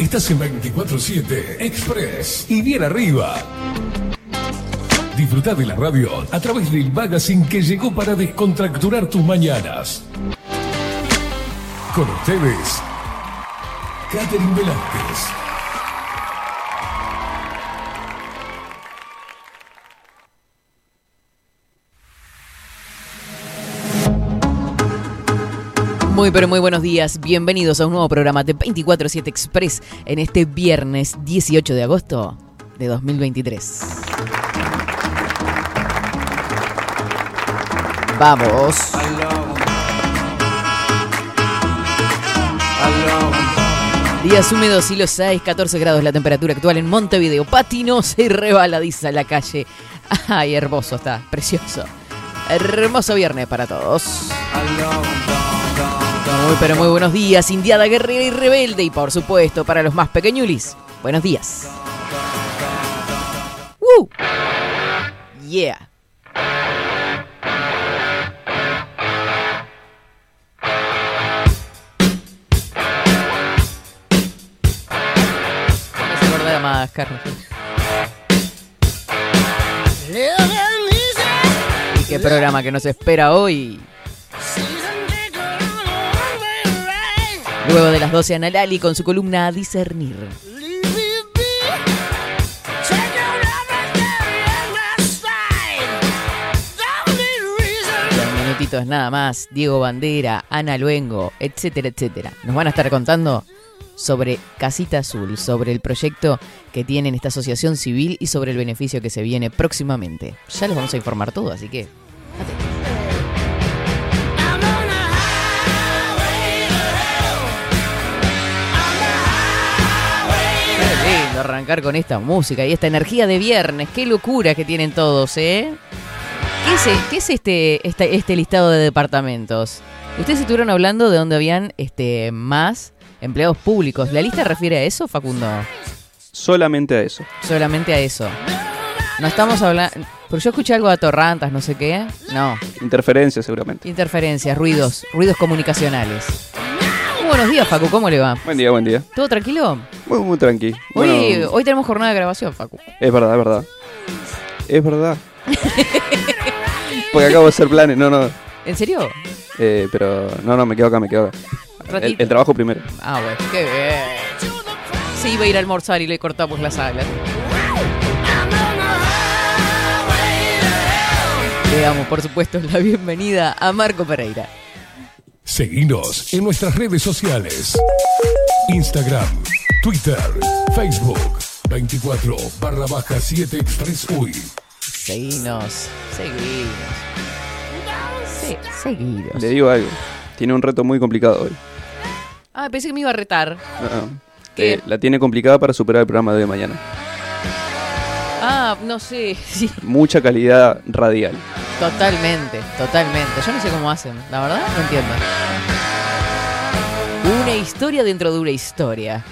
Estás en 24/7 Express y bien arriba. Disfrutá de la radio a través del magazine que llegó para descontracturar tus mañanas. Con ustedes, Catherine Velázquez. Muy pero muy buenos días, bienvenidos a un nuevo programa de 24/7 Express en este viernes 18 de agosto de 2023. Vamos. Días húmedos y los hay, 14 grados la temperatura actual en Montevideo, patinosa y rebaladiza la calle. Ay, hermoso está, precioso. Hermoso viernes para todos. Muy pero muy buenos días, indiada, guerrera y rebelde. Y por supuesto, para los más pequeñulis, buenos días. ¡Woo! Yeah. No se acordaba más, Carlos. ¿Y qué programa que nos espera hoy? Luego de las 12, Ana Lali con su columna A Discernir. En minutitos nada más, Diego Bandera, Ana Luengo, etcétera, etcétera. Nos van a estar contando sobre Casita Azul, sobre el proyecto que tienen esta asociación civil y sobre el beneficio que se viene próximamente. Ya los vamos a informar todo, así que atentos. Arrancar con esta música y esta energía de viernes. Qué locura que tienen todos, ¿eh? ¿Qué es este listado de departamentos? Ustedes estuvieron hablando de dónde habían más empleados públicos. ¿La lista refiere a eso, Facundo? Solamente a eso. Solamente a eso. No estamos hablando... Pero yo escuché algo de atorrantas, no sé qué. No. Interferencias, seguramente. Interferencias, ruidos comunicacionales. Buenos días, Facu, ¿cómo le va? Buen día, buen día. ¿Todo tranquilo? Muy tranqui. Hoy tenemos jornada de grabación, Facu. Es verdad. Porque acabo de hacer planes, no. ¿En serio? Pero no, me quedo acá. El trabajo primero. Ah, bueno, qué bien. Se iba a ir a almorzar y le cortamos las alas. Le damos, por supuesto, la bienvenida a Marco Pereira. Seguinos en nuestras redes sociales. Instagram, Twitter, Facebook, 24/7 Express UI. Seguinos. Le digo algo. Tiene un reto muy complicado hoy. Ah, pensé que me iba a retar. No. La tiene complicada para superar el programa de hoy de mañana. Ah, no sé. Sí. Mucha calidad radial. Totalmente. Yo no sé cómo hacen, la verdad, no entiendo. Una historia dentro de una historia.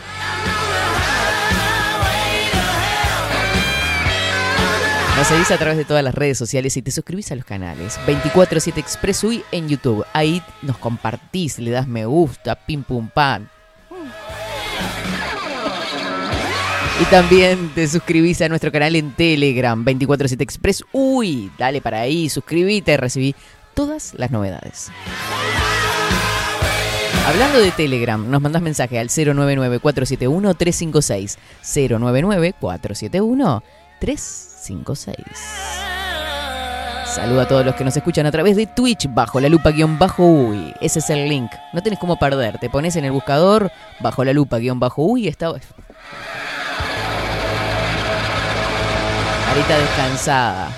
Nos seguís a través de todas las redes sociales y te suscribís a los canales 24/7 Express UI en YouTube. Ahí nos compartís, le das me gusta, pim pum pam. Y también te suscribís a nuestro canal en Telegram, 24/7 Express UI. Dale para ahí, suscribite, recibí todas las novedades. Hablando de Telegram, nos mandás mensaje al 099-471-356. 099-471-356. Saludo a todos los que nos escuchan a través de Twitch, bajo la lupa _UI. Ese es el link. No tenés cómo perder. Te pones en el buscador, bajo la lupa _UI y está... Carita descansada.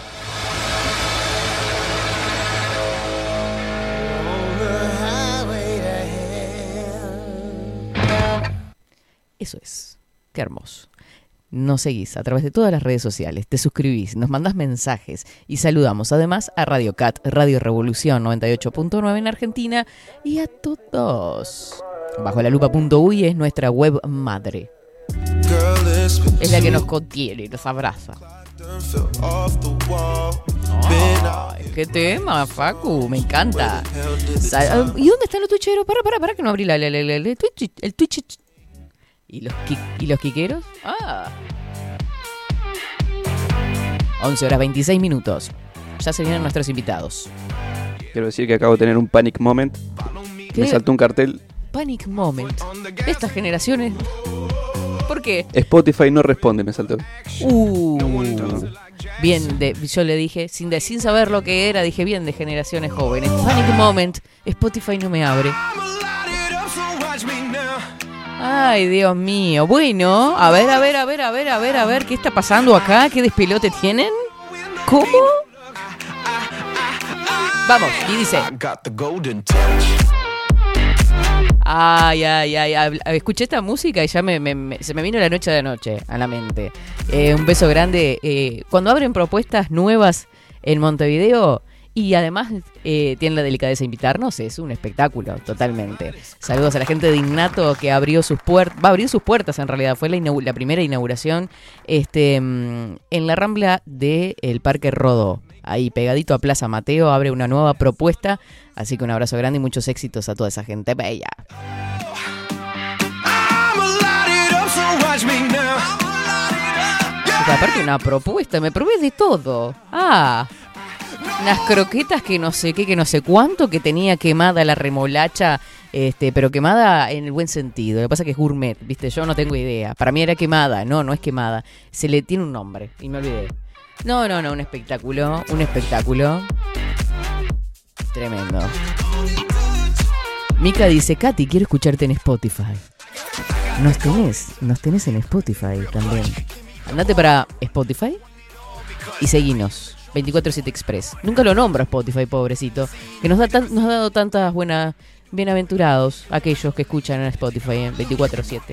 Eso es. Qué hermoso. Nos seguís a través de todas las redes sociales, te suscribís, nos mandás mensajes y saludamos además a Radio Cat, Radio Revolución 98.9 en Argentina y a todos. Bajo la lupa.uy es nuestra web madre. Es la que nos contiene y nos abraza. Ay, qué tema, Facu, me encanta. ¿Y dónde está el Twitchero? Para que no abrí el Twitch. ¿Y los quiqueros? 11 horas 26 minutos. Ya se vienen nuestros invitados. Quiero decir que acabo de tener un panic moment. ¿Qué? Me saltó un cartel. Panic moment. Estas generaciones... ¿Por qué? Spotify no responde, me saltó. Bien, yo le dije, sin saber lo que era, dije bien de generaciones jóvenes. Panic moment. Spotify no me abre. Ay, Dios mío. Bueno, a ver, ¿qué está pasando acá? ¿Qué despelote tienen? ¿Cómo? Vamos, y dice... Ay, escuché esta música y ya se me vino la noche de anoche a la mente. Un beso grande. Cuando abren propuestas nuevas en Montevideo y además tienen la delicadeza de invitarnos, es un espectáculo, totalmente. Saludos a la gente de Innato que abrió sus puertas, va a abrir sus puertas en realidad, fue la primera inauguración en la Rambla del Parque Rodó. Ahí pegadito a Plaza Mateo abre una nueva propuesta, así que un abrazo grande y muchos éxitos a toda esa gente bella. Porque aparte una propuesta, me probé de todo. Unas croquetas que no sé qué, que no sé cuánto, que tenía quemada la remolacha, pero quemada en el buen sentido. Lo que pasa es que es gourmet, ¿viste? Yo no tengo idea. Para mí era quemada, no es quemada. Se le tiene un nombre y me olvidé. No, un espectáculo. Tremendo. Mica dice, Katy, quiero escucharte en Spotify. Nos tenés en Spotify también. Andate para Spotify y seguinos. 24/7 Express. Nunca lo nombra Spotify, pobrecito. Que nos ha dado tantas buenas... Bienaventurados aquellos que escuchan en Spotify en 24/7.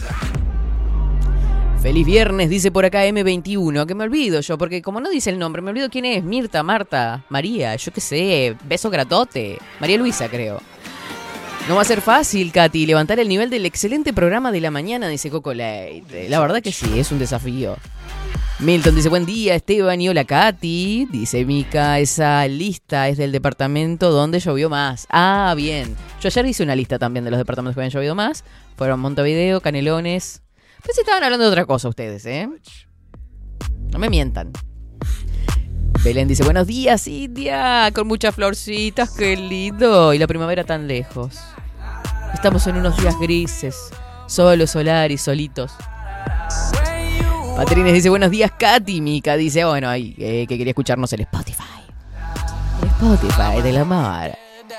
Feliz viernes, dice por acá M21, que me olvido yo, porque como no dice el nombre, me olvido quién es, Mirta, Marta, María, yo qué sé, beso gratote, María Luisa creo. No va a ser fácil, Katy, levantar el nivel del excelente programa de la mañana, dice Coco Leite. La verdad que sí, es un desafío. Milton dice, buen día Esteban y hola Katy, dice Mica, esa lista es del departamento donde llovió más. Bien, yo ayer hice una lista también de los departamentos que habían llovido más, fueron Montevideo, Canelones... Pues estaban hablando de otra cosa ustedes, ¿eh? No me mientan. Belén dice, buenos días, India, con muchas florcitas, qué lindo. Y la primavera tan lejos. Estamos en unos días grises, solos, solar y solitos. Patrines dice, buenos días, Katy. Mica dice, bueno, que quería escucharnos en Spotify. El Spotify de la mar.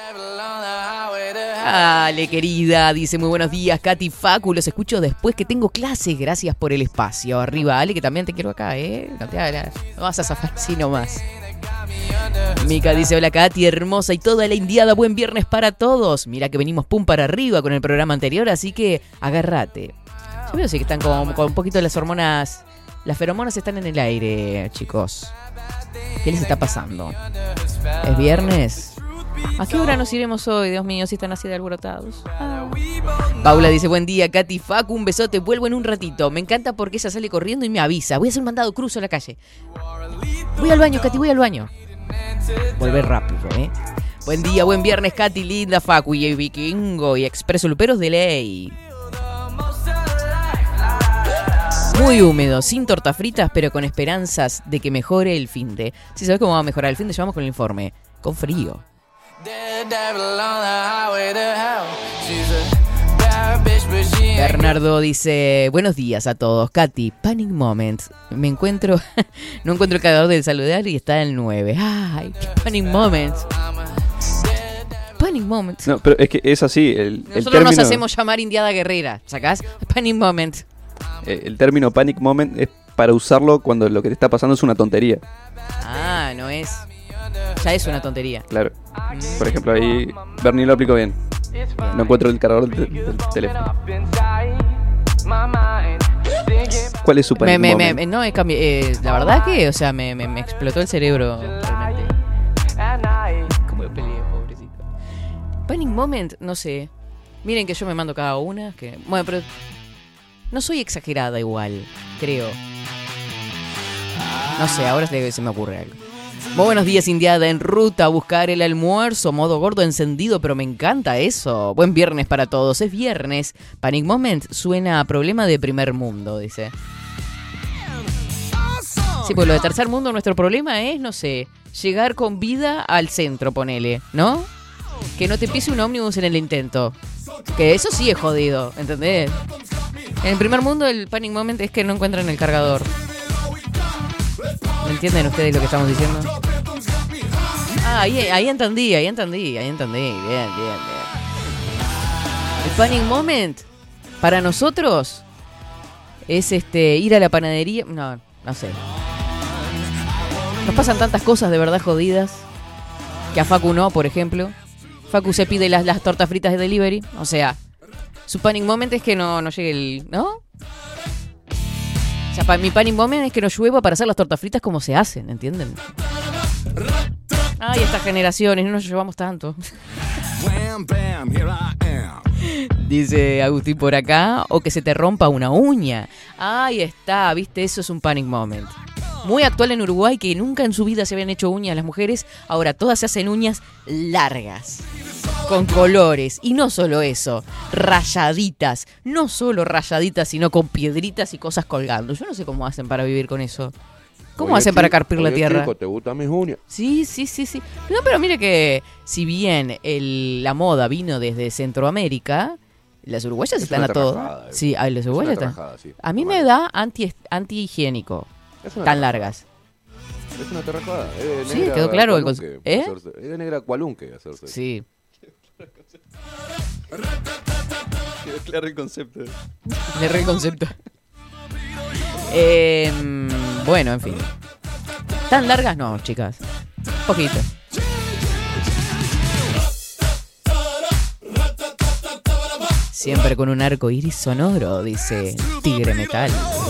Dale, querida, dice muy buenos días, Katy Facu, los escucho después que tengo clases, gracias por el espacio. Arriba, Ale, que también te quiero acá, no te hagas, no vas a zafar así nomás. Mica dice, hola Katy, hermosa y toda la indiada, buen viernes para todos. Mira que venimos pum para arriba con el programa anterior, así que agárrate. Yo veo sí que están con un poquito las hormonas, las feromonas están en el aire, chicos. ¿Qué les está pasando? ¿Es viernes? ¿A qué hora nos iremos hoy, Dios mío, si están así de alborotados? Paula dice, buen día, Katy Facu, un besote, vuelvo en un ratito. Me encanta porque ella sale corriendo y me avisa. Voy a hacer un mandado, cruzo la calle. Voy al baño, Katy, voy al baño. Volver rápido, Buen día, buen viernes, Katy, linda Facu y Vikingo y Expreso Luperos de ley. Muy húmedo, sin tortas fritas, pero con esperanzas de que mejore el finde. Si sabes cómo va a mejorar el finde, llevamos con el informe. Con frío. Bernardo dice, buenos días a todos, Katy, panic moment, no encuentro el cargador del celular y está el 9. Ay, panic moment. Panic moment. No, pero es que es así, nosotros término, nos hacemos llamar Indiada Guerrera, ¿sacás? Panic moment. El término panic moment es para usarlo cuando lo que te está pasando es una tontería. No es. Ya es una tontería. Claro. Por ejemplo, ahí Bernie lo aplicó bien. No encuentro el cargador del teléfono. ¿Cuál es su panic moment? No, la verdad que, o sea, me explotó el cerebro realmente. ¿Cómo me peleé, pobrecito? Panic moment, no sé. Miren que yo me mando cada una. Bueno, pero no soy exagerada igual, creo. No sé, ahora se me ocurre algo. Muy buenos días, Indiada, en ruta a buscar el almuerzo, modo gordo encendido, pero me encanta eso. Buen viernes para todos, es viernes. Panic Moment suena a problema de primer mundo, dice. Sí, pues lo de tercer mundo, nuestro problema es, no sé, llegar con vida al centro, ponele, ¿no? Que no te pise un ómnibus en el intento. Que eso sí es jodido, ¿entendés? En el primer mundo el Panic Moment es que no encuentran el cargador. ¿Me entienden ustedes lo que estamos diciendo? Ah, ahí entendí. Bien. El Panic Moment, para nosotros, es ir a la panadería. No sé. Nos pasan tantas cosas de verdad jodidas. Que a Facu no, por ejemplo. Facu se pide las tortas fritas de delivery. O sea, su Panic Moment es que no llegue el... ¿No? O sea, mi Panic Moment es que no llueva para hacer las tortas fritas como se hacen, ¿entienden? Ay, estas generaciones, no nos llevamos tanto. Dice Agustín por acá, o que se te rompa una uña. Ahí está, viste, eso es un Panic Moment. Muy actual en Uruguay, que nunca en su vida se habían hecho uñas las mujeres. Ahora todas se hacen uñas largas, con colores. Y no solo eso, rayaditas. No solo rayaditas, sino con piedritas y cosas colgando. Yo no sé cómo hacen para vivir con eso. ¿Cómo hacen para carpir la tierra? Chico, ¿te gustan mis uñas? Sí. No, pero mire que si bien la moda vino desde Centroamérica, las uruguayas están a todo. Sí, las uruguayas están. Sí. A mí me da antihigiénico. Tan largas. Es una terrajada. Sí, quedó claro el concepto. Es de negra cualunque hacerse. Sí. Quedó claro el concepto. Le re el concepto. Bueno, en fin. ¿Tan largas? No, chicas. Poquito. Siempre con un arco iris sonoro, dice Tigre Metal.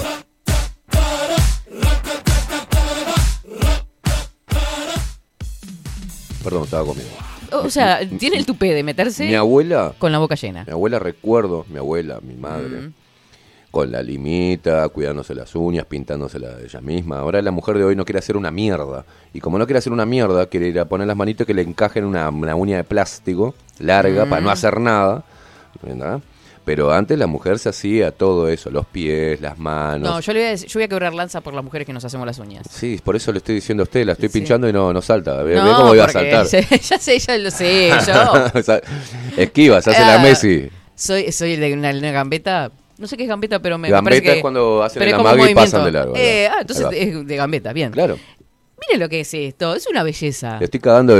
Perdón, estaba comiendo. O sea, tiene el tupé de meterse Mi abuela, con la boca llena. recuerdo, mi madre, con la limita, cuidándose las uñas, pintándoselas ella misma. Ahora la mujer de hoy no quiere hacer una mierda. Y como no quiere hacer una mierda, quiere ir a poner las manitos que le encajen una uña de plástico larga para no hacer nada, ¿verdad? Pero antes la mujer se hacía todo eso, los pies, las manos. No, yo voy a quebrar lanza por las mujeres que nos hacemos las uñas. Sí, por eso le estoy diciendo a usted, la estoy pinchando y no salta. Ve No, cómo iba a saltar. Ya lo sé, yo. Esquiva, se hace la Messi. Soy de una gambeta. No sé qué es gambeta, pero me gambeta parece que... es cuando hacen el amague y pasan de largo. Entonces es de gambeta, bien. Claro. Mire lo que es esto, es una belleza. Le estoy cagando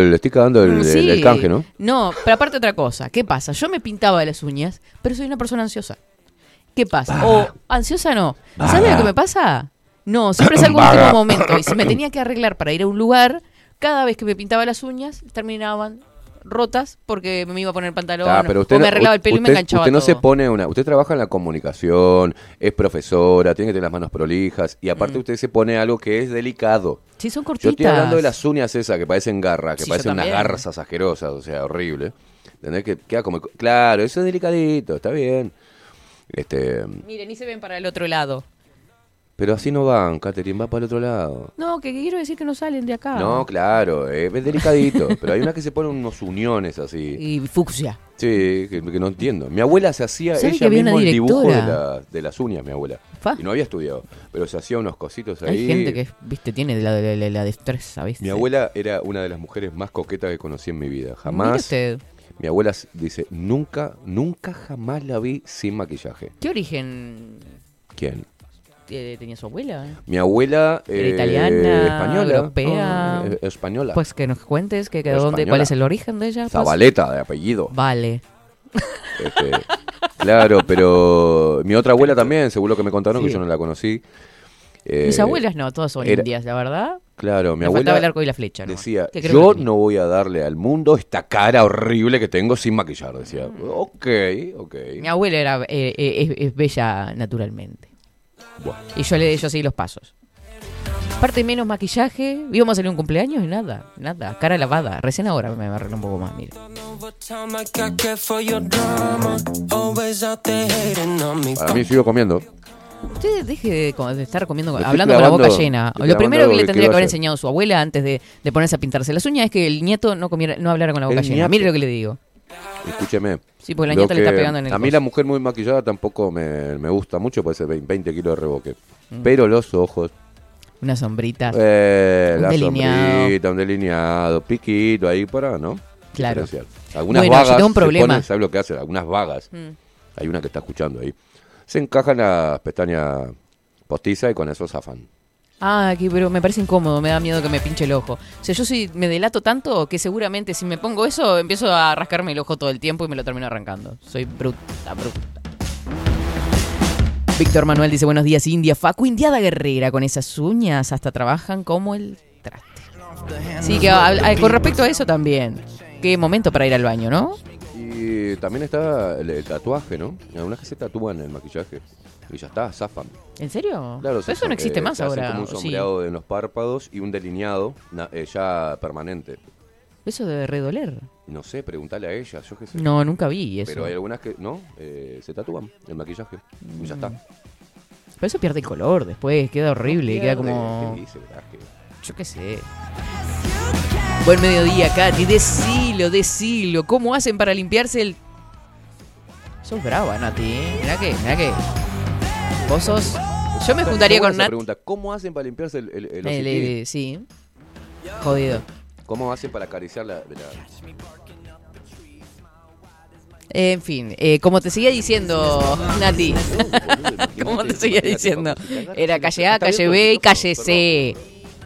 el canje, ¿no? No, pero aparte otra cosa, ¿qué pasa? Yo me pintaba las uñas, pero soy una persona ansiosa. ¿Qué pasa? O ansiosa no. ¿Sabes lo que me pasa? No, siempre salgo en último momento. Y si me tenía que arreglar para ir a un lugar, cada vez que me pintaba las uñas, terminaban rotas porque me iba a poner el pantalón o me arreglaba el pelo y me enganchaba usted no todo. se pone usted trabaja en la comunicación, es profesora, tiene que tener las manos prolijas y aparte usted se pone algo que es delicado. Sí, son cortitas. Yo estoy hablando de las uñas esas que parecen garras, que Sí, parecen unas garzas asquerosas, o sea, horrible. ¿Entendés? Que queda como... Claro, eso es delicadito, está bien. Mire, ni se ven para el otro lado. Pero así no van, Catherine, va para el otro lado. No, que quiero decir que no salen de acá. No, claro, es delicadito. Pero hay una que se pone unos uniones así. Y fucsia. Sí, que no entiendo. Mi abuela se hacía ¿Sabe que ella había una mismo el dibujo directora? de las uñas, mi abuela. Fa. Y no había estudiado, pero se hacía unos cositos ahí. Hay gente que, viste, tiene la destreza, ¿viste? Mi abuela era una de las mujeres más coquetas que conocí en mi vida. Mire Jamás. usted. Mi abuela dice, nunca jamás la vi sin maquillaje. ¿Qué origen ¿Quién? tenía su abuela? Mi abuela ¿Era italiana, española, europea? no, española. Pues que nos cuentes Española. cuál es el origen de ella. Pues. Zabaleta de apellido. Vale. Claro, pero mi otra abuela también, seguro que me contaron que yo no la conocí. Mis abuelas no, todas son indias, la verdad. Claro, mi Me abuela faltaba el arco y la flecha, ¿no? decía, Que creo yo que no voy a darle al mundo esta cara horrible que tengo sin maquillar. Decía, ok. Mi abuela es bella naturalmente. Bueno. Y yo seguí los pasos. Aparte menos maquillaje, íbamos a salir a un cumpleaños y nada, cara lavada. Recién ahora me arreglé un poco más, mire. Para mí sigo comiendo. Usted deje de estar comiendo, Me estoy hablando con la boca clavando- llena. estoy Lo primero clavando que le algo que tendría que haber quiero hacer. enseñado su abuela antes de ponerse a pintarse las uñas es que el nieto no hablara con la boca El llena. nieto. Mire lo que le digo. Escúcheme. Sí, porque la Lo nieta le está que pegando en el A mí coso. la mujer muy maquillada tampoco me gusta mucho, puede ser 20 kilos de reboque. Pero los ojos, Una sombrita. Un la delineado. sombrita, un delineado, piquito ahí para, ¿no? Claro. Diferenciar. Algunas Bueno, yo vagas, tengo un problema. ¿sabes lo que hacen? Algunas vagas. Hay una que está escuchando ahí. Se encajan las pestañas postizas y con eso zafan. Pero me parece incómodo, me da miedo que me pinche el ojo. O sea, yo me delato tanto que seguramente si me pongo eso empiezo a rascarme el ojo todo el tiempo y me lo termino arrancando. Soy bruta. Víctor Manuel dice, buenos días India. Facu, indiada guerrera, con esas uñas hasta trabajan como el traste. Sí, que con respecto a eso también. Qué momento para ir al baño, ¿no? Y también está el tatuaje, ¿no? Algunas que se tatúan el maquillaje. Y ya está, zafan. ¿En serio? Claro, Pero eso no existe más se hace ahora. como un ¿o sí? sombreado en los párpados y un delineado ya permanente. Eso debe redoler. No sé, preguntale a ella, yo qué sé. No, nunca vi eso. Pero hay algunas que no, se tatúan el maquillaje y ya está. Pero eso pierde el color después, queda horrible, queda como... ¿Qué dice, Braje? Yo qué sé. Buen mediodía, Katy. Decilo. ¿Cómo hacen para limpiarse el...? Sos brava, Nati, ¿eh? Mirá que... Vos sos... Yo me juntaría con Nat. Nat. Pregunta, ¿cómo hacen para limpiarse el hociquín? Sí. Jodido. ¿Cómo hacen para acariciar la... En fin, como te seguía diciendo, Nati. Como te seguía diciendo. Era calle A, calle B y calle C.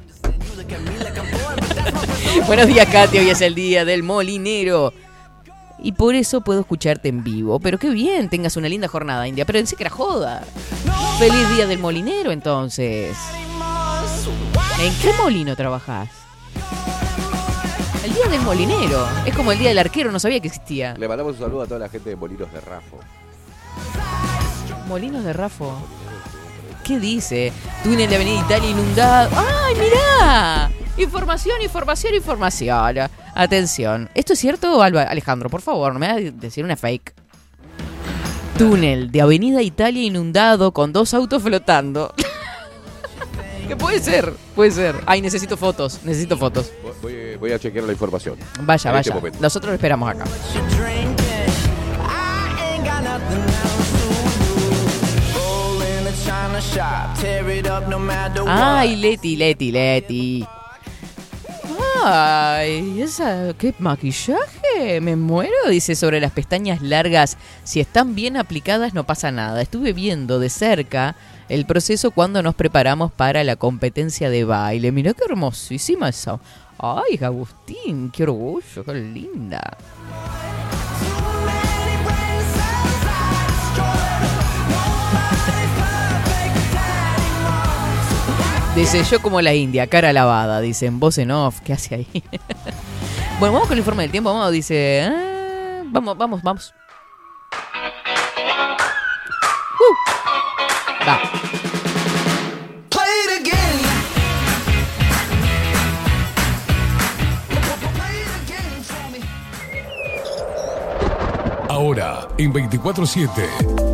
Buenos días, Katy. Hoy es el día del molinero. Y por eso puedo escucharte en vivo. Pero qué bien, tengas una linda jornada, India. Pero pensé que era joda. Feliz día del molinero, entonces. ¿En qué molino trabajás? El día del molinero. Es como el día del arquero, no sabía que existía. Le mandamos un saludo a toda la gente de Molinos de Rafo. Molinos de Rafo. ¿Qué dice? Túnel de Avenida Italia inundado. ¡Ay, mirá! Información. Atención. ¿Esto es cierto, Alejandro? Por favor, no me vas a decir una fake. Túnel de Avenida Italia inundado con 2 autos flotando. ¿Qué puede ser? Ay, necesito fotos. Voy a chequear la información. Vaya. En este momento. Nosotros lo esperamos acá. Ay, Leti. Ay, ¿qué maquillaje? Me muero, dice, sobre las pestañas largas. Si están bien aplicadas no pasa nada. Estuve viendo de cerca el proceso cuando nos preparamos para la competencia de baile. Mirá qué hermosísima esa. Ay, Agustín, qué orgullo, qué linda. Dice, yo como la India, cara lavada, dice, en voz en off, ¿qué hace ahí? Bueno, vamos con el informe del tiempo, dice, vamos. Va. Ahora, en 24/7.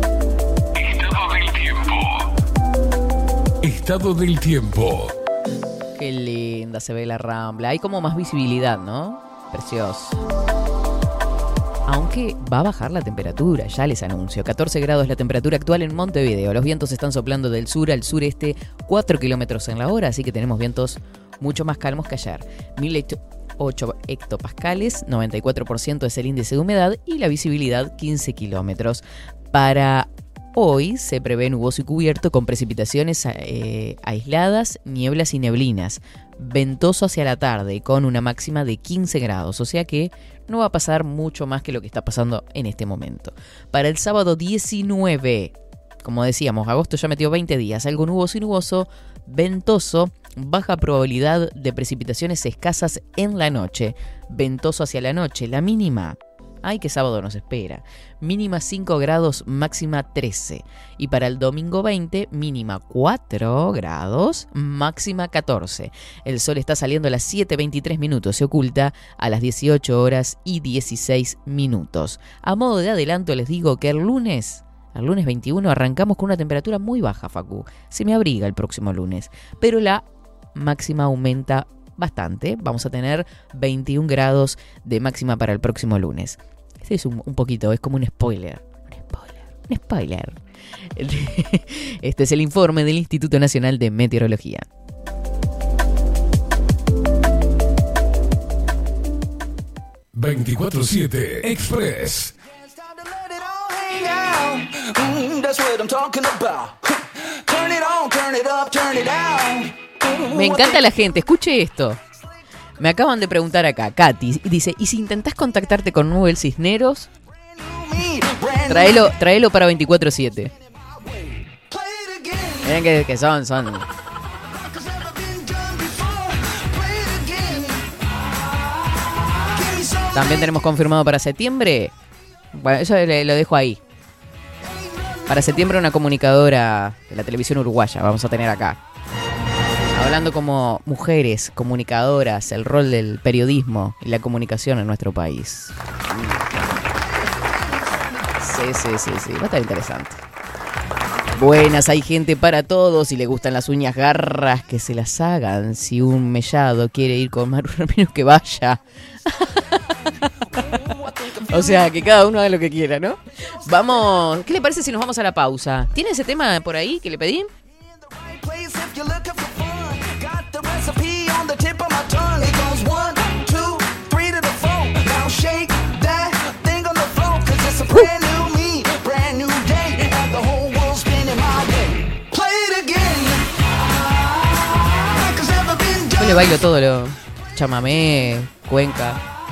Estado del tiempo. Qué linda se ve la Rambla. Hay como más visibilidad, ¿no? Precioso. Aunque va a bajar la temperatura, ya les anuncio. 14 grados la temperatura actual en Montevideo. Los vientos están soplando del sur al sureste 4 kilómetros en la hora, así que tenemos vientos mucho más calmos que ayer. 1008 hectopascales, 94% es el índice de humedad y la visibilidad 15 kilómetros. Para hoy se prevé nuboso y cubierto con precipitaciones aisladas, nieblas y neblinas. Ventoso hacia la tarde con una máxima de 15 grados, o sea que no va a pasar mucho más que lo que está pasando en este momento. Para el sábado 19, como decíamos, agosto ya metió 20 días, algo nuboso y nuboso, ventoso, baja probabilidad de precipitaciones escasas en la noche, ventoso hacia la noche, la mínima. Ay, qué sábado nos espera. Mínima 5 grados, máxima 13. Y para el domingo 20, mínima 4 grados, máxima 14. El sol está saliendo a las 7:23 minutos, se oculta a las 18 horas y 16 minutos. A modo de adelanto les digo que el lunes El lunes 21 arrancamos con una temperatura muy baja, Facu. Se me abriga el próximo lunes. Pero la máxima aumenta bastante. Vamos a tener 21 grados de máxima para el próximo lunes. Este es un poquito, es como un spoiler. Un spoiler. Este es el informe del Instituto Nacional de Meteorología. ...24/7 Express. Me encanta la gente, escuche esto. Me acaban de preguntar acá, Katy, dice, ¿y si intentás contactarte con Nubel Cisneros? Tráelo para 24/7. Miren que son. También tenemos confirmado para septiembre. Bueno, eso lo dejo ahí. Para septiembre una comunicadora de la televisión uruguaya vamos a tener acá. Hablando como mujeres comunicadoras, el rol del periodismo y la comunicación en nuestro país. Sí. Va a estar interesante. Buenas, hay gente para todos. Si le gustan las uñas garras, que se las hagan. Si un mellado quiere ir con Maru Ramiro, que vaya. O sea, que cada uno haga lo que quiera, ¿no? Vamos, ¿qué le parece si nos vamos a la pausa? ¿Tiene ese tema por ahí que le pedí? Yo le bailo todo lo chamamé, cuenca.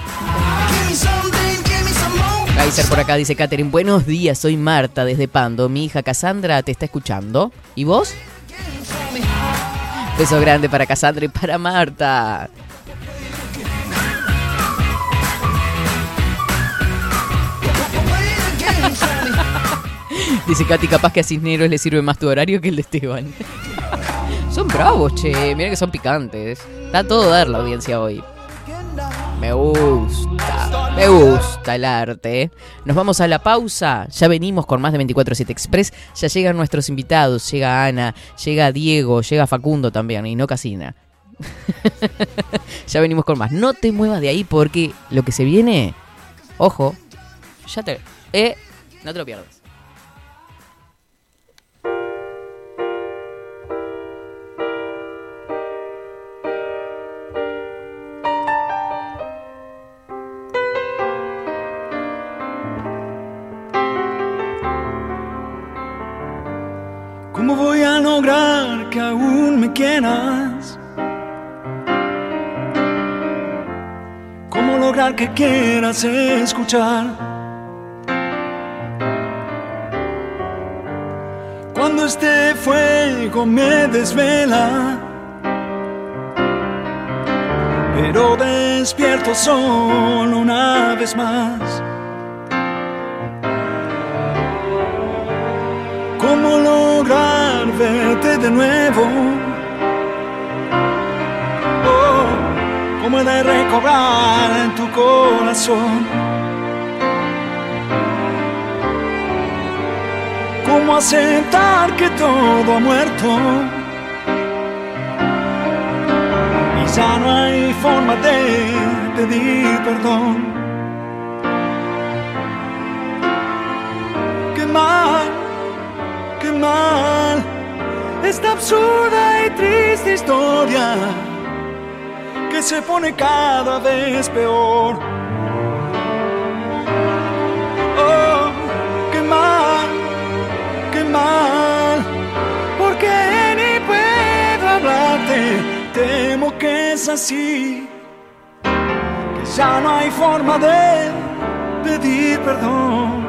Kaiser por acá dice Catherine, buenos días, soy Marta desde Pando, mi hija Cassandra te está escuchando. ¿Y vos? Beso grande para Cassandra y para Marta. Dice Katy, capaz que a Cisneros le sirve más tu horario que el de Esteban. Son bravos, che, mira que son picantes. Está todo dar la audiencia hoy. Me gusta el arte. Nos vamos a la pausa. Ya venimos con más de 24/7 Express. Ya llegan nuestros invitados. Llega Ana, llega Diego, llega Facundo también. Y no Casina. Ya venimos con más. No te muevas de ahí porque lo que se viene... Ojo. No te lo pierdas. ¿Cómo voy a lograr que aún me quieras? ¿Cómo lograr que quieras escuchar? Cuando este fuego me desvela, pero despierto solo una vez más. ¿Cómo lograr verte de nuevo? Oh, ¿cómo he de recobrar en tu corazón? ¿Cómo aceptar que todo ha muerto? Y ya no hay forma de pedir perdón. Qué mal esta absurda y triste historia que se pone cada vez peor. Oh, qué mal, porque ni puedo hablarte. Temo que es así, que ya no hay forma de pedir perdón.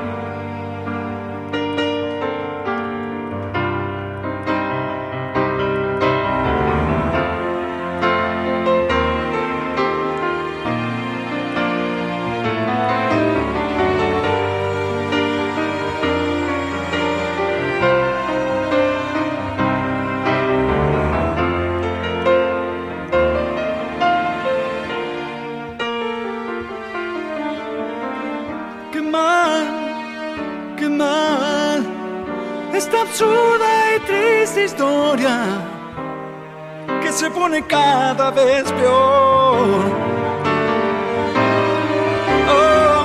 Qué mal, esta absurda y triste historia que se pone cada vez peor. Oh,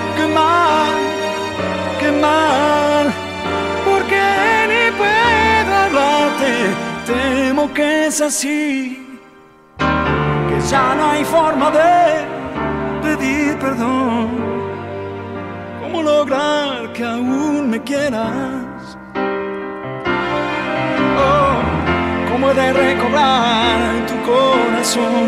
qué mal, porque ni puedo hablarte, temo que es así, que ya no hay forma de pedir perdón. ¿Cómo lograr que aún me quieras? Oh, ¿cómo he de recobrar tu corazón?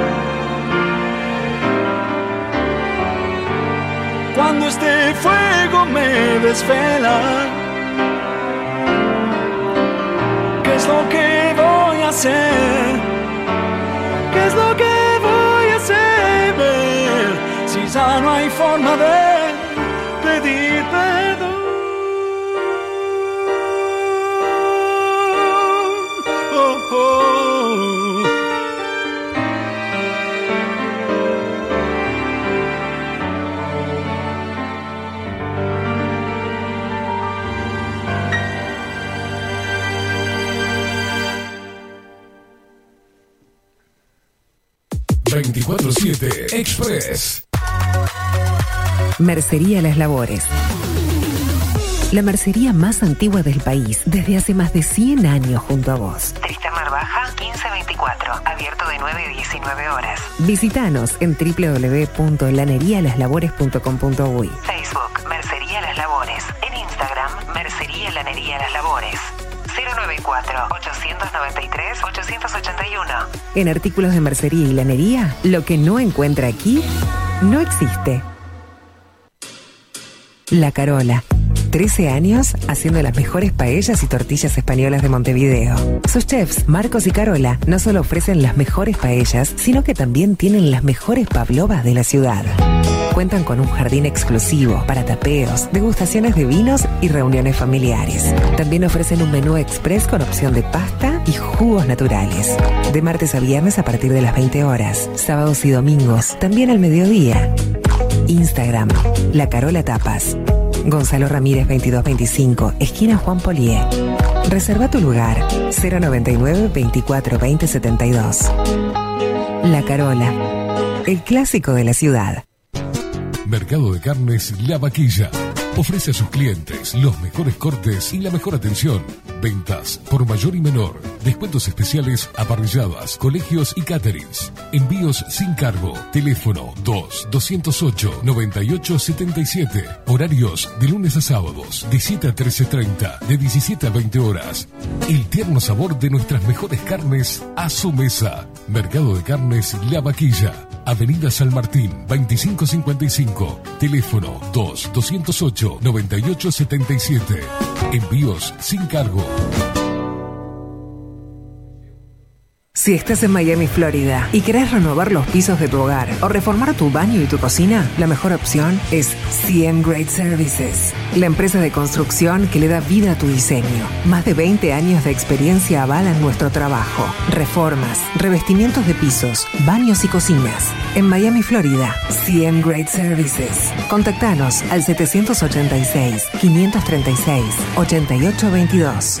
Cuando este fuego me desvela, ¿qué es lo que voy a hacer? ¿Qué es lo que voy a hacer? Si ya no hay forma de pedir perdón. Oh, oh. 24/7 Express. Mercería Las Labores. La mercería más antigua del país, desde hace más de 100 años junto a vos. Tristán Baja, 1524, abierto de 9 a 19 horas. Visítanos en www.lanerialasLabores.com.uy. Facebook, Mercería Las Labores. En Instagram, Mercería Lanería Las Labores. 094-893-881. En artículos de mercería y lanería, lo que no encuentra aquí, no existe. La Carola. 13 años haciendo las mejores paellas y tortillas españolas de Montevideo. Sus chefs, Marcos y Carola, no solo ofrecen las mejores paellas, sino que también tienen las mejores pavlovas de la ciudad. Cuentan con un jardín exclusivo para tapeos, degustaciones de vinos y reuniones familiares. También ofrecen un menú express con opción de pasta y jugos naturales. De martes a viernes a partir de las 20 horas. Sábados y domingos, también al mediodía. Instagram, La Carola Tapas. Gonzalo Ramírez 2225, esquina Juan Polié. Reserva tu lugar, 099 24 20 72. La Carola, el clásico de la ciudad. Mercado de Carnes La Vaquilla. Ofrece a sus clientes los mejores cortes y la mejor atención. Ventas por mayor y menor. Descuentos especiales a parrilladas, colegios y caterings. Envíos sin cargo. Teléfono 2-208-9877. Horarios de lunes a sábados, de 7 a 13:30, de 17 a 20 horas. El tierno sabor de nuestras mejores carnes a su mesa. Mercado de Carnes La Vaquilla. Avenida San Martín, 2555. Teléfono 2-208-9877. Envíos sin cargo. Si estás en Miami, Florida, y querés renovar los pisos de tu hogar o reformar tu baño y tu cocina, la mejor opción es CM Great Services, la empresa de construcción que le da vida a tu diseño. Más de 20 años de experiencia avalan nuestro trabajo. Reformas, revestimientos de pisos, baños y cocinas. En Miami, Florida, CM Great Services. Contactanos al 786-536-8822.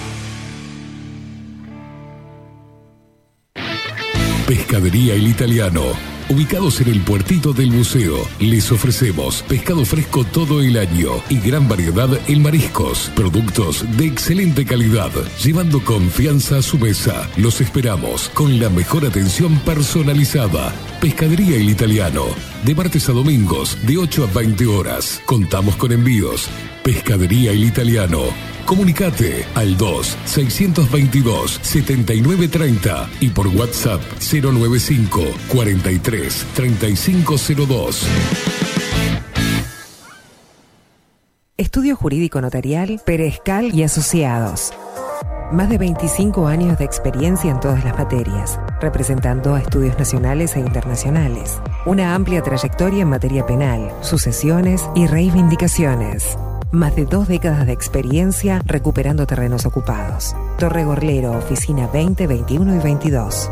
Pescadería El Italiano. Ubicados en el puertito del buceo, les ofrecemos pescado fresco todo el año y gran variedad en mariscos, productos de excelente calidad, llevando confianza a su mesa. Los esperamos con la mejor atención personalizada. Pescadería El Italiano, de martes a domingos, de 8 a 20 horas. Contamos con envíos. Pescadería El Italiano. Comunicate al 2-622-7930 y por WhatsApp 095 43 3502. Estudio Jurídico Notarial, Perezcal y Asociados. Más de 25 años de experiencia en todas las materias, representando a estudios nacionales e internacionales. Una amplia trayectoria en materia penal, sucesiones y reivindicaciones. Más de 2 décadas de experiencia recuperando terrenos ocupados. Torre Gorlero, oficina 20, 21 y 22.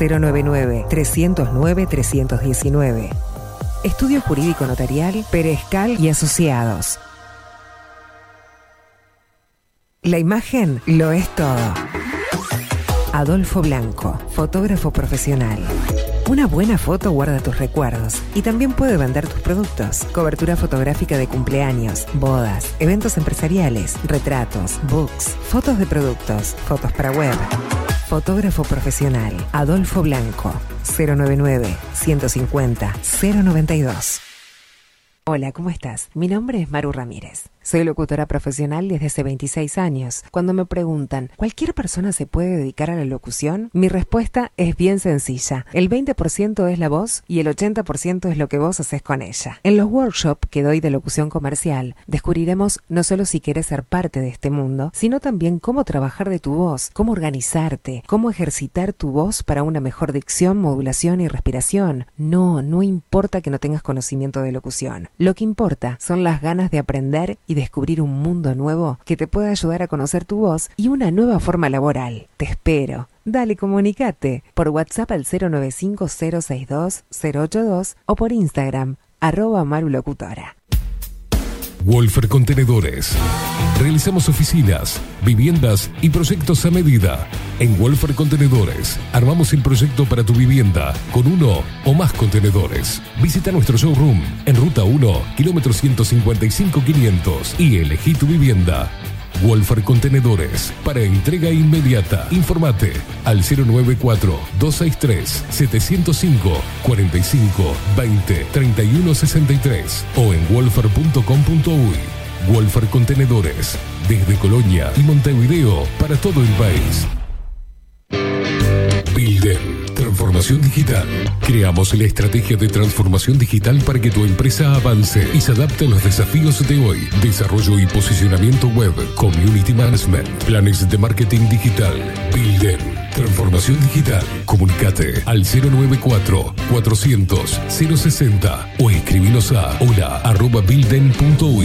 099-309-319. Estudio Jurídico Notarial, Perezcal y Asociados. La imagen lo es todo. Adolfo Blanco, fotógrafo profesional. Una buena foto guarda tus recuerdos y también puede vender tus productos. Cobertura fotográfica de cumpleaños, bodas, eventos empresariales, retratos, books, fotos de productos, fotos para web. Fotógrafo profesional, Adolfo Blanco, 099-150-092. Hola, ¿cómo estás? Mi nombre es Maru Ramírez. Soy locutora profesional desde hace 26 años. Cuando me preguntan, ¿cualquier persona se puede dedicar a la locución? Mi respuesta es bien sencilla. El 20% es la voz y el 80% es lo que vos haces con ella. En los workshops que doy de locución comercial, descubriremos no solo si querés ser parte de este mundo, sino también cómo trabajar de tu voz, cómo organizarte, cómo ejercitar tu voz para una mejor dicción, modulación y respiración. No importa que no tengas conocimiento de locución. Lo que importa son las ganas de aprender y descubrir un mundo nuevo que te pueda ayudar a conocer tu voz y una nueva forma laboral. Te espero. Dale, comunicate por WhatsApp al 095-062-082 o por Instagram, @marulocutora. Wolfer Contenedores. Realizamos oficinas, viviendas y proyectos a medida. En Wolfer Contenedores armamos el proyecto para tu vivienda con uno o más contenedores. Visita nuestro showroom en Ruta 1, kilómetro 155-500 y elegí tu vivienda. Wolfer Contenedores, para entrega inmediata. Informate al 094-263-705-45-20-3163 o en wolfer.com.uy. Wolfer Contenedores, desde Colonia y Montevideo para todo el país. Builden, transformación digital. Creamos la estrategia de transformación digital para que tu empresa avance y se adapte a los desafíos de hoy. Desarrollo y posicionamiento web, community management, planes de marketing digital. Builden, transformación digital. Comunicate al 094-400-060 o escribinos a hola@builden.uy.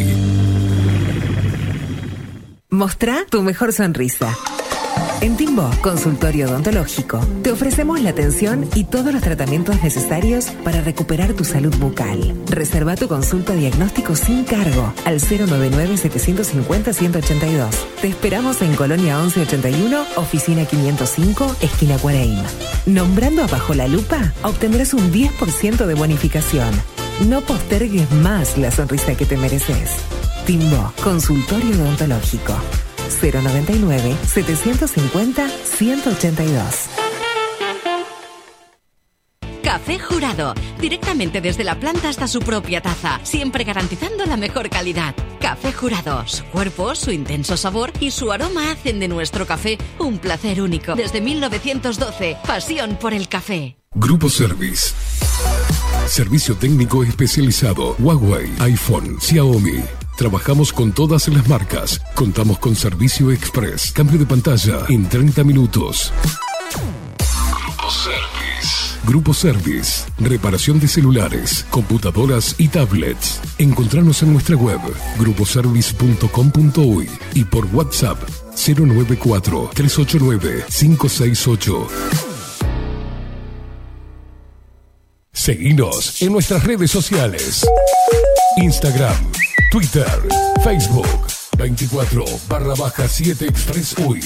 Mostrá tu mejor sonrisa. En Timbo, consultorio odontológico, te ofrecemos la atención y todos los tratamientos necesarios para recuperar tu salud bucal. Reserva tu consulta diagnóstico sin cargo al 099-750-182. Te esperamos en Colonia 1181, oficina 505, esquina Cuareim. Nombrando a Bajo la Lupa, obtendrás un 10% de bonificación. No postergues más la sonrisa que te mereces. Timbo, consultorio odontológico. 099-750-182. Café Jurado, directamente desde la planta hasta su propia taza, siempre garantizando la mejor calidad. Café Jurado, su cuerpo, su intenso sabor y su aroma hacen de nuestro café un placer único. Desde 1912, pasión por el café. Grupo Service. Servicio técnico especializado. Huawei, iPhone, Xiaomi. Trabajamos con todas las marcas. Contamos con servicio express. Cambio de pantalla en 30 minutos. Grupo Service. Grupo Service. Reparación de celulares, computadoras y tablets. Encontranos en nuestra web gruposervice.com.uy y por WhatsApp 094-389-568. Seguinos en nuestras redes sociales. Instagram, Twitter, Facebook, 24/7 Express UI.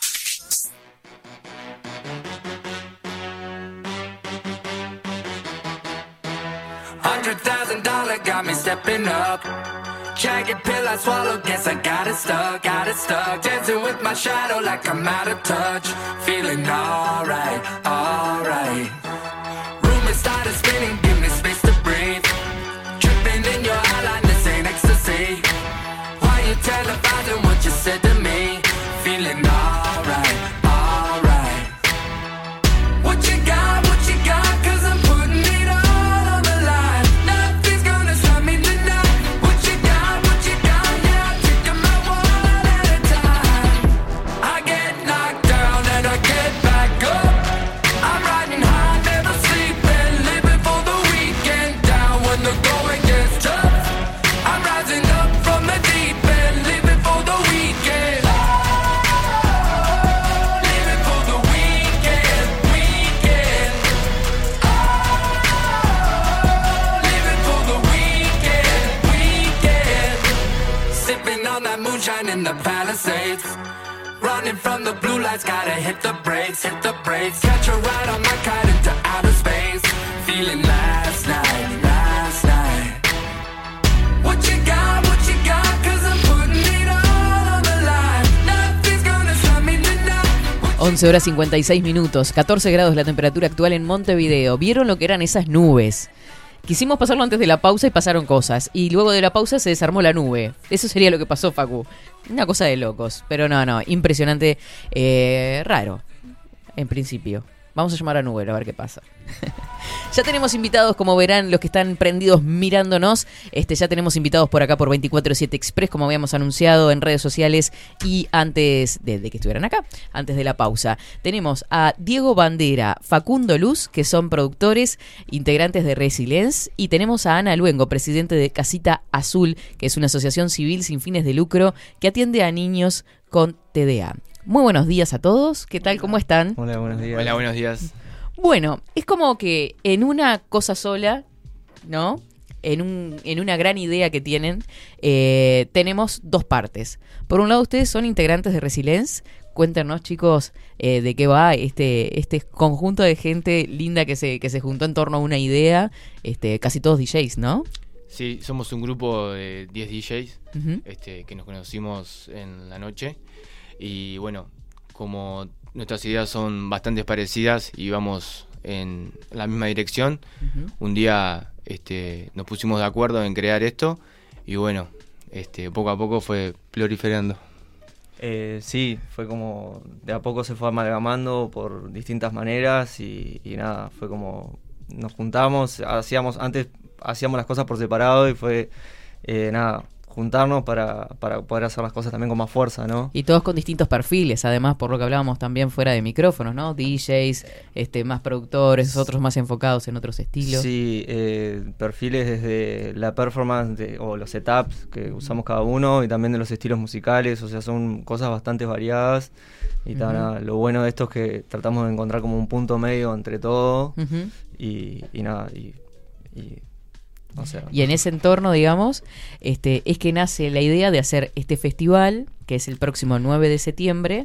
$100,000 got me stepping up. Jagged pill I swallow, guess I got it stuck. Dancing with my shadow like I'm out of touch. Feeling alright, alright. Rumors started spinning, give me space to breathe. Tripping in your outline, this ain't ecstasy. Why you televising what you said to me? Feeling alright, alright. What you got, cause I'm putting it all on the line. Nothing's gonna stop me tonight. What you got, yeah, I'm taking my one at a time. I get knocked down and I get back up. I'm riding high. on that moonshine in the Palisades. Running from the blue lights, gotta hit the brakes, hit the brakes. Catch a ride on my kite into outer space. Feeling last night, last night. What you got, 'cause I'm putting it all on the line. Nothing's gonna stop me tonight. 11 horas 56 minutos, 14 grados la temperatura actual en Montevideo. ¿Vieron lo que eran esas nubes? Quisimos pasarlo antes de la pausa y pasaron cosas. Y luego de la pausa se desarmó la nube. Eso sería lo que pasó, Facu. Una cosa de locos. Pero no, impresionante. Raro, en principio. Vamos a llamar a Nubero a ver qué pasa. Ya tenemos invitados, como verán, los que están prendidos mirándonos. Ya tenemos invitados por acá por 24/7 Express, como habíamos anunciado en redes sociales y antes de que estuvieran acá, antes de la pausa. Tenemos a Diego Bandera, Facundo Luz, que son productores, integrantes de Resilience, y tenemos a Ana Luengo, presidente de Casita Azul, que es una asociación civil sin fines de lucro que atiende a niños con TDA. Muy buenos días a todos. ¿Qué tal? ¿Cómo están? Hola, buenos días. Hola, buenos días. Bueno, es como que en una cosa sola, ¿no? En una gran idea que tienen, tenemos dos partes. Por un lado, ustedes son integrantes de Resilience. Cuéntenos, chicos, de qué va este conjunto de gente linda que se juntó en torno a una idea. Casi todos DJs, ¿no? Sí, somos un grupo de 10 DJs Uh-huh. que nos conocimos en la noche. Y bueno, como nuestras ideas son bastante parecidas y vamos en la misma dirección, Uh-huh. un día nos pusimos de acuerdo en crear esto y bueno, poco a poco fue proliferando. Sí, fue como de a poco se fue amalgamando por distintas maneras y nada, fue como nos juntamos, antes hacíamos las cosas por separado y fue nada, juntarnos para poder hacer las cosas también con más fuerza, ¿no? Y todos con distintos perfiles, además, por lo que hablábamos también fuera de micrófonos, ¿no? DJs, más productores, otros más enfocados en otros estilos. Sí, perfiles desde la performance o los setups que usamos cada uno y también de los estilos musicales, o sea, son cosas bastante variadas y Uh-huh. nada, lo bueno de esto es que tratamos de encontrar como un punto medio entre todo. Uh-huh. y nada, o sea, Y en ese entorno, digamos, es que nace la idea de hacer este festival, que es el próximo 9 de septiembre,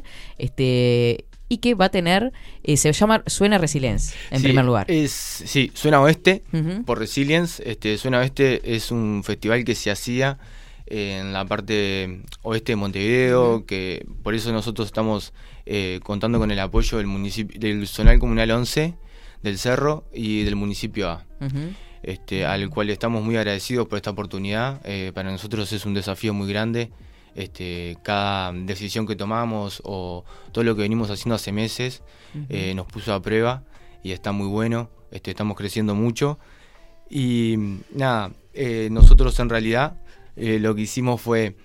y que va a tener, se llama Suena Resilience, en primer lugar. Sí, Suena Oeste, Uh-huh. por Resilience. Suena Oeste es un festival que se hacía en la parte oeste de Montevideo, Uh-huh. que por eso nosotros estamos contando con el apoyo del municipio, del Zonal Comunal 11, del Cerro y del municipio A. Uh-huh. Al cual estamos muy agradecidos por esta oportunidad. Para nosotros es un desafío muy grande. Cada decisión que tomamos o todo lo que venimos haciendo hace meses Uh-huh. nos puso a prueba y está muy bueno. Estamos creciendo mucho y nada, nosotros en realidad lo que hicimos fue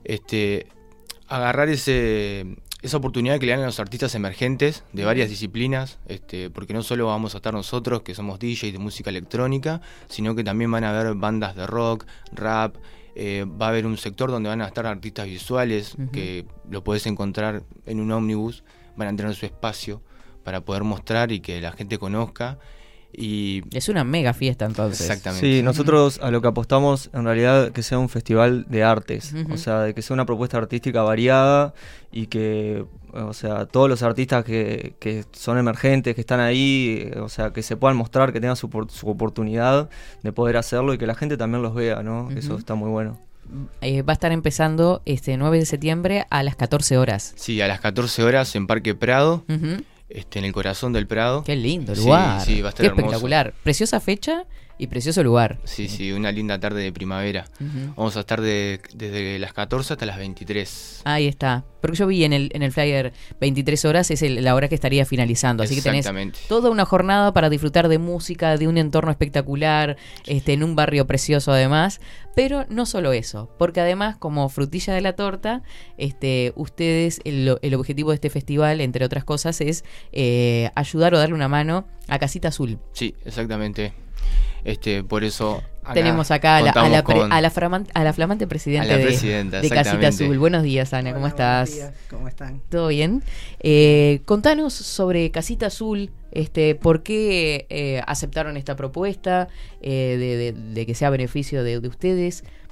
agarrar esa oportunidad que le dan a los artistas emergentes de varias disciplinas, porque no solo vamos a estar nosotros, que somos DJs de música electrónica, sino que también van a haber bandas de rock, rap, va a haber un sector donde van a estar artistas visuales, Uh-huh. que lo podés encontrar en un ómnibus, van a tener su espacio para poder mostrar y que la gente conozca. Y es una mega fiesta, entonces. Exactamente. Sí, nosotros a lo que apostamos en realidad que sea un festival de artes, Uh-huh. o sea, de que sea una propuesta artística variada y que, o sea, todos los artistas que son emergentes, que están ahí, o sea, que se puedan mostrar, que tengan su oportunidad de poder hacerlo y que la gente también los vea, ¿no? Uh-huh. Eso está muy bueno. Va a estar empezando 9 de septiembre a las 14 horas. Sí, a las 14 horas en Parque Prado. Uh-huh. En el corazón del Prado. Qué lindo lugar. Sí, va a estar Qué hermoso. espectacular. Preciosa fecha y precioso lugar. Sí, una linda tarde de primavera. Uh-huh. Vamos a estar desde las 14 hasta las 23. Ahí está. Porque yo vi en el flyer 23 horas es la hora que estaría finalizando. Así que tenés toda una jornada para disfrutar de música, de un entorno espectacular, en un barrio precioso además. Pero no solo eso, porque además como frutilla de la torta, ustedes, el objetivo de este festival, entre otras cosas, es ayudar o darle una mano a Casita Azul. Sí, exactamente. Por eso tenemos acá a la flamante presidenta de Casita Azul. Buenos días, Ana, ¿cómo estás? Buenos días, ¿cómo están? ¿Todo bien? Contanos sobre Casita Azul, por qué aceptaron esta propuesta de que sea beneficio de ustedes,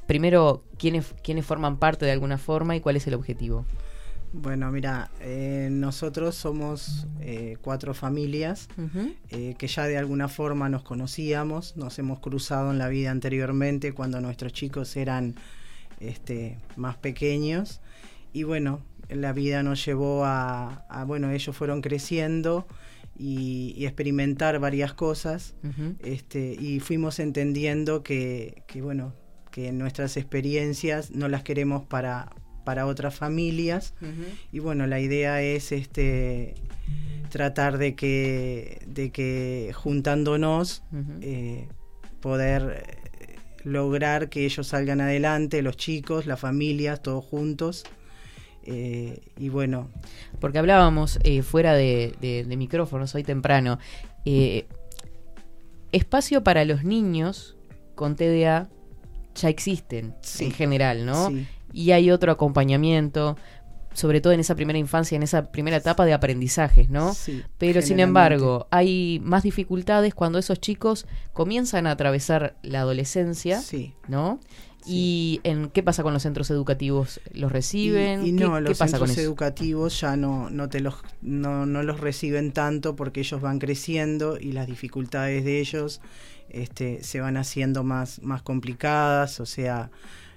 primero, ¿quiénes forman parte de alguna forma y cuál es el objetivo? Bueno, mira, nosotros somos 4 familias que ya de alguna forma nos conocíamos, nos hemos cruzado en la vida anteriormente cuando nuestros chicos eran más pequeños, y bueno, la vida nos llevó a bueno, ellos fueron creciendo y experimentar varias cosas, y fuimos entendiendo que bueno, que nuestras experiencias no las queremos para otras familias, y bueno, la idea es tratar de que juntándonos poder lograr que ellos salgan adelante, los chicos, las familias, todos juntos. Y bueno, porque hablábamos fuera de micrófonos hoy temprano, espacio para los niños con TDA ya existen, en general, ¿no? Sí. Y hay otro acompañamiento, sobre todo en esa primera infancia, en esa primera etapa de aprendizajes, ¿no? Sí, pero sin embargo, hay más dificultades cuando esos chicos comienzan a atravesar la adolescencia, ¿no? Sí. ¿Y qué pasa con los centros educativos? ¿Los reciben? Y no, los ¿qué pasa centros con eso? educativos ya no los reciben tanto, porque ellos van creciendo y las dificultades de ellos se van haciendo más complicadas, o sea,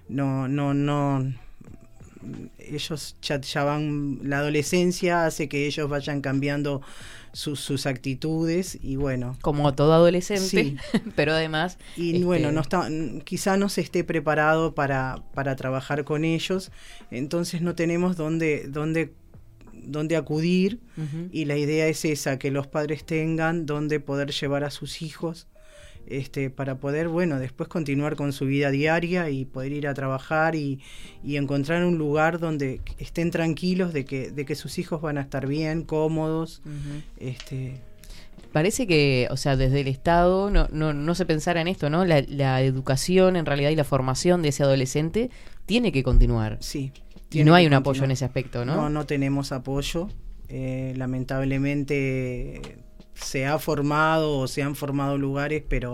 ellos ya van, la adolescencia hace que ellos vayan cambiando sus actitudes, y bueno, como todo adolescente, sí. Pero además y bueno, quizá no se esté preparado para trabajar con ellos, entonces no tenemos dónde acudir, y la idea es esa, que los padres tengan dónde poder llevar a sus hijos, para poder, bueno, después continuar con su vida diaria y poder ir a trabajar y encontrar un lugar donde estén tranquilos de que sus hijos van a estar bien, cómodos. Parece que, o sea, desde el Estado no se pensara en esto, ¿no? La educación en realidad y la formación de ese adolescente tiene que continuar. Sí. Y no hay un apoyo en ese aspecto, ¿no? No tenemos apoyo. Lamentablemente se ha formado o se han formado lugares, pero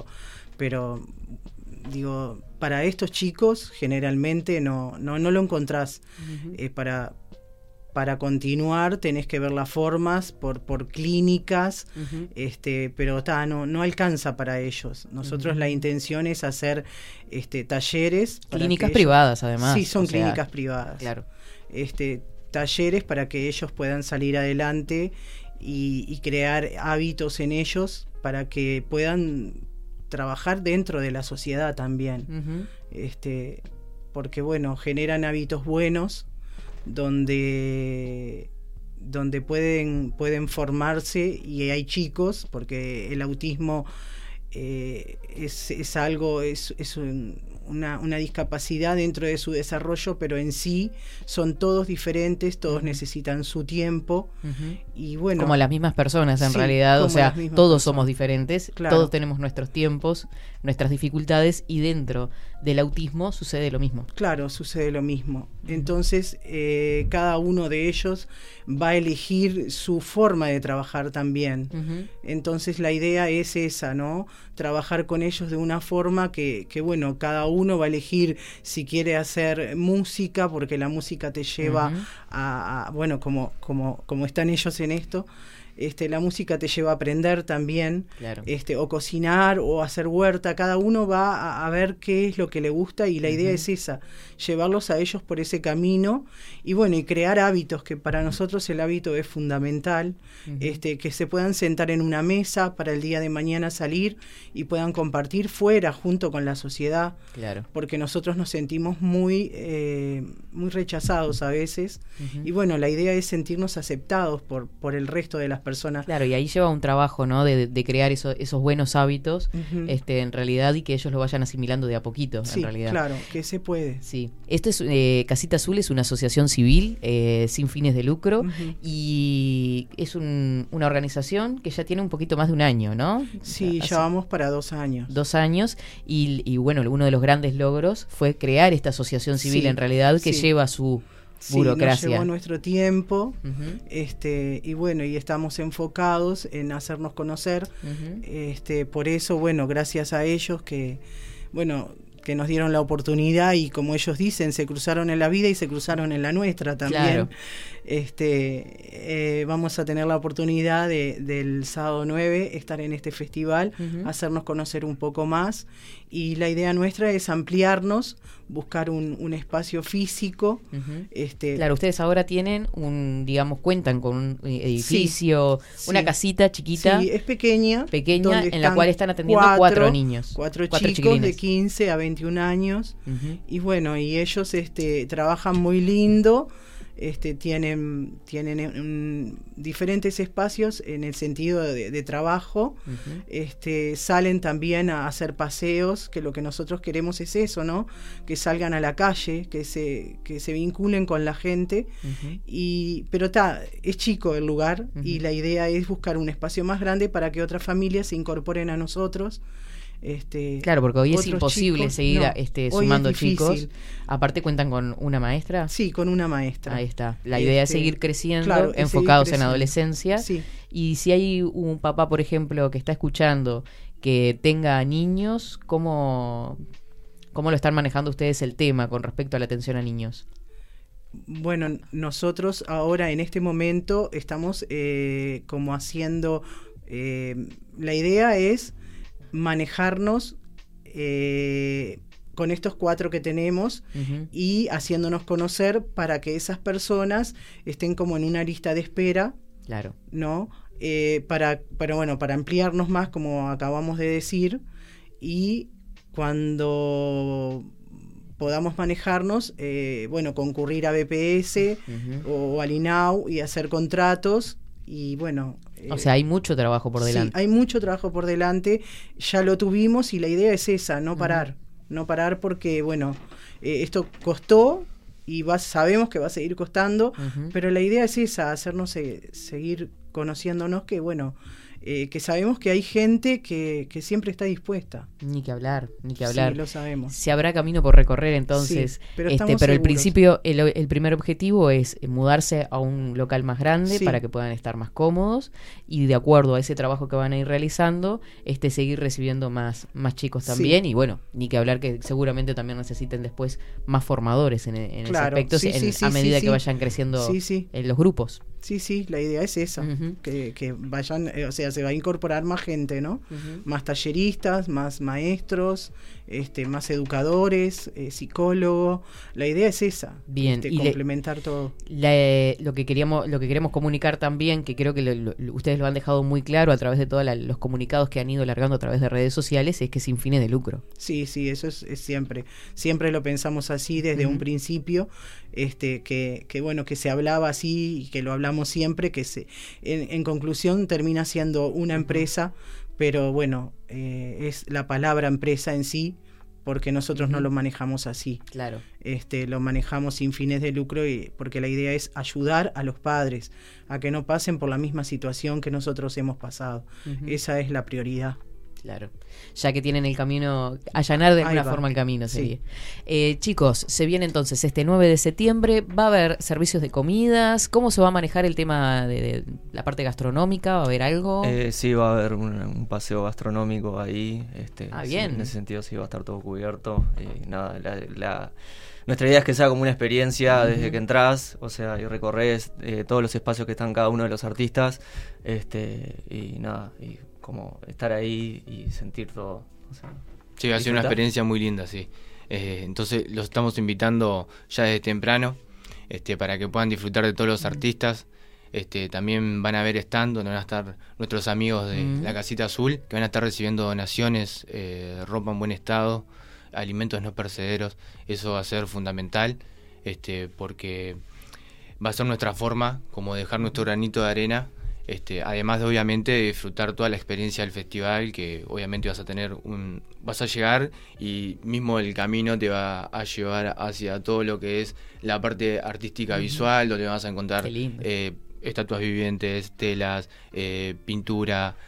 digo, para estos chicos generalmente no lo encontrás. Para continuar tenés que ver las formas por clínicas, pero no alcanza para ellos. Nosotros la intención es hacer talleres. Clínicas privadas, además. Sí, son clínicas privadas. Claro. Talleres para que ellos puedan salir adelante y crear hábitos en ellos para que puedan trabajar dentro de la sociedad también. Porque bueno, generan hábitos buenos donde pueden formarse, y hay chicos, porque el autismo es algo, es una discapacidad dentro de su desarrollo, pero en sí son todos diferentes, todos necesitan su tiempo, y bueno, como las mismas personas en realidad, o sea, todos somos diferentes, claro. Todos tenemos nuestros tiempos, nuestras dificultades, y dentro del autismo sucede lo mismo. Claro, sucede lo mismo. Entonces cada uno de ellos va a elegir su forma de trabajar también. Entonces la idea es esa, ¿no? Trabajar con ellos de una forma que bueno, cada uno va a elegir si quiere hacer música, porque la música te lleva a bueno, como están ellos en esto, la música te lleva a aprender también, claro. O cocinar o hacer huerta. Cada uno va a ver qué es lo que le gusta, y la idea es esa, llevarlos a ellos por ese camino, y bueno, y crear hábitos, que para nosotros el hábito es fundamental, que se puedan sentar en una mesa para el día de mañana salir y puedan compartir fuera junto con la sociedad, claro. Porque nosotros nos sentimos muy rechazados a veces, y bueno, la idea es sentirnos aceptados por el resto de las personas. Claro, y ahí lleva un trabajo, ¿no? De crear esos buenos hábitos, en realidad, y que ellos lo vayan asimilando de a poquito, sí, en realidad. Claro, que se puede. Sí. Esto es Casita Azul, es una asociación civil sin fines de lucro, y es una organización que ya tiene un poquito más de un año, ¿no? Sí, ya vamos para 2 años. 2 años, y bueno, uno de los grandes logros fue crear esta asociación civil, en realidad, que lleva su burocracia. Nos llevó nuestro tiempo, y bueno, y estamos enfocados en hacernos conocer, por eso, bueno, gracias a ellos que, bueno, que nos dieron la oportunidad y, como ellos dicen, se cruzaron en la vida y se cruzaron en la nuestra también. Claro. Vamos a tener la oportunidad del sábado 9 estar en este festival, hacernos conocer un poco más, y la idea nuestra es ampliarnos, buscar un espacio físico. Claro, ustedes ahora tienen cuentan con un edificio, una casita chiquita. Sí, es pequeña, en la cual están atendiendo cuatro niños. Cuatro chicos chiquilines. de 15 a 21 años. Y bueno, y ellos trabajan muy lindo. Tienen diferentes espacios en el sentido de trabajo. Salen también a hacer paseos, que lo que nosotros queremos es eso, ¿no? Que salgan a la calle, que se vinculen con la gente. Pero es chico el lugar, y la idea es buscar un espacio más grande para que otras familias se incorporen a nosotros. Claro, porque hoy es imposible chicos, seguir sumando chicos. Aparte, ¿cuentan con una maestra? Sí, con una maestra. Ahí está. La idea es seguir creciendo, claro, enfocados en adolescencia. Sí. Y si hay un papá, por ejemplo, que está escuchando, que tenga niños, ¿cómo lo están manejando ustedes el tema con respecto a la atención a niños? Bueno, nosotros ahora en este momento estamos como haciendo... la idea es manejarnos con estos 4 que tenemos y haciéndonos conocer para que esas personas estén como en una lista de espera, claro, ¿no? Para ampliarnos más, como acabamos de decir, y cuando podamos manejarnos, concurrir a BPS o al INAU y hacer contratos. Y bueno, o sea, hay mucho trabajo por delante. Sí, hay mucho trabajo por delante. Ya lo tuvimos y la idea es esa, no parar. No parar porque, esto costó y sabemos que va a seguir costando, pero la idea es esa, hacernos seguir conociéndonos, que sabemos que hay gente que siempre está dispuesta. Ni que hablar. Sí, lo sabemos. Si habrá camino por recorrer, entonces. Sí, pero el principio, el primer objetivo es mudarse a un local más grande para que puedan estar más cómodos, y de acuerdo a ese trabajo que van a ir realizando, seguir recibiendo más chicos también, y ni que hablar que seguramente también necesiten después más formadores en ese aspecto, a medida que vayan creciendo en los grupos. Sí, la idea es esa, que vayan, se va a incorporar más gente, ¿no? Más talleristas, más maestros, más educadores, psicólogos. La idea es esa. Bien, complementar todo. Lo que queremos comunicar también, que creo que ustedes lo han dejado muy claro a través de todos los comunicados que han ido largando a través de redes sociales, es que sin fines de lucro. Sí, eso es siempre lo pensamos así desde un principio, que se hablaba así y que lo hablamos siempre, que en conclusión termina siendo una empresa, pero es la palabra empresa en sí, porque nosotros no lo manejamos así. Claro. Lo manejamos sin fines de lucro, porque la idea es ayudar a los padres a que no pasen por la misma situación que nosotros hemos pasado. Esa es la prioridad. Claro, ya que tienen el camino, allanar de alguna forma el camino sería. Chicos, se viene entonces 9 de septiembre, va a haber servicios de comidas. ¿Cómo se va a manejar el tema de la parte gastronómica? ¿Va a haber algo? Sí, va a haber un paseo gastronómico ahí. Bien. En ese sentido sí va a estar todo cubierto. Y nada, nuestra idea es que sea como una experiencia desde que entras, y recorres todos los espacios que están cada uno de los artistas, y nada, y como estar ahí y sentir todo. Sí, va a ser una experiencia muy linda, sí. Entonces los estamos invitando ya desde temprano, para que puedan disfrutar de todos los artistas. También van a haber stand donde van a estar nuestros amigos de la Casita Azul, que van a estar recibiendo donaciones, ropa en buen estado, alimentos no perecederos. Eso va a ser fundamental, porque va a ser nuestra forma como dejar nuestro granito de arena, además de obviamente disfrutar toda la experiencia del festival, que obviamente vas a llegar y mismo el camino te va a llevar hacia todo lo que es la parte artística visual, donde vas a encontrar estatuas vivientes, telas, pintura,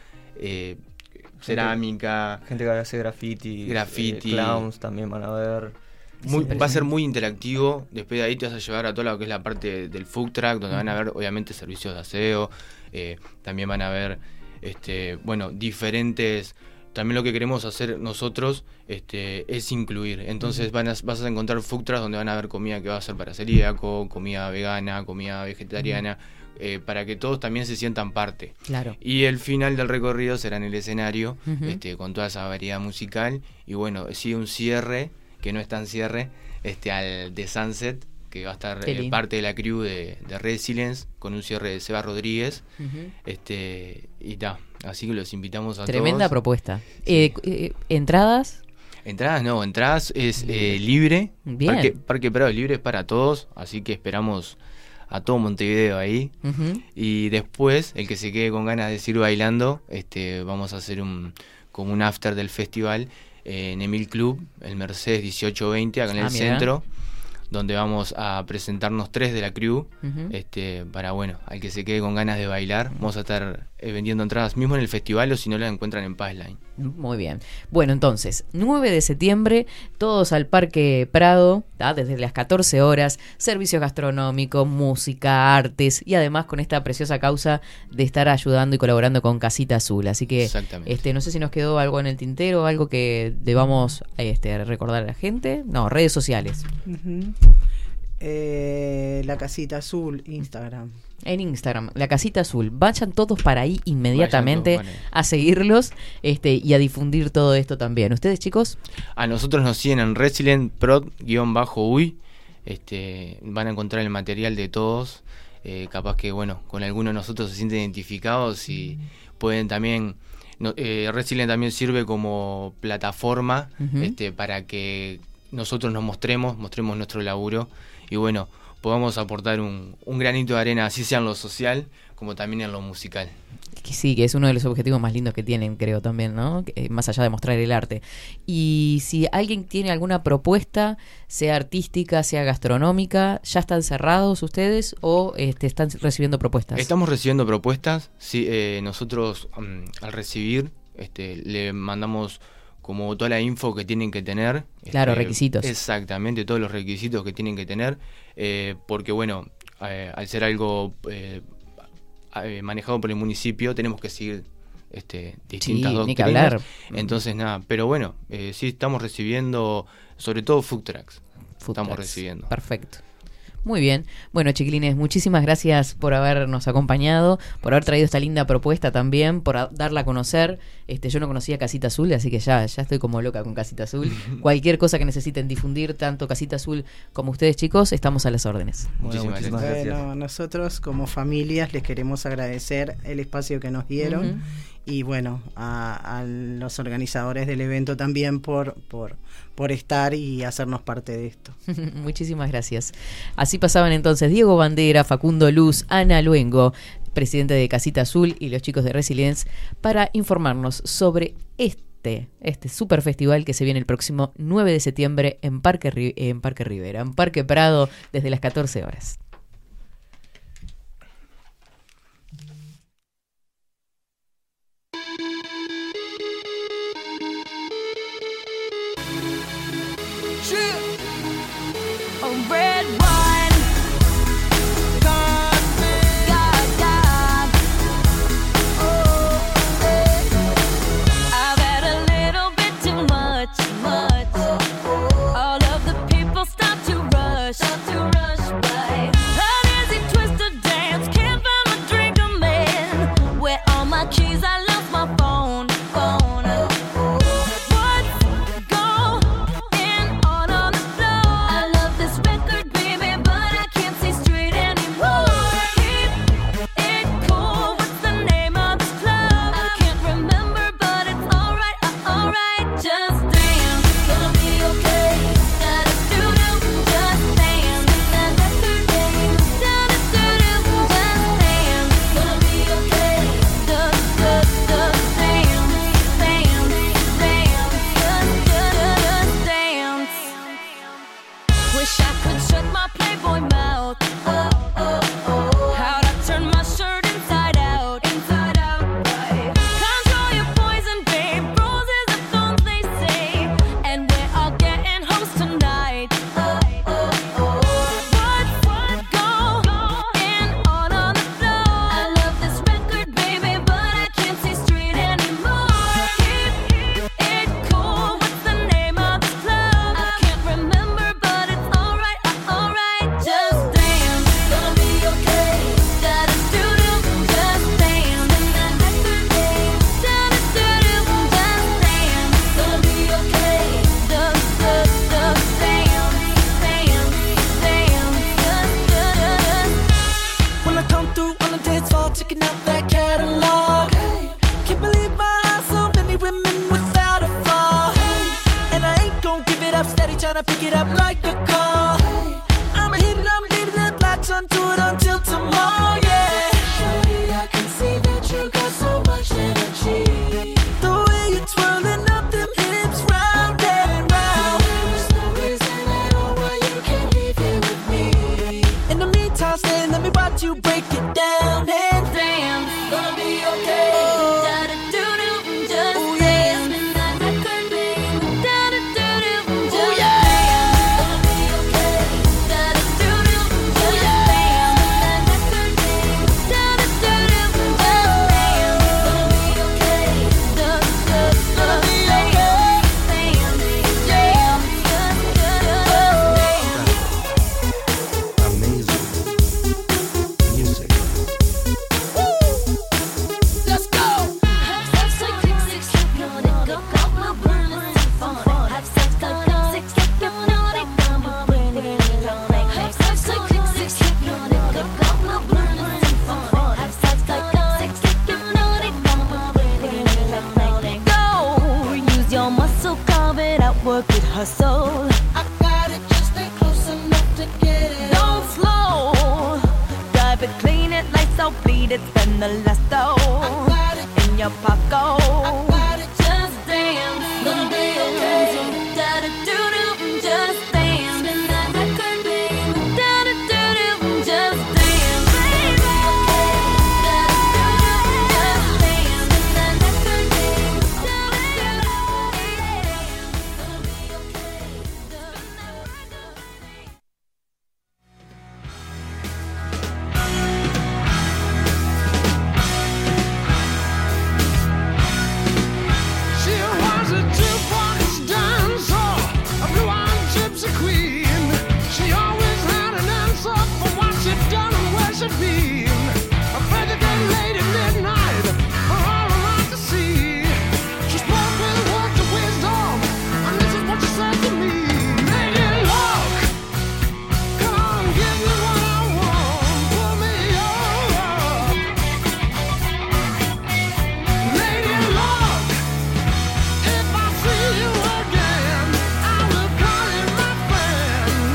cerámica, gente que hace graffiti, clowns también van a ver. Va a ser muy interactivo. Después de ahí te vas a llevar a todo lo que es la parte del food truck, donde van a haber obviamente servicios de aseo, también van a haber diferentes también lo que queremos hacer nosotros es incluir. Entonces vas a encontrar food trucks donde van a haber comida que va a ser para celíaco, comida vegana, comida vegetariana, para que todos también se sientan parte. Claro. Y el final del recorrido será en el escenario, con toda esa variedad musical. Y bueno, sí, un cierre, que no es tan cierre, al de Sunset, que va a estar parte de la crew de Resilience, con un cierre de Seba Rodríguez. Y así que los invitamos a Tremenda todos. propuesta. Sí. ¿Entradas? Entradas es libre. Bien. Parque Prado es libre para todos, así que esperamos a todo Montevideo ahí. Y después, el que se quede con ganas de seguir bailando, vamos a hacer como un after del festival en Emil Club, el Mercedes 1820, acá en el centro, donde vamos a presentarnos 3 de la crew, para, al que se quede con ganas de bailar. Vamos a estar vendiendo entradas mismo en el festival, o si no las encuentran en Passline. Muy bien. Bueno, entonces, 9 de septiembre, todos al Parque Prado, desde las 14 horas, servicios gastronómicos, música, artes, y además con esta preciosa causa de estar ayudando y colaborando con Casita Azul. Así que, no sé si nos quedó algo en el tintero, algo que debamos recordar a la gente. No, redes sociales. La Casita Azul, Instagram. En Instagram, La Casita Azul. Vayan todos para ahí inmediatamente a seguirlos y a difundir todo esto también. ¿Ustedes, chicos? A nosotros nos siguen en Resilient Prod-Uy. Van a encontrar el material de todos. Capaz que, con alguno de nosotros se sienten identificados y pueden también... Resilient también sirve como plataforma para que nosotros nos mostremos nuestro laburo y podamos aportar un granito de arena, así sea en lo social como también en lo musical. Sí, que es uno de los objetivos más lindos que tienen, creo también, ¿no? Más allá de mostrar el arte. Y si alguien tiene alguna propuesta, sea artística, sea gastronómica, ¿ya están cerrados ustedes o están recibiendo propuestas? Estamos recibiendo propuestas. Sí, nosotros al recibir le mandamos como toda la info que tienen que tener. Claro, requisitos. Exactamente, todos los requisitos que tienen que tener, porque al ser algo manejado por el municipio, tenemos que seguir distintas doctrinas. Ni que hablar. Entonces, pero sí estamos recibiendo, sobre todo food trucks. Recibiendo. Perfecto. Muy bien. Bueno, chiquilines, muchísimas gracias por habernos acompañado, por haber traído esta linda propuesta también, por darla a conocer. Yo no conocía Casita Azul, así que ya estoy como loca con Casita Azul. Cualquier cosa que necesiten difundir, tanto Casita Azul como ustedes, chicos, estamos a las órdenes. Muchísimas gracias. Bueno, nosotros como familias les queremos agradecer el espacio que nos dieron y a los organizadores del evento también por estar y hacernos parte de esto. Muchísimas gracias. Así pasaban entonces Diego Bandera, Facundo Luz, Ana Luengo, presidente de Casita Azul, y los chicos de Resilience, para informarnos sobre este super festival que se viene el próximo 9 de septiembre en Parque Rivera, en Parque Prado, desde las 14 horas. Red wine, God, oh, I've had a little bit too much. All of the people stop to rush by. An easy twisted dance, can't find my drink, a man. Where all my keys? I lost my phone. What's going on the floor? I love this record, baby. tryna pick it up like a call. I'm leaving it lights on, do it until tomorrow, yeah. Shawty, I can see that you got so much energy. The way you're twirling up them hips round and round. There's no reason at all why you can't leave here with me. In the meantime, stay, let me watch you break it down. And damn, gonna be okay. Da-da-doo-doo, just dance. Spin that record, babe. Da-da-doo-doo, just dance. Gonna be okay. Da-da-doo-doo, just dance. Spin that record, babe. Da-da-doo-doo, just dance. Gonna be okay. Gonna be okay. Dance, Amazing music. let's go. Have sex like click, six, hypnotic, go, go, we'll burn it, symphonic. Have sex like click, six, hypnotic, come on, bring it electronic. Have sex like click, six, hypnotic, go, go, we'll burn it, symphonic. Have sex like click, six, hypnotic, come on, bring it electronic. Go, use your muscle, carve it out, work it, hustle. I got it, just stay close enough to get it. Don't slow, drive it, clean it, lights out, bleed it, spend the last dough in your pocket. Just dance, gonna be okay. Da-da-doo-doo, just dance. Spin that record, babe. Da-da-doo-doo, just dance, baby. Da-da-doo-doo, just dance. Spin that record, babe. She was a two-punch dancer, a blue-eyed gypsy queen. She always had an answer for what she'd done and where she'd been. A pregnant lady at midnight, for all around to see. She spoke with words of wisdom, and this is what she said to me. Lady luck, come on, give me what I want, pull me up. Lady luck, if I see you again, I will call you my friend.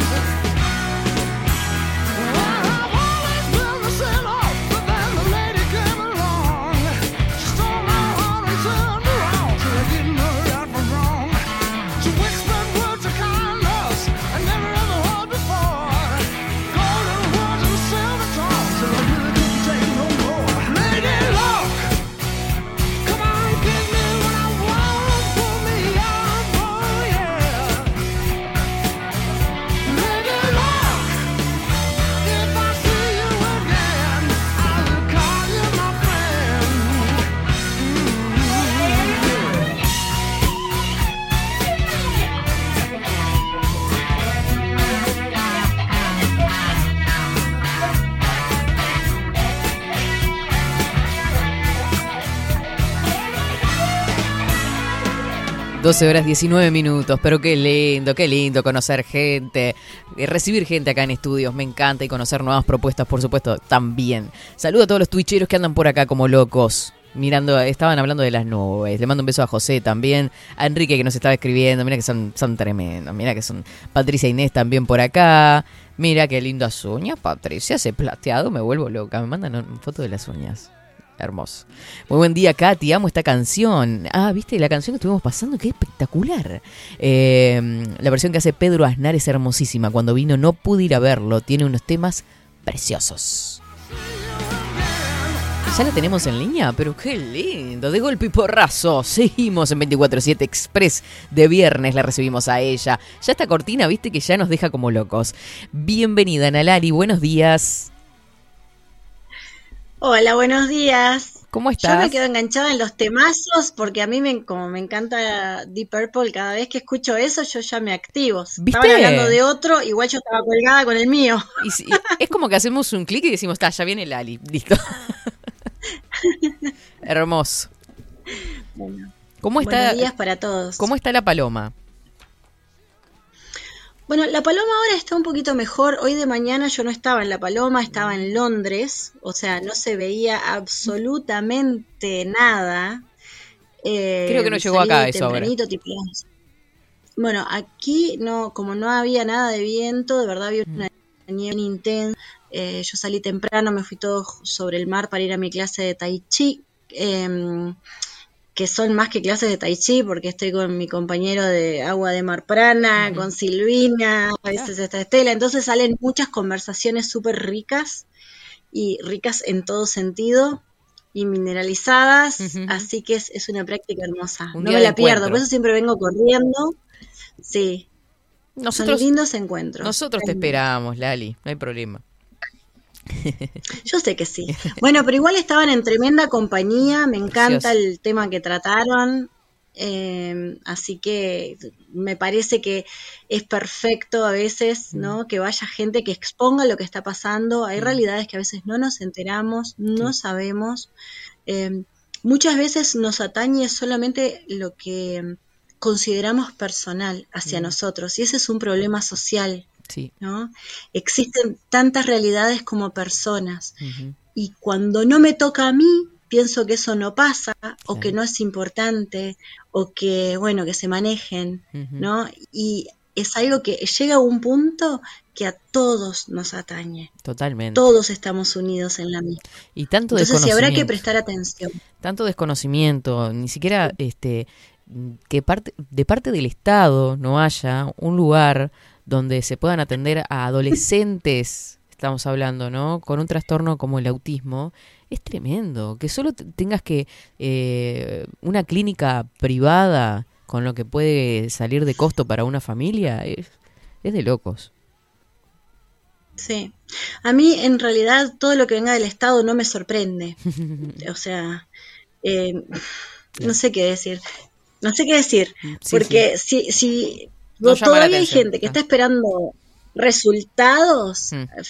I've always been a sinner, but then the lady came along. She stole my heart and turned around till I didn't know right from wrong. She whispered words of kindness I never ever heard before. Golden words and silver tongues till I really couldn't take no more. Lady luck, come on, give me what I want, pull me up, oh yeah. Lady luck, if I see you again, I will call you my friend. 12 horas 19 minutos, pero qué lindo conocer gente, recibir gente acá en estudios, me encanta, y conocer nuevas propuestas, por supuesto, también. Saludo a todos los twitcheros que andan por acá como locos, mirando, estaban hablando de las nubes. Le mando un beso a José también, a Enrique que nos estaba escribiendo, mira que son tremendos, mira que son Patricia e Inés también por acá, mira qué lindas uñas, Patricia, ese plateado, me vuelvo loca, me mandan una foto de las uñas. Hermoso. Muy buen día, Katy. Amo esta canción. Ah, ¿viste la canción que estuvimos pasando? ¡Qué espectacular! La versión que hace Pedro Aznar es hermosísima. Cuando vino no pude ir a verlo. Tiene unos temas preciosos. ¿Ya la tenemos en línea? Pero qué lindo. De golpe y porrazo. Seguimos en 24/7 Express de viernes. La recibimos a ella. Ya esta cortina, viste, que ya nos deja como locos. Bienvenida, Nalari. Buenos días. Hola, buenos días. ¿Cómo estás? Yo me quedo enganchada en los temazos porque a mí como me encanta Deep Purple, cada vez que escucho eso yo ya me activo. ¿Viste? Estaban hablando de otro, igual yo estaba colgada con el mío. Y es como que hacemos un clic y decimos, ya viene Lali, listo. Hermoso. Bueno, ¿Cómo está? buenos días para todos. ¿Cómo está la paloma? Bueno, la Paloma ahora está un poquito mejor. Hoy de mañana yo no estaba en la Paloma, estaba en Londres, o sea, no se veía absolutamente nada. Creo que no llegó acá eso ahora. Tipo, Bueno, aquí no, como no había nada de viento, de verdad había una nieve intensa. Yo salí temprano, me fui todo sobre el mar para ir a mi clase de tai chi, que son más que clases de tai chi, porque estoy con mi compañero de agua de Mar Prana, con Silvina, a veces está Estela, entonces salen muchas conversaciones súper ricas, y ricas en todo sentido, y mineralizadas, así que es una práctica hermosa. Un No día me de la pierdo, encuentro. por eso siempre vengo corriendo. Sí, Nosotros, son lindos encuentros. nosotros te esperamos, Lali, no hay problema. Yo sé que sí. Bueno, pero igual estaban en tremenda compañía, me encanta Precioso. el tema que trataron, así que me parece que es perfecto a veces, ¿no? Que vaya gente que exponga lo que está pasando. Hay realidades que a veces no nos enteramos, no sabemos. Muchas veces nos atañe solamente lo que consideramos personal hacia nosotros, y ese es un problema social. Sí. ¿No? Existen tantas realidades como personas, y cuando no me toca a mí, pienso que eso no pasa, o que no es importante, o que, bueno, que se manejen, ¿no? Y es algo que llega a un punto que a todos nos atañe. Totalmente. Todos estamos unidos en la misma. Y tanto Entonces, sí, habrá que desconocimiento. prestar atención. Tanto desconocimiento, ni siquiera que de parte del Estado no haya un lugar donde se puedan atender a adolescentes, estamos hablando, ¿no? Con un trastorno como el autismo, es tremendo. Que solo tengas que una clínica privada con lo que puede salir de costo para una familia, es de locos. Sí. A mí, en realidad, todo lo que venga del Estado no me sorprende. O sea, no sé qué decir. No sé qué decir. Porque si No llama la todavía hay atención. gente que está esperando resultados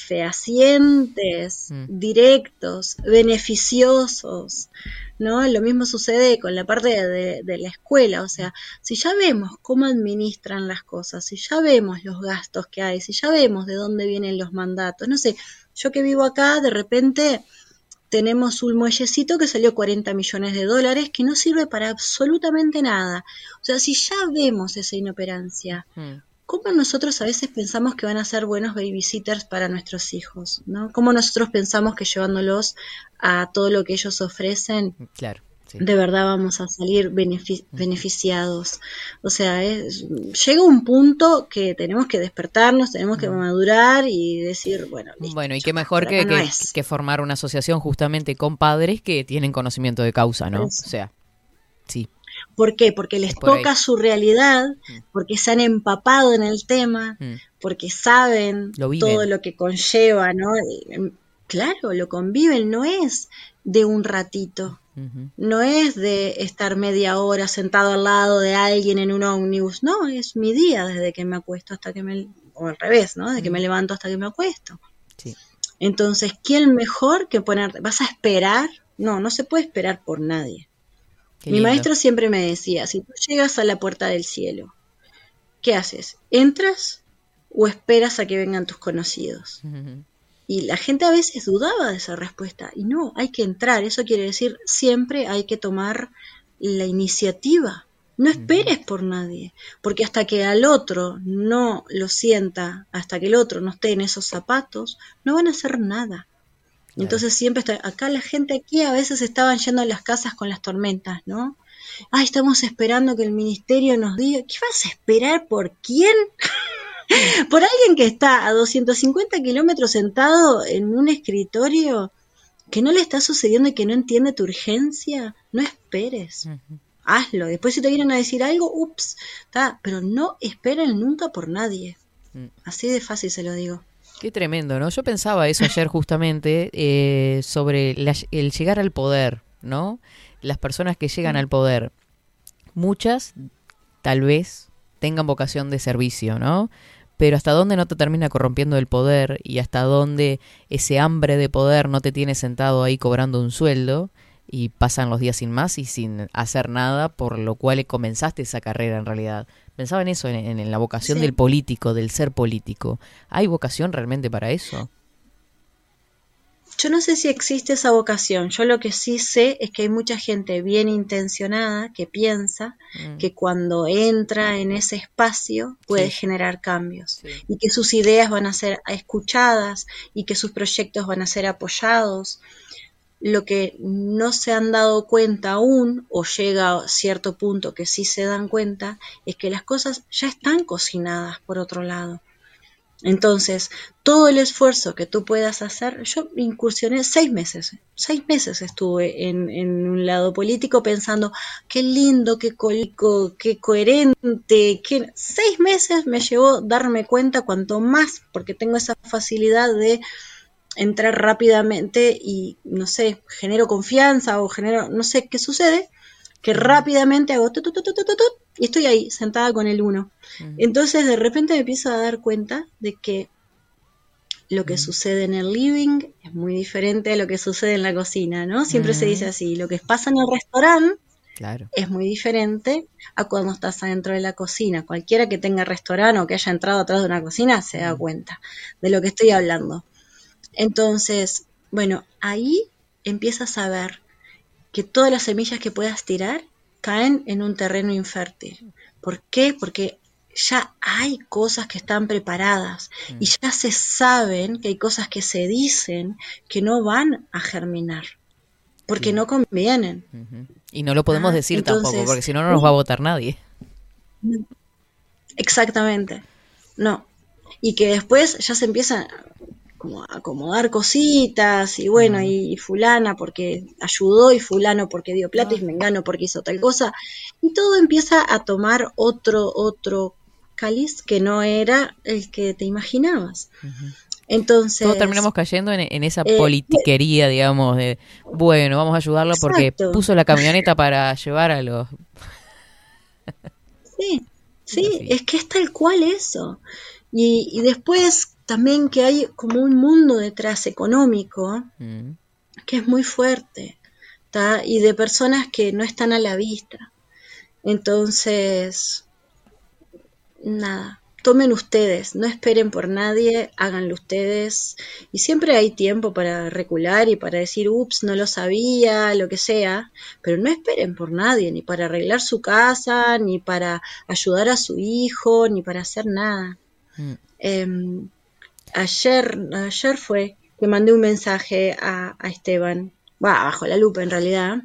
fehacientes, directos, beneficiosos, ¿no? Lo mismo sucede con la parte de la escuela. O sea, si ya vemos cómo administran las cosas, si ya vemos los gastos que hay, si ya vemos de dónde vienen los mandatos, no sé, yo que vivo acá, de repente tenemos un muellecito que salió $40 millones, que no sirve para absolutamente nada. O sea, si ya vemos esa inoperancia, ¿cómo nosotros a veces pensamos que van a ser buenos babysitters para nuestros hijos, ¿no? ¿Cómo nosotros pensamos que llevándolos a todo lo que ellos ofrecen, claro, sí, de verdad vamos a salir beneficiados? O sea, llega un punto que tenemos que despertarnos, tenemos que madurar y decir, bueno, listo, Bueno, y qué mejor por acá no que es. formar una asociación justamente con padres que tienen conocimiento de causa, ¿no? Eso. O sea, sí. ¿Por qué? Porque les por ahí. toca su realidad, porque se han empapado en el tema, porque saben Lo viven. todo lo que conlleva, ¿no? Claro, lo conviven, no es de un ratito, no es de estar media hora sentado al lado de alguien en un ómnibus, no, es mi día desde que me acuesto hasta que o al revés, ¿no? Desde que me levanto hasta que me acuesto. Sí. Entonces, ¿quién mejor que poner? ¿Vas a esperar? No, no se puede esperar por nadie. Qué Mi lindo. maestro siempre me decía, si tú llegas a la puerta del cielo, ¿qué haces? ¿Entras o esperas a que vengan tus conocidos? Y la gente a veces dudaba de esa respuesta. Y no, hay que entrar. Eso quiere decir, siempre hay que tomar la iniciativa. No esperes por nadie. Porque hasta que al otro no lo sienta, hasta que el otro no esté en esos zapatos, no van a hacer nada. Entonces siempre está, acá la gente aquí a veces estaban yendo a las casas con las tormentas, ¿no? Ay, estamos esperando que el ministerio nos diga. ¿Qué vas a esperar por quién? Por alguien que está a 250 kilómetros sentado en un escritorio, que no le está sucediendo y que no entiende tu urgencia. No esperes. Hazlo. Después si te vienen a decir algo, ups, está, pero no esperen nunca por nadie. Así de fácil se lo digo. Qué tremendo, ¿no? Yo pensaba eso ayer justamente sobre el llegar al poder, ¿no? Las personas que llegan al poder, muchas tal vez tengan vocación de servicio, ¿no? Pero hasta dónde no te termina corrompiendo el poder y hasta dónde ese hambre de poder no te tiene sentado ahí cobrando un sueldo y pasan los días sin más y sin hacer nada, por lo cual comenzaste esa carrera en realidad. Pensaba en eso, en la vocación del político, del ser político. ¿Hay vocación realmente para eso? Yo no sé si existe esa vocación. Yo lo que sí sé es que hay mucha gente bien intencionada que piensa que cuando entra en ese espacio puede generar cambios y que sus ideas van a ser escuchadas y que sus proyectos van a ser apoyados. Lo que no se han dado cuenta aún, o llega a cierto punto que sí se dan cuenta, es que las cosas ya están cocinadas por otro lado. Entonces, todo el esfuerzo que tú puedas hacer, yo incursioné 6 meses estuve en un lado político pensando, qué lindo, qué cólico, qué coherente, 6 meses me llevó darme cuenta cuanto más, porque tengo esa facilidad de entrar rápidamente y, no sé, genero confianza o genero, no sé qué sucede, que rápidamente hago y estoy ahí, sentada con el 1. Entonces, de repente me empiezo a dar cuenta de que lo que sucede en el living es muy diferente a lo que sucede en la cocina, ¿no? Siempre se dice así, lo que pasa en el restaurante es muy diferente a cuando estás adentro de la cocina. Cualquiera que tenga restaurante o que haya entrado atrás de una cocina se da cuenta de lo que estoy hablando. Entonces, bueno, ahí empiezas a ver que todas las semillas que puedas tirar caen en un terreno infértil. ¿Por qué? Porque ya hay cosas que están preparadas y ya se saben que hay cosas que se dicen que no van a germinar, porque no convienen. Y no lo podemos decir entonces, tampoco, porque si no, no nos va a votar nadie. Exactamente. No. Y que después ya se empiezan como a acomodar cositas y bueno, y fulana porque ayudó y fulano porque dio plata y mengano porque hizo tal cosa. Y todo empieza a tomar otro cáliz que no era el que te imaginabas. Entonces todos terminamos cayendo en esa politiquería, digamos, de bueno, vamos a ayudarlo porque puso la camioneta para llevar a los... Sí, es que es tal cual eso. Y después también que hay como un mundo detrás económico que es muy fuerte, ¿tá? Y de personas que no están a la vista. Entonces, nada, tomen ustedes, no esperen por nadie, háganlo ustedes. Y siempre hay tiempo para recular y para decir, ups, no lo sabía, lo que sea, pero no esperen por nadie, ni para arreglar su casa, ni para ayudar a su hijo, ni para hacer nada. Ayer fue que mandé un mensaje a Esteban, bajo la lupa en realidad.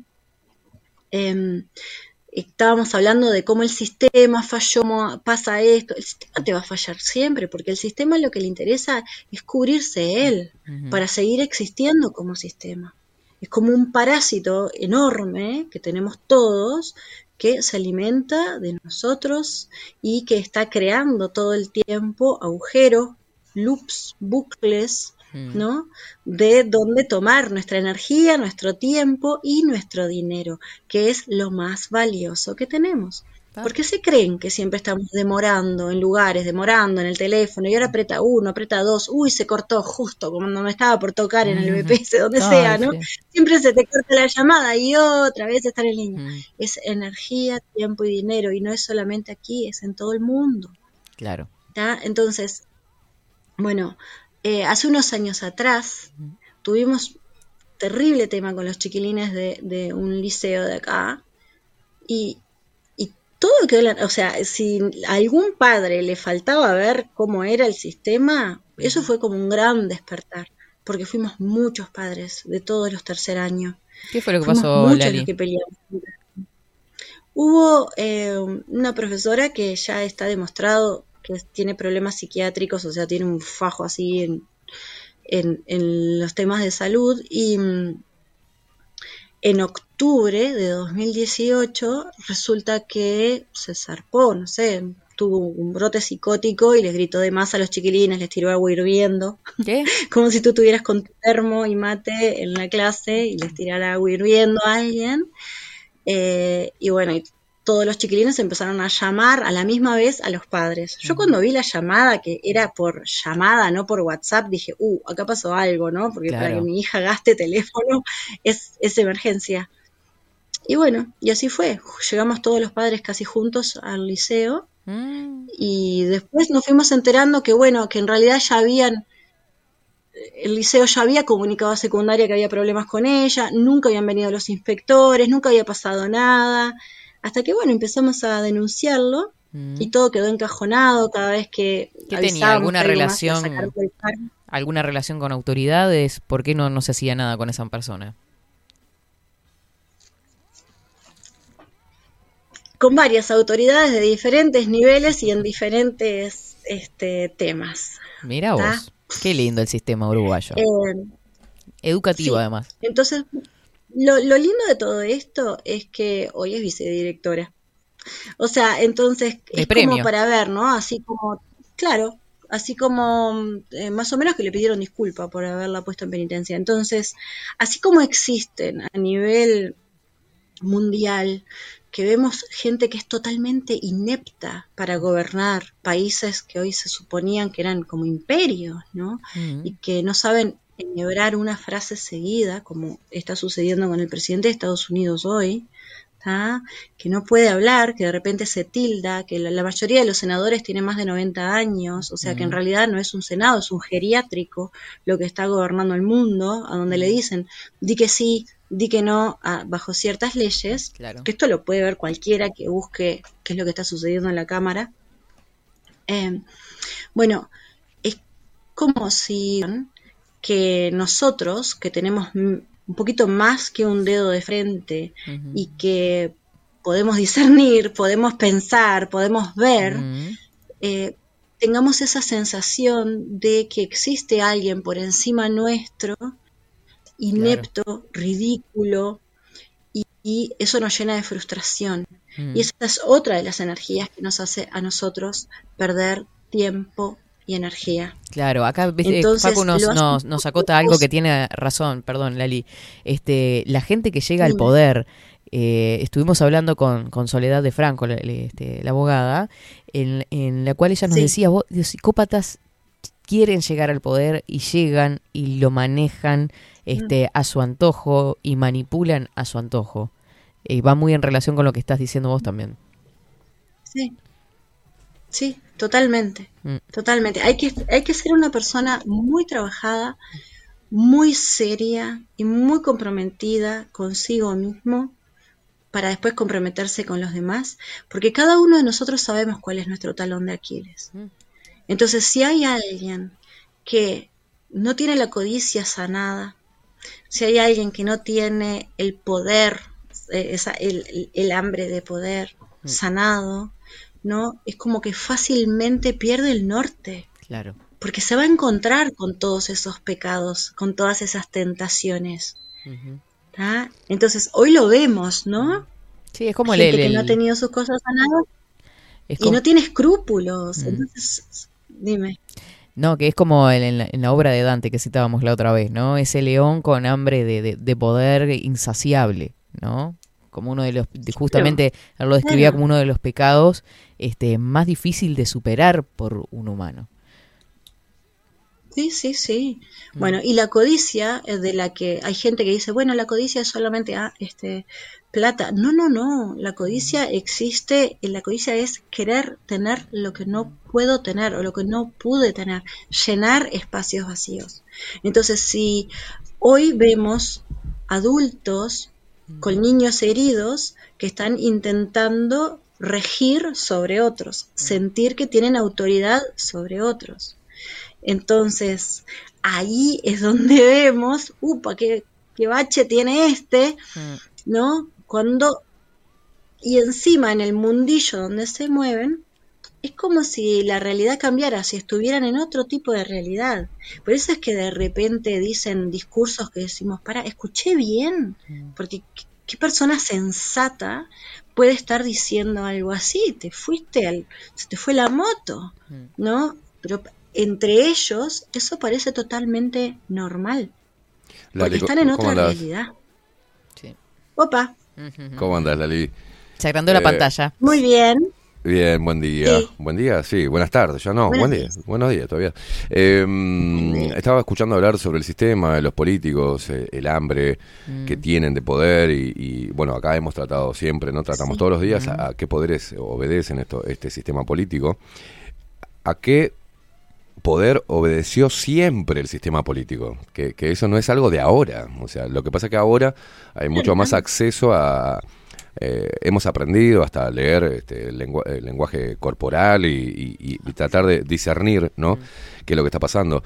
Estábamos hablando de cómo el sistema falló, pasa esto. El sistema te va a fallar siempre, porque el sistema lo que le interesa es cubrirse él para seguir existiendo como sistema. Es como un parásito enorme que tenemos todos, que se alimenta de nosotros y que está creando todo el tiempo agujeros, loops, bucles, ¿no? De dónde tomar nuestra energía, nuestro tiempo y nuestro dinero, que es lo más valioso que tenemos. ¿Por qué se creen que siempre estamos demorando en lugares, demorando en el teléfono y ahora aprieta 1, aprieta 2, uy, se cortó justo cuando me estaba por tocar en el BPS, donde sea, ¿no? Siempre se te corta la llamada y otra vez estar en línea. Es energía, tiempo y dinero, y no es solamente aquí, es en todo el mundo. Claro. ¿Tá? Entonces, bueno, hace unos años atrás tuvimos terrible tema con los chiquilines de un liceo de acá y todo quedó, o sea, si a algún padre le faltaba ver cómo era el sistema, eso fue como un gran despertar, porque fuimos muchos padres de todos los tercer años. ¿Qué fue lo que fuimos pasó, muchos Lali? los que peleamos. Hubo una profesora que ya está demostrado que tiene problemas psiquiátricos, o sea, tiene un fajo así en los temas de salud, y en octubre de 2018 resulta que se zarpó, no sé, tuvo un brote psicótico y les gritó de más a los chiquilines, les tiró agua hirviendo. ¿Qué? Como si tú estuvieras con tu termo y mate en la clase y les tirara agua hirviendo a alguien. Y bueno, y todos los chiquilines empezaron a llamar a la misma vez a los padres. Yo cuando vi la llamada, que era por llamada, no por WhatsApp, dije, acá pasó algo, ¿no? Porque Claro. para que mi hija gaste teléfono es emergencia. Y bueno, y así fue. Llegamos todos los padres casi juntos al liceo y después nos fuimos enterando que, bueno, que en realidad ya habían el liceo ya había comunicado a secundaria que había problemas con ella, nunca habían venido los inspectores, nunca había pasado nada, hasta que bueno, empezamos a denunciarlo y todo quedó encajonado cada vez que ¿Qué tenía? ¿Alguna relación con autoridades? ¿Por qué no se hacía nada con esa persona? Con varias autoridades de diferentes niveles y en diferentes temas. Mira vos, ¿tá? qué lindo el sistema uruguayo. Educativo, sí. además. Entonces, lo lindo de todo esto es que hoy es vicedirectora. O sea, entonces es premio. como para ver, ¿no? Así como, claro, así como más o menos que le pidieron disculpa por haberla puesto en penitencia. Entonces, así como existen a nivel mundial, que vemos gente que es totalmente inepta para gobernar países que hoy se suponían que eran como imperios, ¿no? Y que no saben enhebrar una frase seguida, como está sucediendo con el presidente de Estados Unidos hoy, ¿tá? Que no puede hablar, que de repente se tilda, que la mayoría de los senadores tienen más de 90 años, o sea que en realidad no es un senado, es un geriátrico lo que está gobernando el mundo, a donde le dicen, di que sí, di que no, bajo ciertas leyes, claro. Que esto lo puede ver cualquiera que busque qué es lo que está sucediendo en la Cámara. Bueno, es como si que nosotros, que tenemos un poquito más que un dedo de frente y que podemos discernir, podemos pensar, podemos ver, tengamos esa sensación de que existe alguien por encima nuestro, inepto, ridículo, y eso nos llena de frustración. Y esa es otra de las energías que nos hace a nosotros perder tiempo y energía. Claro, acá Facu nos acota algo que tiene razón, perdón, Lali. La gente que llega al poder, estuvimos hablando con Soledad de Franco, la abogada, en la cual ella nos decía, vos, los psicópatas quieren llegar al poder y llegan y lo manejan a su antojo y manipulan a su antojo. Va muy en relación con lo que estás diciendo vos también. Sí, totalmente, totalmente. Hay que ser una persona muy trabajada, muy seria y muy comprometida consigo mismo para después comprometerse con los demás, porque cada uno de nosotros sabemos cuál es nuestro talón de Aquiles. Entonces, si hay alguien que no tiene la codicia sanada, si hay alguien que no tiene el poder, el hambre de poder sanado, ¿no? Es como que fácilmente pierde el norte. Claro. Porque se va a encontrar con todos esos pecados, con todas esas tentaciones. ¿Tá? Entonces, hoy lo vemos, ¿no? Sí, es como gente que no ha tenido sus cosas sanadas y no tiene escrúpulos. Entonces, dime. No, que es como en la obra de Dante que citábamos la otra vez, ¿no? Ese león con hambre de poder insaciable, ¿no? Como uno de los, justamente él lo describía como uno de los pecados más difícil de superar por un humano. Sí. Bueno, y la codicia, de la que hay gente que dice, bueno, la codicia es solamente plata. No, la codicia existe, la codicia es querer tener lo que no puedo tener o lo que no pude tener, llenar espacios vacíos. Entonces, si hoy vemos adultos con niños heridos que están intentando regir sobre otros, sentir que tienen autoridad sobre otros. Entonces, ahí es donde vemos, qué bache tiene ¿no? Y encima en el mundillo donde se mueven, es como si la realidad cambiara, si estuvieran en otro tipo de realidad. Por eso es que de repente dicen discursos que decimos, escuché bien, porque ¿qué persona sensata puede estar diciendo algo así? Se te fue la moto, ¿no? Pero entre ellos eso parece totalmente normal, porque están en otra realidad. Sí. Opa. ¿Cómo andas, Lali? Se agrandó la pantalla. Muy bien. Bien, buen día. Sí. Buen día, sí, buenas tardes, ya no, buen día. Buenos días todavía. Estaba escuchando hablar sobre el sistema, de los políticos, el hambre que tienen de poder y bueno, acá hemos tratado siempre, ¿no? Tratamos todos los días a qué poderes obedecen este sistema político, a qué poder obedeció siempre el sistema político, que eso no es algo de ahora. O sea, lo que pasa es que ahora hay mucho más acceso a... hemos aprendido hasta a leer el lenguaje corporal y tratar de discernir, ¿no? qué es lo que está pasando.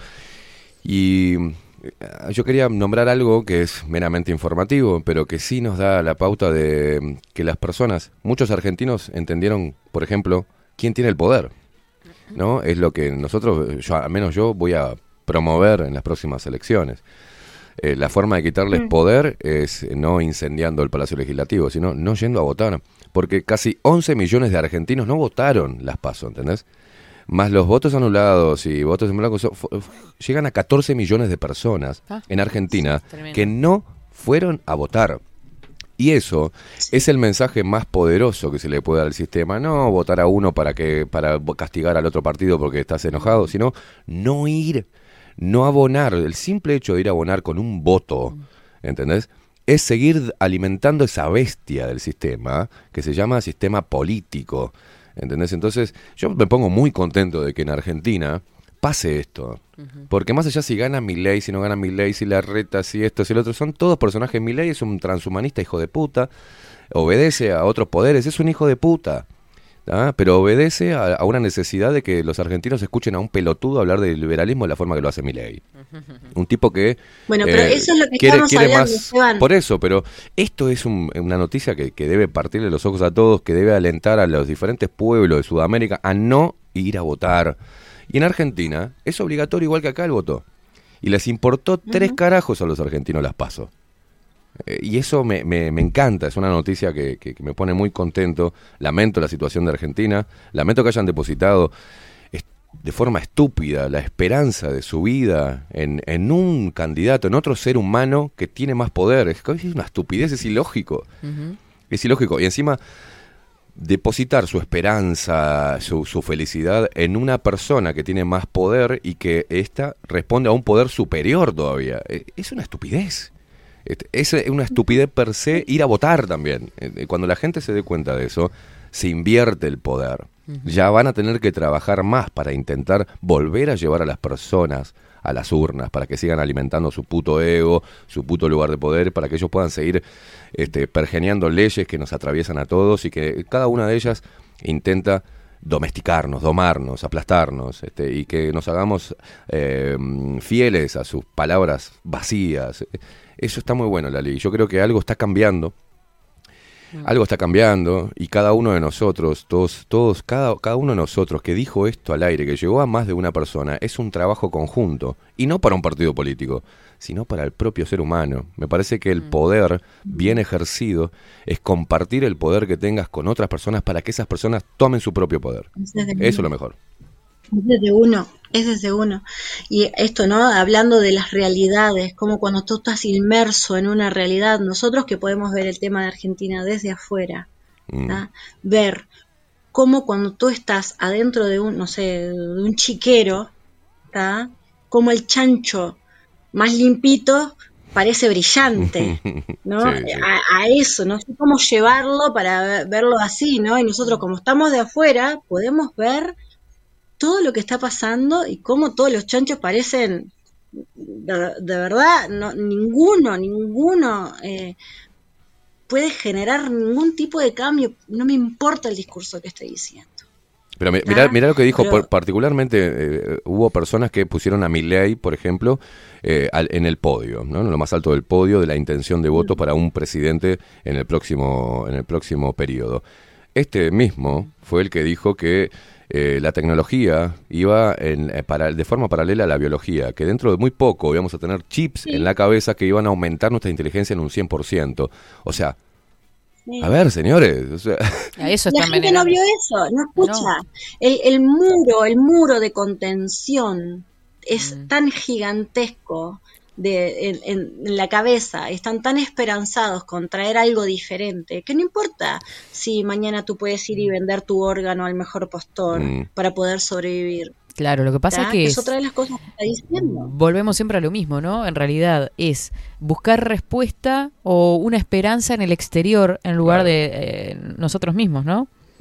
Y yo quería nombrar algo que es meramente informativo, pero que sí nos da la pauta de que las personas, muchos argentinos entendieron, por ejemplo, quién tiene el poder, ¿no? Es lo que nosotros, al menos yo, voy a promover en las próximas elecciones. La forma de quitarles poder es no incendiando el Palacio Legislativo, sino no yendo a votar, porque casi 11 millones de argentinos no votaron las PASO, ¿entendés? Más los votos anulados y votos en blanco, llegan a 14 millones de personas en Argentina que no fueron a votar. Y eso es el mensaje más poderoso que se le puede dar al sistema. No votar a uno para castigar al otro partido porque estás enojado, sino no ir, no abonar. El simple hecho de ir a abonar con un voto, ¿entendés? Es seguir alimentando esa bestia del sistema que se llama sistema político. ¿Entendés? Entonces, yo me pongo muy contento de que en Argentina pase esto. Porque más allá si gana Milei, si no gana Milei, si Larreta, si esto, si el otro, son todos personajes. Milei es un transhumanista hijo de puta, obedece a otros poderes, es un hijo de puta, ¿tá? Pero obedece a una necesidad de que los argentinos escuchen a un pelotudo hablar del liberalismo de la forma que lo hace Milei. Un tipo que bueno, pero eso es lo que estamos hablando, más, Esteban. por eso, pero esto es una noticia que debe partirle los ojos a todos, que debe alentar a los diferentes pueblos de Sudamérica a no ir a votar. Y en Argentina es obligatorio igual que acá el voto. Y les importó 3 carajos a los argentinos las PASO. Y eso me encanta, es una noticia que me pone muy contento. Lamento la situación de Argentina, lamento que hayan depositado de forma estúpida la esperanza de su vida en un candidato, en otro ser humano que tiene más poder. Es una estupidez, es ilógico. Es ilógico. Y encima, depositar su esperanza, su felicidad en una persona que tiene más poder y que ésta responde a un poder superior todavía. Es una estupidez. Es una estupidez per se ir a votar también. Cuando la gente se dé cuenta de eso, se invierte el poder. Ya van a tener que trabajar más para intentar volver a llevar a las personas a las urnas, para que sigan alimentando su puto ego, su puto lugar de poder, para que ellos puedan seguir pergeneando leyes que nos atraviesan a todos y que cada una de ellas intenta domesticarnos, domarnos, aplastarnos, y que nos hagamos fieles a sus palabras vacías. Eso está muy bueno, Lali. Yo creo que algo está cambiando. Algo está cambiando y cada uno de nosotros, cada uno de nosotros que dijo esto al aire, que llegó a más de una persona, es un trabajo conjunto. Y no para un partido político, sino para el propio ser humano. Me parece que el poder bien ejercido es compartir el poder que tengas con otras personas para que esas personas tomen su propio poder. Eso es lo mejor. Es desde uno. Y esto, ¿no? Hablando de las realidades, como cuando tú estás inmerso en una realidad, nosotros que podemos ver el tema de Argentina desde afuera, ver cómo cuando tú estás adentro de un, no sé, de un chiquero, como el chancho más limpito parece brillante, ¿no? Sí. A eso, no sé cómo llevarlo para verlo así, ¿no? Y nosotros como estamos de afuera, podemos ver todo lo que está pasando y cómo todos los chanchos parecen, de verdad, ninguno puede generar ningún tipo de cambio. No me importa el discurso que estoy diciendo. Pero mirá lo que dijo, particularmente hubo personas que pusieron a Milei, por ejemplo, en el podio, ¿no? En lo más alto del podio de la intención de voto para un presidente en el próximo periodo. Este mismo fue el que dijo que la tecnología iba de forma paralela a la biología, que dentro de muy poco íbamos a tener chips en la cabeza que iban a aumentar nuestra inteligencia en un 100%. O sea, a ver, señores. O sea, eso la gente no vio eso, no escucha. No. El muro de contención es tan gigantesco en la cabeza, están tan esperanzados con traer algo diferente, que no importa si mañana tú puedes ir y vender tu órgano al mejor postor para poder sobrevivir. Claro, lo que pasa es que es otra de las cosas que está diciendo. Volvemos siempre a lo mismo, ¿no? En realidad es buscar respuesta o una esperanza en el exterior en lugar de nosotros mismos, ¿no?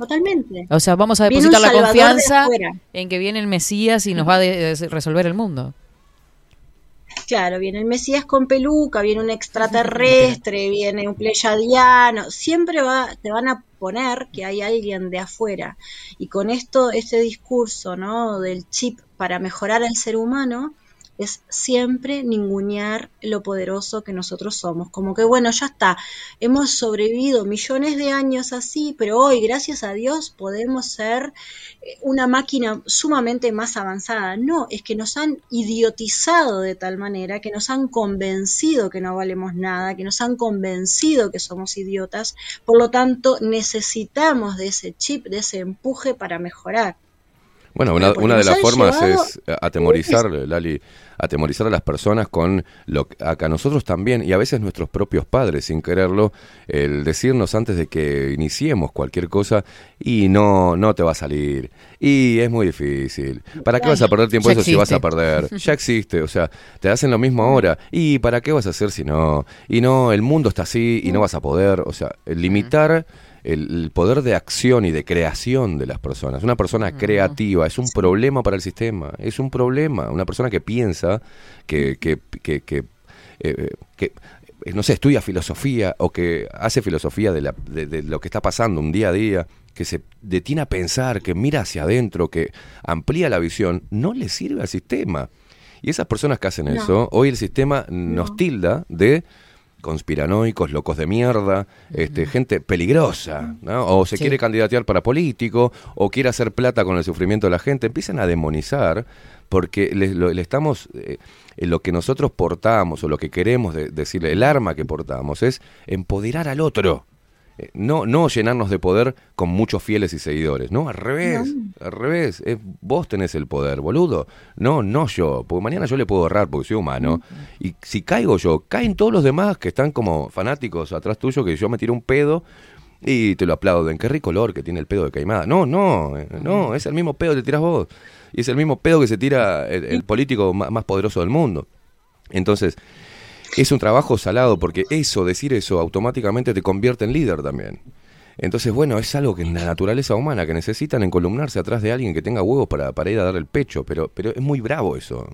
Totalmente. O sea, vamos a Viene un depositar la salvador de confianza afuera. en que viene el Mesías y nos va a resolver el mundo. Claro, viene el Mesías con peluca, viene un extraterrestre, viene un pleyadiano, siempre te van a poner que hay alguien de afuera. Y con este discurso, ¿no?, del chip para mejorar al ser humano, es siempre ningunear lo poderoso que nosotros somos. Como que bueno, ya está, hemos sobrevivido millones de años así, pero hoy, gracias a Dios, podemos ser una máquina sumamente más avanzada. No, es que nos han idiotizado de tal manera que nos han convencido que no valemos nada, que nos han convencido que somos idiotas, por lo tanto necesitamos de ese chip, de ese empuje para mejorar. Bueno, Porque una de nos las han formas llevado- es atemorizar, Lali, atemorizar a las personas con a nosotros también, y a veces nuestros propios padres, sin quererlo, el decirnos antes de que iniciemos cualquier cosa, y no te va a salir, y es muy difícil. ¿Para qué vas a perder tiempo Ya eso si vas a existe. perder? Ya existe, o sea, te hacen lo mismo ahora, y ¿para qué vas a hacer si no? Y no, el mundo está así y no vas a poder, o sea, limitar el poder de acción y de creación de las personas. Una persona creativa es un problema para el sistema, es un problema. Una persona que piensa, que no sé, estudia filosofía o que hace filosofía de lo que está pasando un día a día, que se detiene a pensar, que mira hacia adentro, que amplía la visión, no le sirve al sistema. Y esas personas que hacen eso, hoy el sistema nos tilda de conspiranoicos, locos de mierda, gente peligrosa, ¿no? O se quiere candidatear para político, o quiere hacer plata con el sufrimiento de la gente. Empiezan a demonizar porque le estamos, lo que nosotros portamos o lo que queremos decirle, el arma que portamos es empoderar al otro. No llenarnos de poder con muchos fieles y seguidores, no, al revés, vos tenés el poder, boludo, no yo, porque mañana yo le puedo errar porque soy humano, y si caigo yo, caen todos los demás que están como fanáticos atrás tuyo, que yo me tiro un pedo y te lo aplauden, qué rico olor que tiene el pedo de Caimada, no, es el mismo pedo que te tirás vos, y es el mismo pedo que se tira el político más poderoso del mundo. Entonces, es un trabajo salado porque decir eso automáticamente te convierte en líder también. Entonces, bueno, es algo que en la naturaleza humana, que necesitan encolumnarse atrás de alguien que tenga huevos para ir a dar el pecho, pero es muy bravo eso.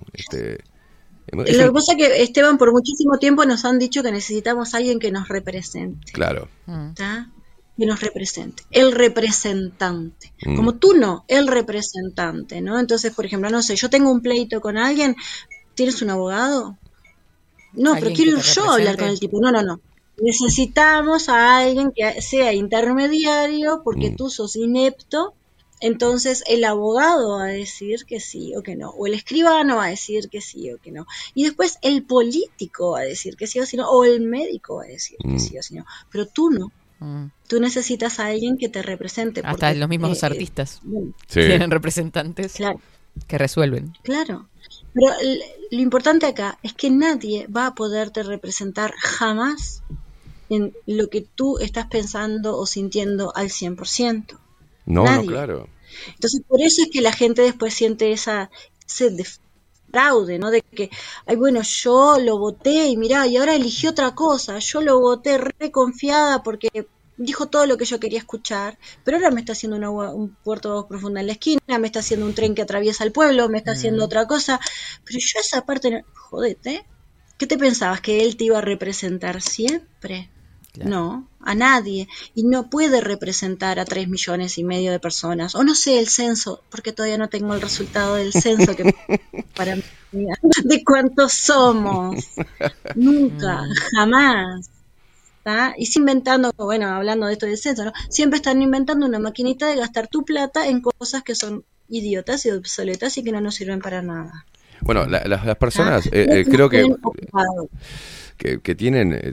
Lo que pasa es que, Esteban, por muchísimo tiempo nos han dicho que necesitamos a alguien que nos represente. Claro. ¿Tá? Que nos represente. El representante. Mm. Como tú no, el representante, ¿no? Entonces, por ejemplo, no sé, yo tengo un pleito con alguien, ¿tienes un abogado? No, pero Alguien quiero que ir te yo a hablar represente. con el tipo. No. Necesitamos a alguien que sea intermediario porque tú sos inepto. Entonces el abogado va a decir que sí o que no, o el escribano va a decir que sí o que no, y después el político va a decir que sí o sí no, o el médico va a decir que sí o sí no, pero tú no. Tú necesitas a alguien que te represente. Hasta porque, los mismos artistas Sí. tienen representantes Claro. que resuelven. Claro, pero lo importante acá es que nadie va a poderte representar jamás en lo que tú estás pensando o sintiendo al 100%. No, Nadie. claro. Entonces, por eso es que la gente después siente ese fraude, ¿no? De que, ay, bueno, yo lo voté y mirá, y ahora eligió otra cosa. Yo lo voté re confiada porque dijo todo lo que yo quería escuchar, pero ahora me está haciendo un puerto de agua profunda en la esquina, me está haciendo un tren que atraviesa el pueblo, me está haciendo otra cosa, pero yo esa parte, jodete, ¿qué te pensabas? ¿Que él te iba a representar siempre? Claro. No, a nadie, y no puede representar a 3,5 millones de personas, o no sé, el censo, porque todavía no tengo el resultado del censo que para mí, de cuántos somos, nunca, jamás. ¿Tá? Y se inventando, bueno, hablando de esto del censo, ¿no? Siempre están inventando una maquinita de gastar tu plata en cosas que son idiotas y obsoletas y que no nos sirven para nada. Bueno, las personas, ¿Tá? creo que Tienen ocupado. que tienen,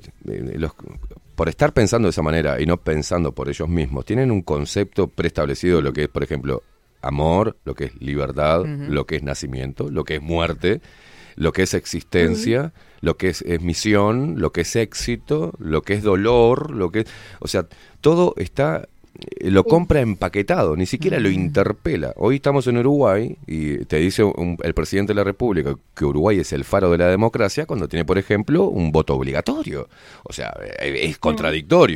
por estar pensando de esa manera y no pensando por ellos mismos, tienen un concepto preestablecido de lo que es, por ejemplo, amor, lo que es libertad, lo que es nacimiento, lo que es muerte, lo que es existencia, lo que es misión, lo que es éxito, lo que es dolor, o sea, todo está, lo compra empaquetado, ni siquiera lo interpela. Hoy estamos en Uruguay y te dice el presidente de la República que Uruguay es el faro de la democracia cuando tiene, por ejemplo, un voto obligatorio. O sea, es contradictorio.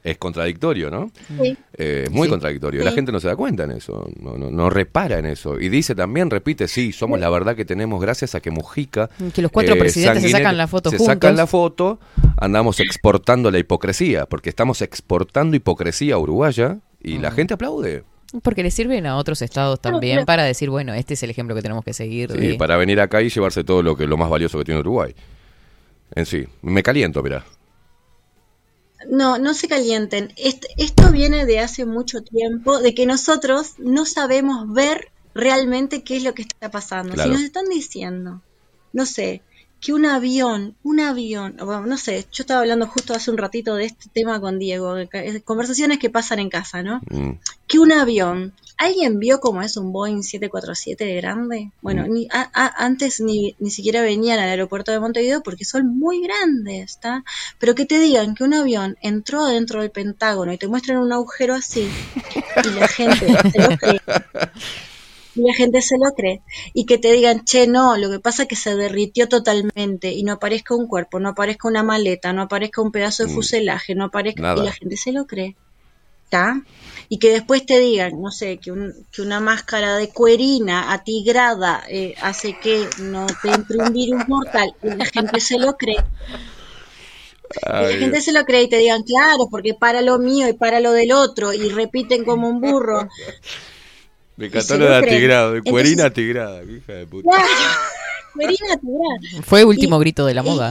Es contradictorio, ¿no? Sí. Muy Sí. contradictorio. Sí. La gente no se da cuenta en eso, no repara en eso. Y dice también, repite, sí, somos la verdad que tenemos gracias a que Mujica... Que los 4 presidentes se sacan la foto se juntos. sacan la foto, andamos exportando la hipocresía, porque estamos exportando hipocresía uruguaya y la gente aplaude. Porque le sirven a otros estados también pero- para decir, bueno, este es el ejemplo que tenemos que seguir. Sí, de- para venir acá y llevarse todo lo más valioso que tiene Uruguay. En sí, me caliento, mirá. No, no se calienten. Esto viene de hace mucho tiempo, de que nosotros no sabemos ver realmente qué es lo que está pasando. Claro. Si nos están diciendo, no sé, que un avión, bueno, no sé, yo estaba hablando justo hace un ratito de este tema con Diego, de conversaciones que pasan en casa, ¿no? Que un avión, ¿alguien vio cómo es un Boeing 747 de grande? Bueno, antes ni siquiera venían al aeropuerto de Montevideo porque son muy grandes, ¿está? Pero que te digan que un avión entró dentro del Pentágono y te muestran un agujero así y la gente se lo cree. Y la gente se lo cree. Y que te digan, che, no, lo que pasa es que se derritió totalmente y no aparezca un cuerpo, no aparezca una maleta, no aparezca un pedazo de fuselaje, no aparezca... Nada. Y la gente se lo cree. ¿Está? Y que después te digan, no sé, que una máscara de cuerina atigrada hace que no te entre un virus mortal y la gente se lo cree. Y la gente se lo cree y te digan, claro, porque para lo mío y para lo del otro y repiten como un burro. Me Y encantó se lo lo de creen. atigrado, de cuerina Entonces- atigrada, qué hija de puta. Claro, cuerina atigrada. Fue el último grito de la moda.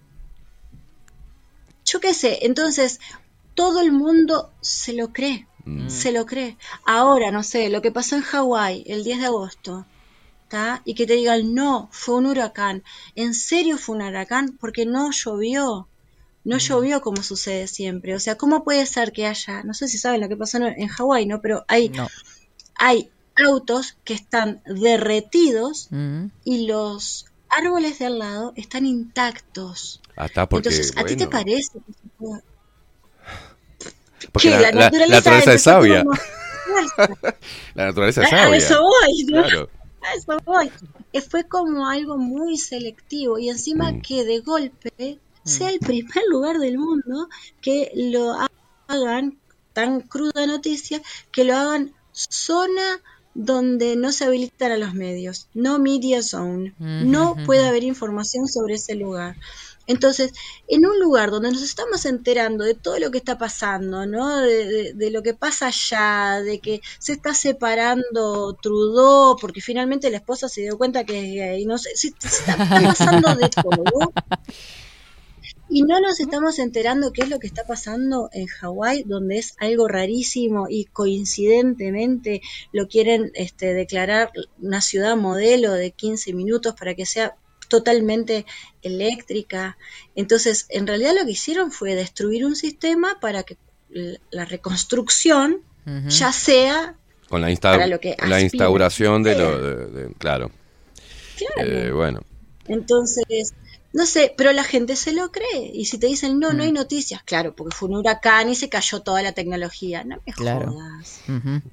Yo qué sé, entonces todo el mundo se lo cree, se lo cree. Ahora, no sé, lo que pasó en Hawái el 10 de agosto, ¿tá? Y que te digan, no, fue un huracán. ¿En serio fue un huracán? Porque no llovió. No llovió como sucede siempre. O sea, ¿cómo puede ser que haya, no sé si saben lo que pasó en Hawái, ¿no? Pero hay autos que están derretidos y los árboles de al lado están intactos. Hasta porque, Entonces, ¿a ti te bueno, parece que se puede- porque que la naturaleza es empezó a sabia. tomar fuerza? La naturaleza es A sabia. eso voy, ¿no? Claro. A eso voy. Fue como algo muy selectivo y encima que de golpe sea el primer lugar del mundo que lo hagan, tan cruda noticia, que lo hagan zona donde no se habilitan a los medios, no media zone, no puede haber información sobre ese lugar. Entonces, en un lugar donde nos estamos enterando de todo lo que está pasando, ¿no? De lo que pasa allá, de que se está separando Trudeau, porque finalmente la esposa se dio cuenta que es gay, no sé, se está pasando de todo. Y no nos estamos enterando qué es lo que está pasando en Hawái, donde es algo rarísimo y coincidentemente lo quieren declarar una ciudad modelo de 15 minutos para que sea totalmente eléctrica. Entonces, en realidad lo que hicieron fue destruir un sistema para que la reconstrucción ya sea Con la, para lo que la aspira. instauración de Sí. lo... Claro. Claro. Bueno. Entonces, no sé, pero la gente se lo cree. Y si te dicen, no, no hay noticias, claro, porque fue un huracán y se cayó toda la tecnología. No me Claro. jodas. Ujú.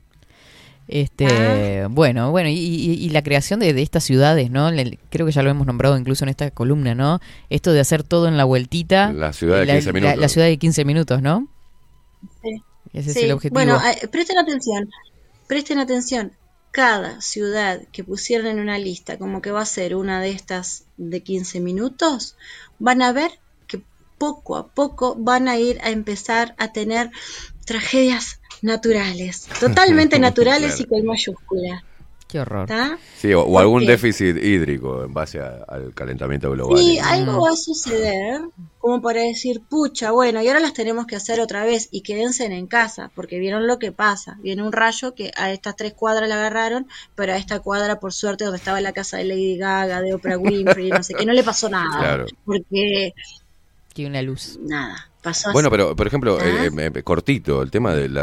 Bueno, y la creación de estas ciudades, ¿no? Creo que ya lo hemos nombrado incluso en esta columna, ¿no? Esto de hacer todo en la vueltita. La ciudad de 15 minutos. La ciudad de 15 minutos, ¿no? Sí. Ese Sí. es el objetivo. Bueno, presten atención. Cada ciudad que pusieron en una lista como que va a ser una de estas de 15 minutos, van a ver que poco a poco van a ir a empezar a tener tragedias naturales, totalmente naturales Claro. y con mayúsculas. Qué horror. ¿Está? Sí, o ¿Por algún qué? déficit hídrico en base al calentamiento global. Sí, algo va a suceder como para decir, pucha, bueno, y ahora las tenemos que hacer otra vez y quédense en casa, porque vieron lo que pasa. Viene un rayo que a estas 3 cuadras la agarraron, pero a esta cuadra, por suerte, donde estaba la casa de Lady Gaga, de Oprah Winfrey, no sé qué, no le pasó nada. Claro. Porque, Tiene una luz. nada, pasó Bueno, así. pero por ejemplo, cortito, el tema de la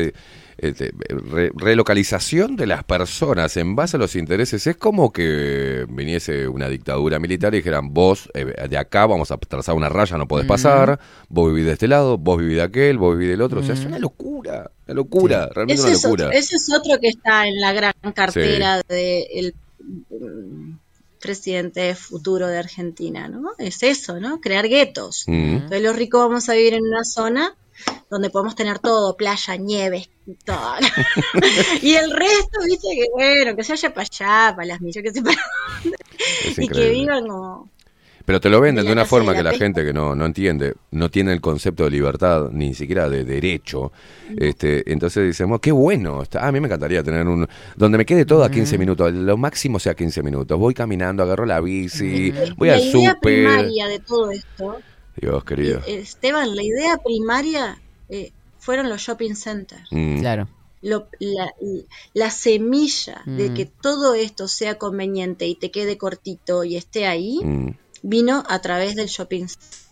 relocalización de las personas en base a los intereses es como que viniese una dictadura militar y dijeran, vos de acá vamos a trazar una raya, no podés pasar, vos vivís de este lado, vos vivís de aquel, vos vivís del otro, o sea, es una locura, realmente Ese una es locura. ese es otro que está en la gran cartera del presidente futuro de Argentina, ¿no? Es eso, ¿no? Crear guetos. Entonces los ricos vamos a vivir en una zona donde podemos tener todo, playa, nieve, todo. Y el resto, viste, que bueno, que se vaya para allá, para las millas, que se para Es y que increíble. vivan como... Pero te lo venden de de la una casa forma de que la la pesca. gente que no entiende, no tiene el concepto de libertad, ni siquiera de derecho. Entonces decimos, qué bueno. A mí me encantaría tener donde me quede todo a 15 minutos, lo máximo sea 15 minutos. Voy caminando, agarro la bici, voy la al idea súper. primaria de todo esto, Dios querido. Esteban, la idea primaria fueron los shopping centers. Claro. La semilla de Mm. que todo esto sea conveniente y te quede cortito y esté ahí, vino a través del shopping.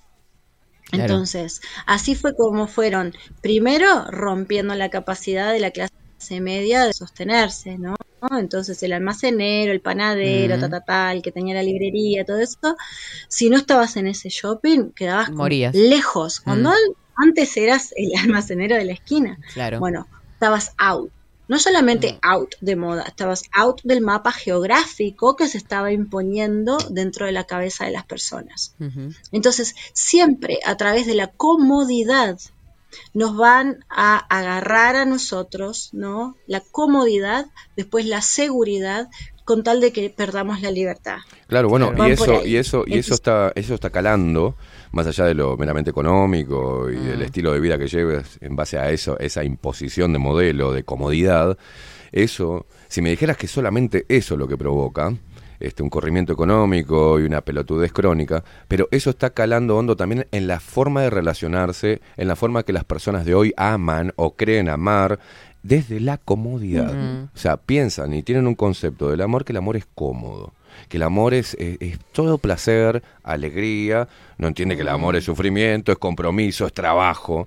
Claro. Entonces, así fue como fueron, primero rompiendo la capacidad de la clase media de sostenerse, ¿no? Entonces el almacenero, el panadero, el que tenía la librería, todo eso, si no estabas en ese shopping, quedabas como Morías. lejos. Cuando antes eras el almacenero de la esquina, Claro. bueno, estabas out. No solamente out de moda, estabas out del mapa geográfico que se estaba imponiendo dentro de la cabeza de las personas. Ujú. Entonces, siempre a través de la comodidad nos van a agarrar a nosotros, ¿no? La comodidad, después la seguridad, con tal de que perdamos la libertad. Claro, bueno, Van y por ahí. eso está calando, más allá de lo meramente económico y del estilo de vida que lleves en base a eso, esa imposición de modelo, de comodidad. Eso, si me dijeras que solamente eso es lo que provoca un corrimiento económico y una pelotudez crónica, pero eso está calando hondo también en la forma de relacionarse, en la forma que las personas de hoy aman o creen amar, desde la comodidad. O sea, piensan y tienen un concepto del amor, que el amor es cómodo, que el amor es todo placer, alegría, no entiende que el amor es sufrimiento, es compromiso, es trabajo,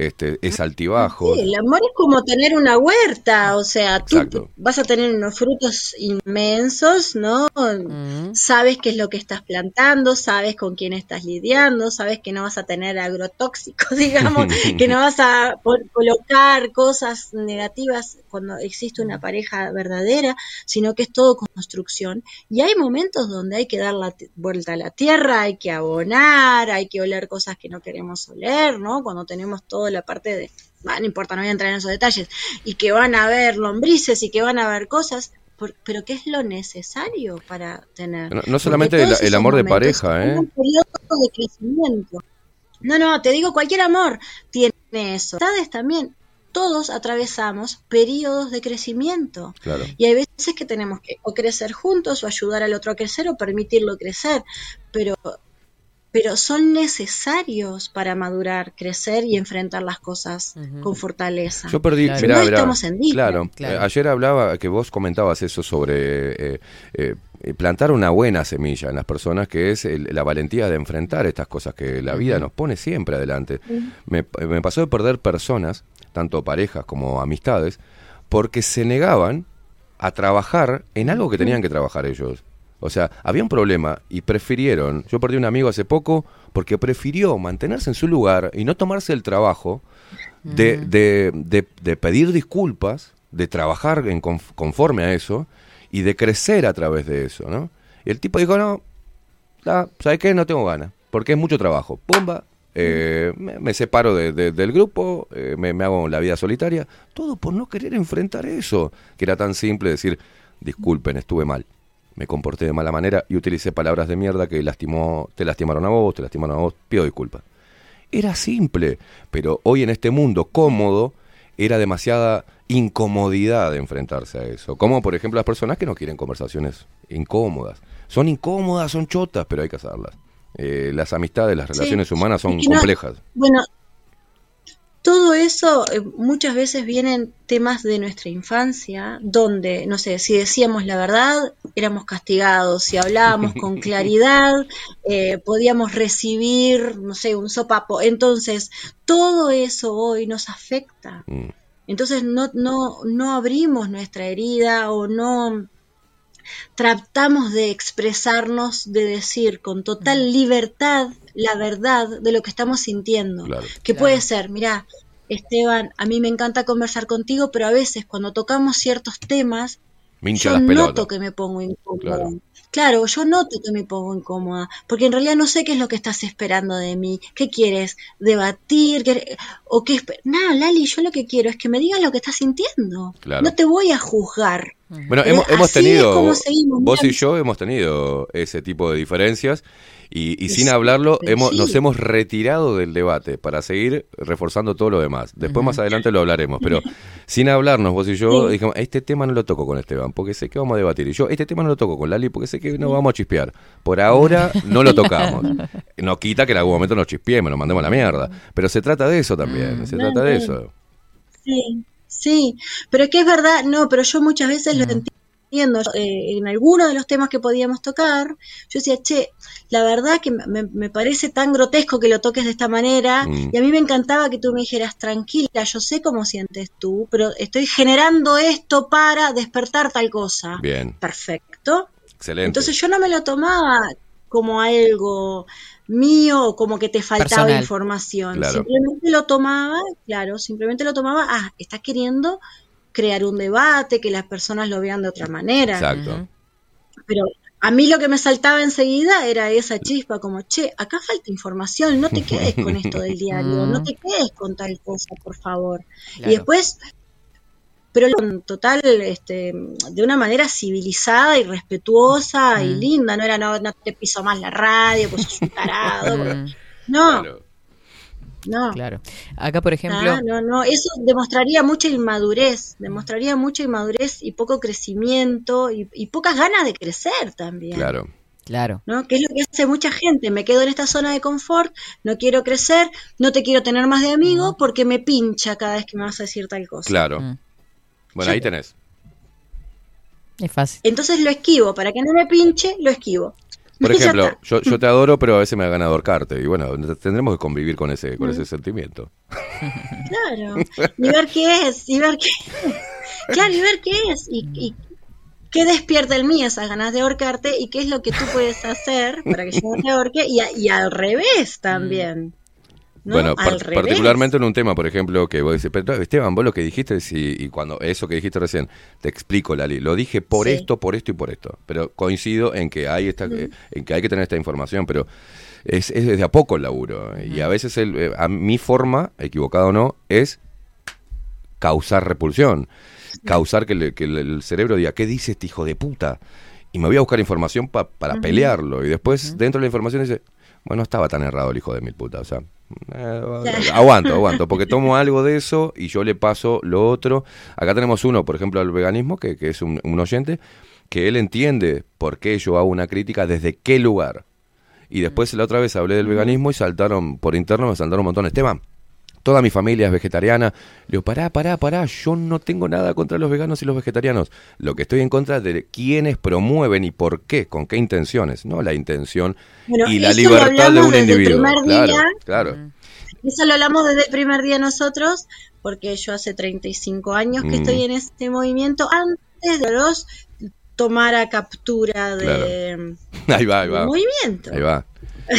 es altibajo. Sí, el amor es como tener una huerta, o sea, tú Exacto. vas a tener unos frutos inmensos, ¿no? Sabes qué es lo que estás plantando, sabes con quién estás lidiando, sabes que no vas a tener agrotóxicos, digamos, que no vas a colocar cosas negativas cuando existe una pareja verdadera, sino que es todo construcción. Y hay momentos donde hay que dar la vuelta a la tierra, hay que abonar, hay que oler cosas que no queremos oler, ¿no? Cuando tenemos toda la parte de, no importa, no voy a entrar en esos detalles, y que van a haber lombrices y que van a haber cosas, pero ¿qué es lo necesario para tener? No solamente Porque todos el esos amor de momentos pareja, son un periodo de crecimiento. No, te digo, cualquier amor tiene eso. Ustedes también, todos atravesamos periodos de crecimiento. Claro. Y hay veces que tenemos que o crecer juntos o ayudar al otro a crecer o permitirlo crecer, pero son necesarios para madurar, crecer y enfrentar las cosas con fortaleza. Yo perdí, Claro. mirá, No mirá, estamos en Disney. claro. Ayer hablaba, que vos comentabas eso sobre plantar una buena semilla en las personas, que es la valentía de enfrentar estas cosas que la vida nos pone siempre adelante. Me pasó de perder personas, tanto parejas como amistades, porque se negaban a trabajar en algo que tenían que trabajar ellos. O sea, había un problema y prefirieron, yo perdí un amigo hace poco porque prefirió mantenerse en su lugar y no tomarse el trabajo de pedir disculpas, de trabajar conforme a eso y de crecer a través de eso, ¿no? Y el tipo dijo, no, ¿sabes qué? No tengo ganas, porque es mucho trabajo. Pumba, me separo del grupo, me hago la vida solitaria, todo por no querer enfrentar eso, que era tan simple decir, disculpen, estuve mal. Me comporté de mala manera y utilicé palabras de mierda que te lastimaron a vos, pido disculpas. Era simple, pero hoy en este mundo cómodo era demasiada incomodidad de enfrentarse a eso. Como por ejemplo las personas que no quieren conversaciones incómodas. Son incómodas, son chotas, pero hay que hacerlas. Las amistades, las relaciones humanas son complejas. Bueno, todo eso muchas veces vienen temas de nuestra infancia, donde, no sé, si decíamos la verdad, éramos castigados, si hablábamos con claridad, podíamos recibir, no sé, un sopapo. Entonces, todo eso hoy nos afecta. Entonces, no abrimos nuestra herida o no tratamos de expresarnos, de decir con total libertad la verdad de lo que estamos sintiendo. Que puede ser, mirá, Esteban, a mí me encanta conversar contigo, pero a veces cuando tocamos ciertos temas, Me hincha yo las pelotas. noto que me pongo incómodo. Claro, yo noto que me pongo incómoda, porque en realidad no sé qué es lo que estás esperando de mí. ¿Qué quieres? ¿Debatir? ¿O qué? No, Lali, yo lo que quiero es que me digas lo que estás sintiendo. Claro. No te voy a juzgar. Bueno, Pero hemos así es tenido, como seguimos, vos mira. y yo hemos tenido ese tipo de diferencias y sin hablarlo nos hemos retirado del debate para seguir reforzando todo lo demás. Después más adelante lo hablaremos, pero sin hablarnos vos y yo dijimos, este tema no lo toco con Esteban porque sé que vamos a debatir y yo este tema no lo toco con Lali porque sé que no vamos a chispear. Por ahora no lo tocamos. No quita que en algún momento nos chispeemos, nos mandemos a la mierda, pero se trata de eso también, se trata de eso. Sí, sí, pero que es verdad, no, pero yo muchas veces lo entiendo. En alguno de los temas que podíamos tocar, yo decía, che, la verdad que me parece tan grotesco que lo toques de esta manera, y a mí me encantaba que tú me dijeras, tranquila, yo sé cómo sientes tú, pero estoy generando esto para despertar tal cosa. Bien. Perfecto. Excelente. Entonces yo no me lo tomaba como algo mío o como que te faltaba Personal. información. Claro. Simplemente lo tomaba, estás queriendo crear un debate, que las personas lo vean de otra manera. Exacto. Pero a mí lo que me saltaba enseguida era esa chispa, como, che, acá falta información, no te quedes con esto del diario, no te quedes con tal cosa, por favor. Claro. Y después, pero en total, de una manera civilizada y respetuosa y linda, no era, no te piso más la radio, pues sos un tarado. No. Claro. No. Claro. Acá, por ejemplo... No, eso demostraría mucha inmadurez y poco crecimiento y pocas ganas de crecer también. Claro. ¿No? Que es lo que hace mucha gente, me quedo en esta zona de confort, no quiero crecer, no te quiero tener más de amigo porque me pincha cada vez que me vas a decir tal cosa. Claro. Bueno, ahí tenés. Es fácil. Entonces lo esquivo, para que no me pinche, lo esquivo. Por Y ya ejemplo, está. yo te adoro, pero a veces me da ganas de ahorcarte. Y bueno, tendremos que convivir con ese sentimiento. Claro, y ver qué es, Claro, y ver qué es, y qué despierta en mí esas ganas de ahorcarte, y qué es lo que tú puedes hacer para que yo no te ahorque, y al revés también. ¿No? Bueno, Al revés. particularmente en un tema, por ejemplo, que vos decís, pero Esteban, vos lo que dijiste, y cuando eso que dijiste recién, te explico, Lali, lo dije por esto y por esto, pero coincido en que hay en que hay que tener esta información, pero es de a poco el laburo, y a veces a mi forma, equivocado o no, es causar repulsión, causar que el cerebro diga, ¿qué dice este hijo de puta? Y me voy a buscar información para pelearlo, y después dentro de la información dice, bueno, no estaba tan errado el hijo de mil puta, o sea, aguanto, porque tomo algo de eso y yo le paso lo otro. Acá tenemos uno, por ejemplo, al veganismo, que es un oyente, que él entiende por qué yo hago una crítica, desde qué lugar. Y después la otra vez hablé del veganismo y por interno me saltaron un montón. Esteban, toda mi familia es vegetariana. Le digo, pará, yo no tengo nada contra los veganos y los vegetarianos. Lo que estoy en contra de quienes promueven y por qué, con qué intenciones, ¿no? La intención y la libertad de un individuo. Claro. Eso lo hablamos desde el primer día nosotros, porque yo hace 35 años que estoy en este movimiento, antes de los tomara captura de Ahí va. movimiento. Ahí va.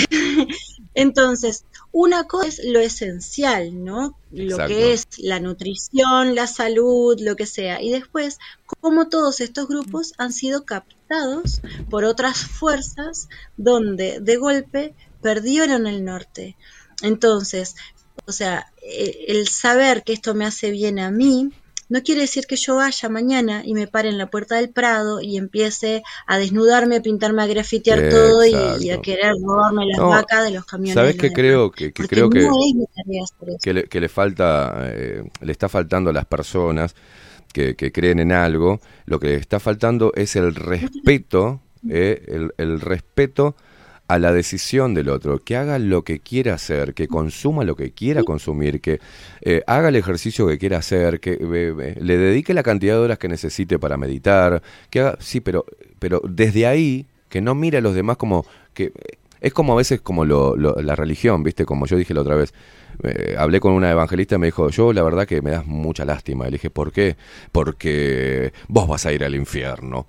Entonces, una cosa es lo esencial, ¿no? Lo Exacto. que es la nutrición, la salud, lo que sea. Y después, cómo todos estos grupos han sido captados por otras fuerzas donde de golpe perdieron el norte. Entonces, o sea, el saber que esto me hace bien a mí, no quiere decir que yo vaya mañana y me pare en la puerta del Prado y empiece a desnudarme, a pintarme, a grafitear todo y a querer robarme las vacas de los camiones. ¿Sabes qué creo? Que creo que, no es mi tarea hacer eso. que le falta, le está faltando a las personas que creen en algo, lo que le está faltando es el respeto, el respeto a la decisión del otro, que haga lo que quiera hacer, que consuma lo que quiera consumir, que haga el ejercicio que quiera hacer, que le dedique la cantidad de horas que necesite para meditar, que haga, sí, pero desde ahí, que no mire a los demás como que es como a veces como la religión, ¿viste? Como yo dije la otra vez, hablé con una evangelista y me dijo, yo la verdad que me das mucha lástima. Y le dije, ¿por qué? Porque vos vas a ir al infierno.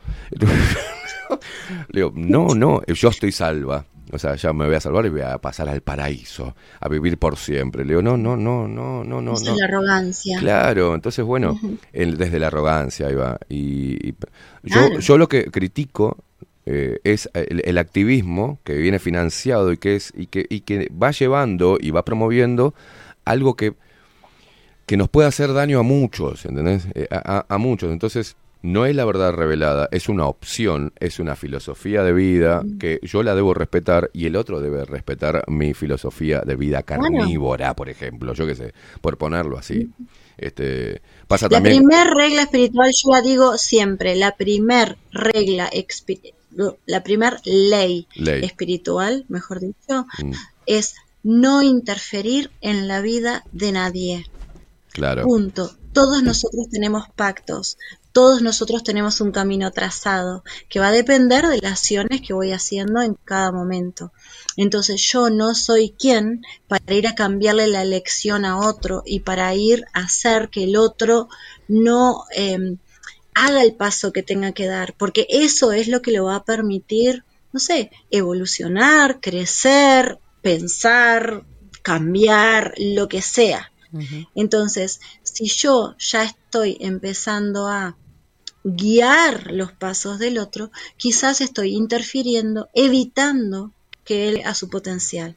Le digo, no, yo estoy salva. O sea, ya me voy a salvar y voy a pasar al paraíso, a vivir por siempre. Le digo, no. Esa es la arrogancia. Claro, entonces, bueno, desde la arrogancia, ahí va. Y yo lo que critico es el activismo que viene financiado y que va llevando y va promoviendo algo que nos puede hacer daño a muchos, ¿entendés? A muchos. Entonces, no es la verdad revelada, es una opción, es una filosofía de vida que yo la debo respetar y el otro debe respetar mi filosofía de vida carnívora, por ejemplo, yo qué sé, por ponerlo así. Pasa La también... primer regla espiritual, yo la digo siempre, la primer regla, la primer ley espiritual, mejor dicho, es no interferir en la vida de nadie. Claro. Punto. Todos nosotros tenemos pactos, todos nosotros tenemos un camino trazado que va a depender de las acciones que voy haciendo en cada momento. Entonces yo no soy quien para ir a cambiarle la elección a otro y para ir a hacer que el otro no haga el paso que tenga que dar, porque eso es lo que le va a permitir, no sé, evolucionar, crecer, pensar, cambiar, lo que sea. Entonces, si yo ya estoy empezando a guiar los pasos del otro, quizás estoy interfiriendo, evitando que él a su potencial,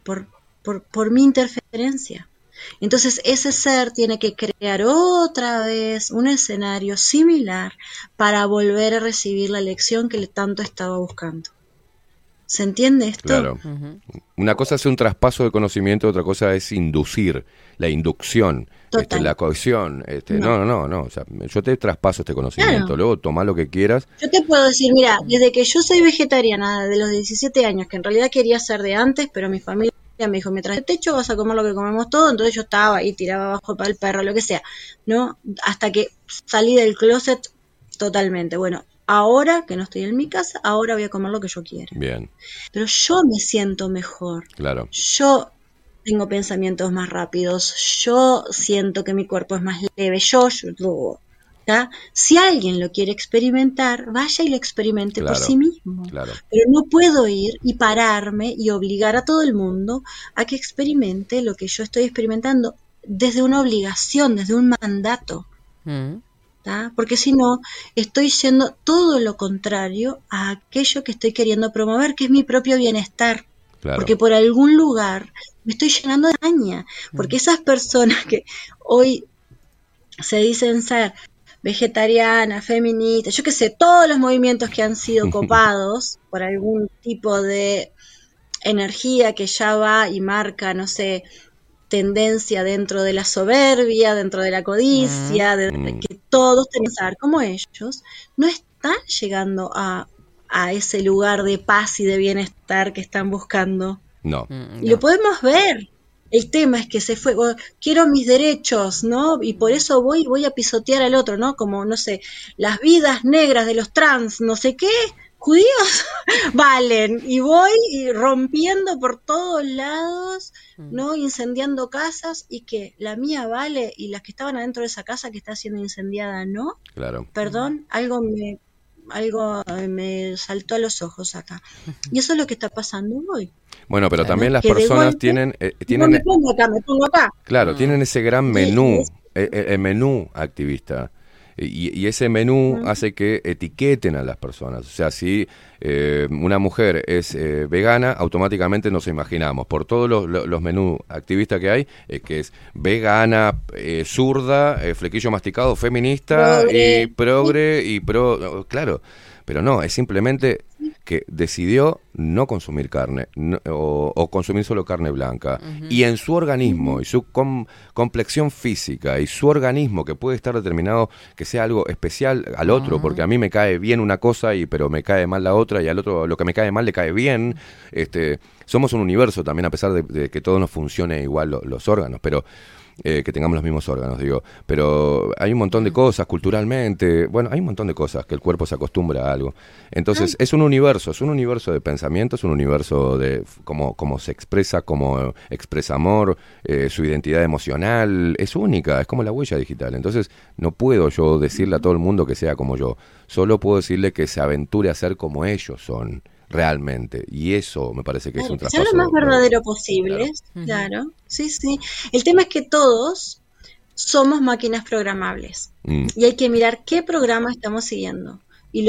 por mi interferencia. Entonces, ese ser tiene que crear otra vez un escenario similar para volver a recibir la lección que tanto estaba buscando. ¿Se entiende esto? Claro. Una cosa es un traspaso de conocimiento, otra cosa es inducir, la inducción, la cohesión. No. O sea, yo te traspaso este conocimiento, luego toma lo que quieras. Yo te puedo decir, mira, desde que yo soy vegetariana, de los 17 años, que en realidad quería ser de antes, pero mi familia me dijo, mientras el techo vas a comer lo que comemos todo, entonces yo estaba ahí, tiraba abajo para el perro, lo que sea, ¿no? Hasta que salí del closet totalmente. Bueno, ahora que no estoy en mi casa, ahora voy a comer lo que yo quiera. Bien. Pero yo me siento mejor. Claro. Yo tengo pensamientos más rápidos. Yo siento que mi cuerpo es más leve. ¿tá? Si alguien lo quiere experimentar, vaya y lo experimente por sí mismo. Claro. Pero no puedo ir y pararme y obligar a todo el mundo a que experimente lo que yo estoy experimentando desde una obligación, desde un mandato. ¿tá? Porque si no, estoy yendo todo lo contrario a aquello que estoy queriendo promover, que es mi propio bienestar. Claro. Porque por algún lugar me estoy llenando de daña. Porque esas personas que hoy se dicen ser vegetarianas, feministas, yo qué sé, todos los movimientos que han sido copados por algún tipo de energía que ya va y marca, no sé, tendencia dentro de la soberbia, dentro de la codicia, de que todos tenemos que ser como ellos, no están llegando a ese lugar de paz y de bienestar que están buscando. No. Y lo podemos ver. El tema es que se fue, quiero mis derechos, ¿no? Y por eso voy a pisotear al otro, ¿no? Como, no sé, las vidas negras de los trans, no sé qué, judíos, valen. Y voy rompiendo por todos lados, ¿no? Incendiando casas y que la mía vale y las que estaban adentro de esa casa que está siendo incendiada, ¿no? Claro. Perdón, algo me saltó a los ojos acá. Y eso es lo que está pasando hoy. Bueno, pero también las Que de personas golpe, tienen... no me pongo acá. Claro, tienen ese gran menú, el menú activista. Y ese menú hace que etiqueten a las personas. O sea, si una mujer es vegana, automáticamente nos imaginamos, por todos los menús activistas que hay, que es vegana, zurda, flequillo masticado, feminista, y progre, y pro... Claro, pero no, es simplemente que decidió no consumir carne o consumir solo carne blanca. Y en su organismo y su complexión física y su organismo, que puede estar determinado que sea algo especial al otro, porque a mí me cae bien una cosa pero me cae mal la otra, y al otro lo que me cae mal le cae bien. Somos un universo también, a pesar de que todo nos funcione igual los órganos, pero que tengamos los mismos órganos, digo, pero hay un montón de cosas culturalmente, bueno, hay un montón de cosas que el cuerpo se acostumbra a algo. Entonces es un universo de pensamiento, es un universo de cómo se expresa, cómo expresa amor, su identidad emocional es única, es como la huella digital. Entonces no puedo yo decirle a todo el mundo que sea como yo, solo puedo decirle que se aventure a ser como ellos son realmente, y eso me parece que es un traspaso. Ser lo más verdadero posible, claro. Sí. El tema es que todos somos máquinas programables y hay que mirar qué programa estamos siguiendo. Y lo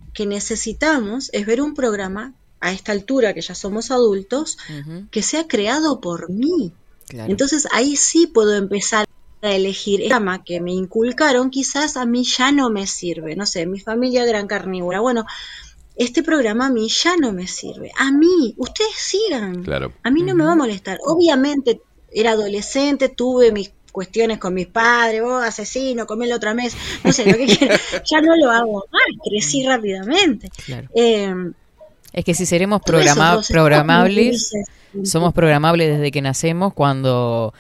que necesitamos es ver un programa a esta altura, que ya somos adultos, que sea creado por mí. Claro. Entonces ahí sí puedo empezar a elegir el programa que me inculcaron, quizás a mí ya no me sirve. No sé, mi familia gran carnívora. Bueno, este programa a mí ya no me sirve. A mí, ustedes sigan. Claro. A mí no me va a molestar. Obviamente, era adolescente, tuve mis cuestiones con mis padres, vos asesino, comé la otra mes, no sé, lo que quieras. Ya no lo hago más, crecí rápidamente. Claro. Es que si seremos Todo eso, vos programables, estás- somos programables desde que nacemos cuando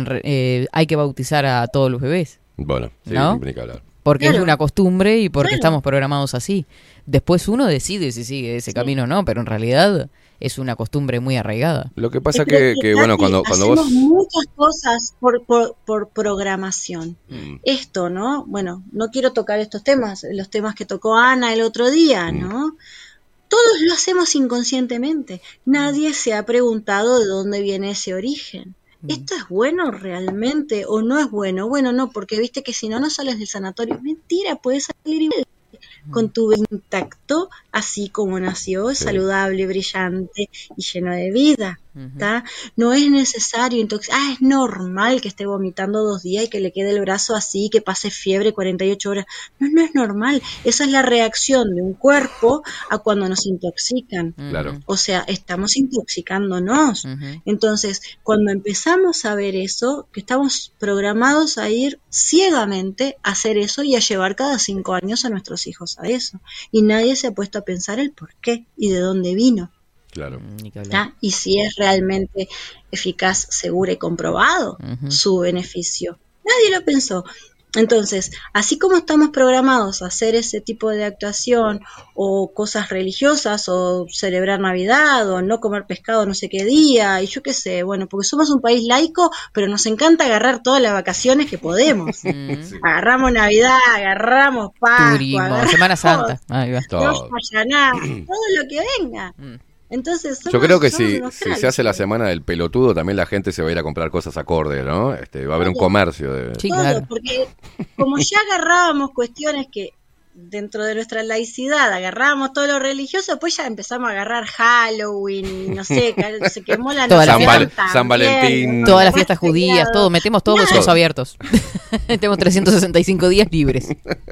hay que bautizar a todos los bebés. Bueno, sí, ¿no? ni que hablar. Porque Claro. es una costumbre y porque Claro. estamos programados así. Después uno decide si sigue ese camino o no, pero en realidad es una costumbre muy arraigada. Lo que pasa Pero que bueno, cuando hacemos vos... muchas cosas por programación. Esto, ¿no? Bueno, no quiero tocar estos temas, los temas que tocó Ana el otro día, ¿no? Todos lo hacemos inconscientemente. Nadie se ha preguntado de dónde viene ese origen. ¿Esto es bueno realmente o no es bueno? Bueno, no, porque viste que si no, no sales del sanatorio. Mentira, puedes salir igual con tu vida intacto, así como nació, saludable, brillante y lleno de vida. ¿Tá? No es necesario es normal que esté vomitando 2 días y que le quede el brazo así, que pase fiebre 48 horas. No es normal. Esa es la reacción de un cuerpo a cuando nos intoxican. Claro. O sea, estamos intoxicándonos. Entonces, cuando empezamos a ver eso, que estamos programados a ir ciegamente a hacer eso y a llevar cada 5 años a nuestros hijos a eso. Y nadie se ha puesto a pensar el por qué y de dónde vino. Claro. ¿Tá? Y si es realmente eficaz, seguro y comprobado su beneficio. Nadie lo pensó. Entonces, así como estamos programados a hacer ese tipo de actuación o cosas religiosas o celebrar Navidad o no comer pescado no sé qué día y yo qué sé, bueno, porque somos un país laico, pero nos encanta agarrar todas las vacaciones que podemos. Agarramos Navidad, agarramos Pascua, Turismo, agarramos Semana Santa. Ahí va. Rosh Hashanah, todo lo que venga. Entonces, Yo creo que somos si unos se cracks. hace la semana del pelotudo, también la gente se va a ir a comprar cosas acorde, ¿no? Va a haber un comercio de... Todo, porque como ya agarrábamos cuestiones que dentro de nuestra laicidad agarrábamos todo lo religioso, pues ya empezamos a agarrar Halloween, no sé, se quemó la Toda la Navidad fiesta. también, San Valentín. Todas las fiestas judías, todo, metemos todos los ojos abiertos. Tenemos 365 días libres.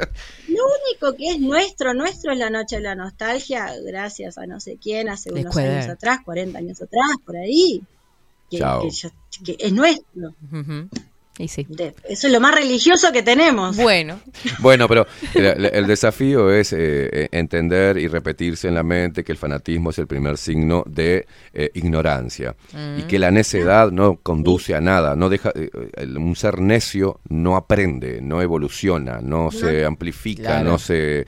Lo único que es nuestro es la noche de la nostalgia, gracias a no sé quién, hace unos Escuadra. años atrás, 40 años atrás, por ahí, Chao. que es nuestro. Y sí. Eso es lo más religioso que tenemos. Bueno. Bueno, pero el desafío es entender y repetirse en la mente que el fanatismo es el primer signo de ignorancia y que la necedad no conduce a nada, no deja un ser necio no aprende, no evoluciona, no se amplifica, Claro. no se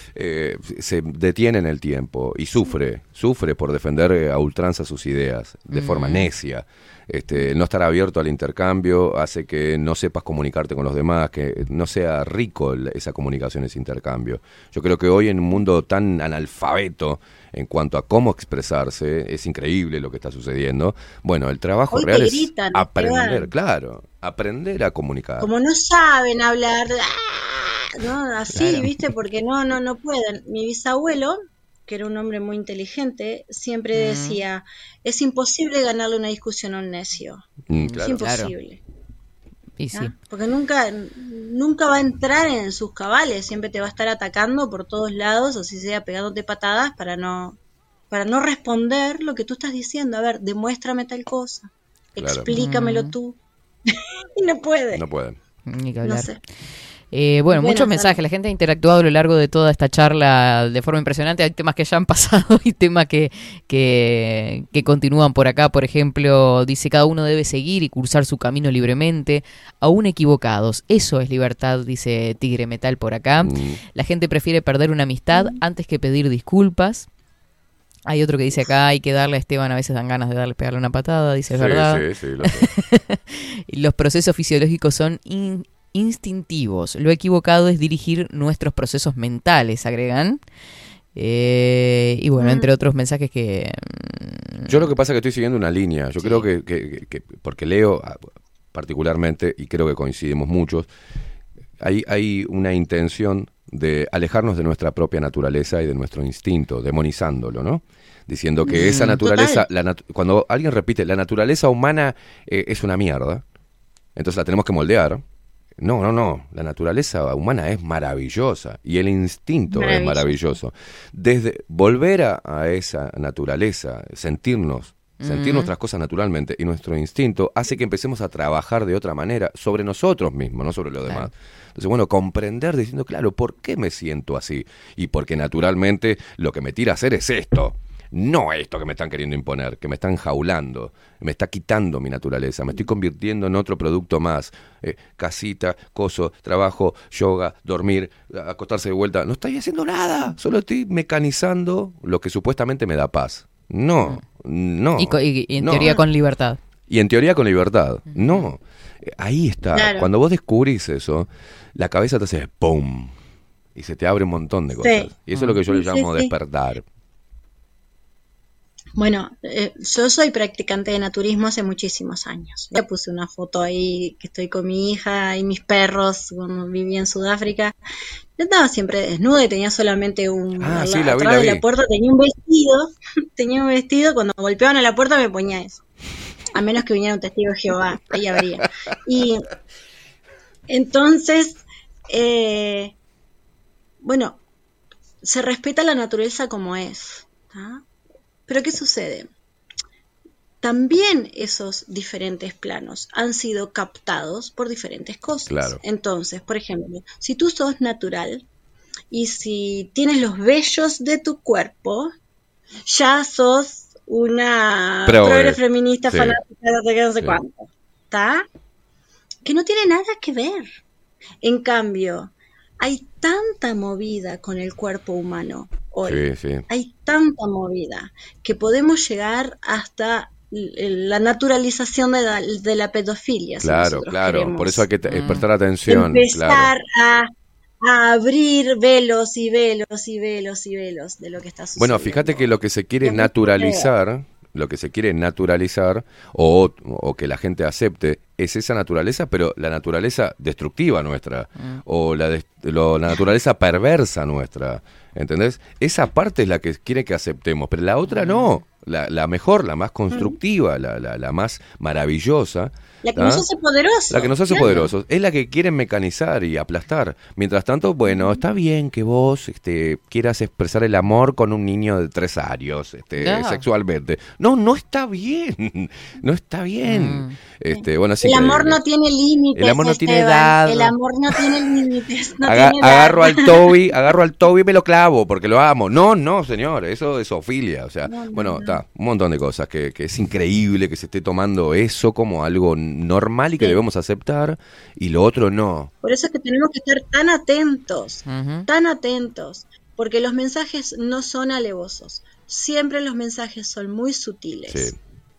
detiene en el tiempo y sufre por defender a ultranza sus ideas de forma necia. No estar abierto al intercambio hace que no sepas comunicarte con los demás, que no sea rico esa comunicación, ese intercambio. Yo creo que hoy en un mundo tan analfabeto en cuanto a cómo expresarse, es increíble lo que está sucediendo. Bueno, el trabajo Hoy real te es gritan, aprender, Esteban. claro, aprender a comunicar. Como no saben hablar, ¿no? Así, Claro. ¿viste? Porque no pueden. Mi bisabuelo, que era un hombre muy inteligente, siempre decía, es imposible ganarle una discusión a un necio. Es Claro. imposible. Y sí. ¿Ah? Porque nunca va a entrar en sus cabales, siempre te va a estar atacando por todos lados, o si sea pegándote patadas para no responder lo que tú estás diciendo. A ver, demuéstrame tal cosa, Claro. explícamelo tú. Y no puede. No pueden. Ni que No hablar. sé. Bueno, Buenas muchos mensajes. tardes. La gente ha interactuado a lo largo de toda esta charla de forma impresionante. Hay temas que ya han pasado y temas que continúan por acá. Por ejemplo, dice: cada uno debe seguir y cursar su camino libremente, aún equivocados. Eso es libertad, dice Tigre Metal por acá. La gente prefiere perder una amistad antes que pedir disculpas. Hay otro que dice acá: hay que darle a Esteban, a veces dan ganas de pegarle una patada. Dice, es Sí, verdad. sí, lo sé. Y los procesos fisiológicos son instintivos. Lo equivocado es dirigir nuestros procesos mentales, agregan. Y bueno, entre otros mensajes que... Yo lo que pasa es que estoy siguiendo una línea. Yo creo que porque leo particularmente, y creo que coincidimos muchos, hay una intención de alejarnos de nuestra propia naturaleza y de nuestro instinto, demonizándolo, ¿no? Diciendo que esa naturaleza, cuando alguien repite, la naturaleza humana es una mierda, entonces la tenemos que moldear. No, la naturaleza humana es maravillosa y el instinto es maravilloso. Desde volver a esa naturaleza, sentir nuestras cosas naturalmente, y nuestro instinto hace que empecemos a trabajar de otra manera sobre nosotros mismos, no sobre los demás. Entonces, bueno, comprender diciendo, claro, ¿por qué me siento así? Y porque naturalmente lo que me tira a hacer es esto. No esto que me están queriendo imponer, que me están jaulando, me está quitando mi naturaleza, me estoy convirtiendo en otro producto más. Casita, coso, trabajo, yoga, dormir, acostarse de vuelta. No estoy haciendo nada, solo estoy mecanizando lo que supuestamente me da paz. No. Y en teoría con libertad. Y en teoría con libertad. No. Ahí está. Claro. Cuando vos descubrís eso, la cabeza te hace ¡pum! Y se te abre un montón de cosas. Y eso es lo que yo le llamo despertar. Bueno, yo soy practicante de naturismo hace muchísimos años. Ya puse una foto ahí que estoy con mi hija y mis perros cuando viví en Sudáfrica. Yo estaba siempre desnuda y tenía solamente atrás de la puerta tenía un vestido, cuando golpeaban a la puerta me ponía eso. A menos que viniera un testigo de Jehová, ahí habría. Y entonces, bueno, se respeta la naturaleza como es, ¿tá? Pero ¿qué sucede? También esos diferentes planos han sido captados por diferentes cosas. Claro. Entonces, por ejemplo, si tú sos natural y si tienes los vellos de tu cuerpo, ya sos una progre feminista fanática de no sé cuánto. ¿Está? Que no tiene nada que ver. En cambio, hay tanta movida con el cuerpo humano hoy. Hay tanta movida que podemos llegar hasta la naturalización de la pedofilia. Claro, claro. Por eso hay que prestar atención. Empezar a abrir velos y velos y velos y velos de lo que está sucediendo. Bueno, fíjate que lo que se quiere naturalizar, o que la gente acepte es esa naturaleza, pero la naturaleza destructiva nuestra, o la naturaleza perversa nuestra, ¿entendés? Esa parte es la que quiere que aceptemos, pero la otra no, la mejor, la más constructiva, la más maravillosa. La que nos hace poderosos. La que nos hace poderosos. Es la que quieren mecanizar y aplastar. Mientras tanto, bueno, está bien que vos quieras expresar el amor con un niño de 3 años, sexualmente. No está bien. No está bien. Bueno, el amor no tiene límites. El amor no tiene edad. El amor no tiene límites. Agarro al Toby y me lo clavo porque lo amo. No, señor, eso es zoofilia. O sea, está un montón de cosas que es increíble que se esté tomando eso como algo normal y que debemos aceptar, y lo otro no. Por eso es que tenemos que estar tan atentos, porque los mensajes no son alevosos, siempre los mensajes son muy sutiles,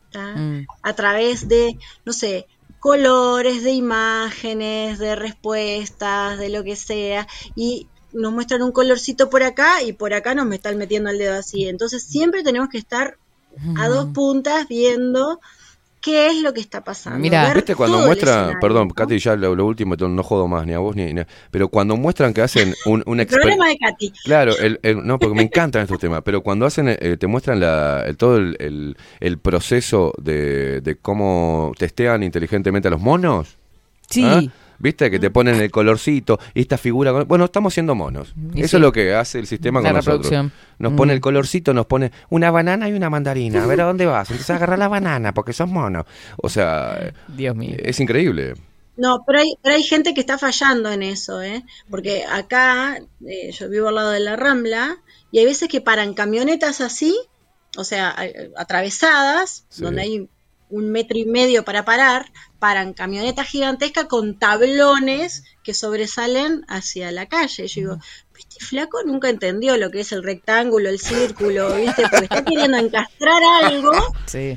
a través de, no sé, colores, de imágenes, de respuestas, de lo que sea, y nos muestran un colorcito por acá y por acá nos están metiendo el dedo así, entonces siempre tenemos que estar a 2 puntas viendo qué es lo que está pasando. Mira, ¿viste cuando muestran, perdón, Katy, ya lo último, no jodo más ni a vos ni pero cuando muestran que hacen un el problema de Katy. Claro, no, porque me encantan estos temas, pero cuando hacen, te muestran todo el proceso de cómo testean inteligentemente a los monos. Sí. ¿Viste? Que te ponen el colorcito y esta figura. Bueno, estamos siendo monos. Eso es lo que hace el sistema con nosotros. Nos pone el colorcito, nos pone una banana y una mandarina. A ver a dónde vas. Entonces agarra la banana porque sos mono. O sea, Dios mío. Es increíble. No, pero hay gente que está fallando en eso, porque acá yo vivo al lado de la Rambla y hay veces que paran camionetas así, o sea, atravesadas, donde hay 1,5 metros para paran camionetas gigantescas con tablones que sobresalen hacia la calle. Yo digo, este flaco nunca entendió lo que es el rectángulo, el círculo, ¿viste? Porque está queriendo encastrar algo. Sí.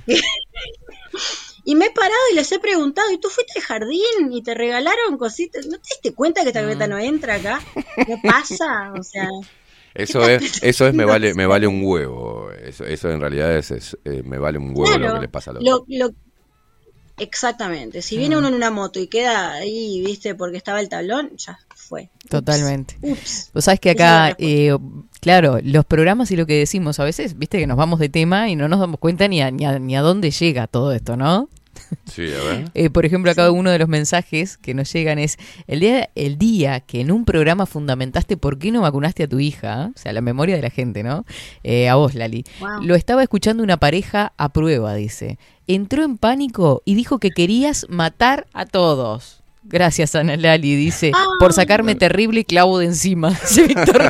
Y me he parado y les he preguntado, ¿y tú fuiste al jardín y te regalaron cositas? ¿No te diste cuenta que esta camioneta no entra acá? ¿Qué pasa? O sea... Eso es me vale un huevo. Eso en realidad es me vale un huevo, claro, lo que le pasa a los Exactamente. Si viene uno en una moto y queda ahí, viste, porque estaba el tablón, ya fue. Totalmente. Ups. Vos sabés que acá, claro, los programas y lo que decimos a veces, viste que nos vamos de tema y no nos damos cuenta ni a dónde llega todo esto, ¿no? Sí, a ver. Por ejemplo, acá uno de los mensajes que nos llegan es: el día que en un programa fundamentaste por qué no vacunaste a tu hija, o sea, la memoria de la gente, ¿no? A vos, Lali. Wow. Lo estaba escuchando una pareja a prueba, dice. Entró en pánico y dijo que querías matar a todos. Gracias, Ana Lali, dice, por sacarme terrible clavo de encima. Dice Víctor.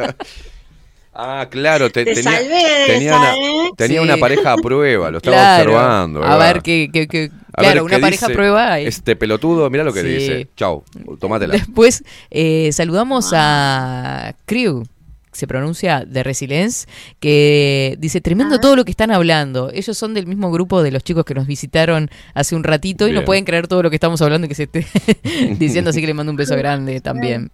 Ah, claro, Te salvé de esa, tenía Sí. una pareja a prueba, lo estaba Claro. observando. A ver qué A claro, ver una qué pareja a dice prueba. Este pelotudo, mira lo que Sí. dice. Chau, tomátela. Después saludamos a Crew, se pronuncia de Resilience, que dice, tremendo todo lo que están hablando. Ellos son del mismo grupo de los chicos que nos visitaron hace un ratito y Bien. no pueden creer todo lo que estamos hablando y que se esté diciendo, así que le mando un beso grande también.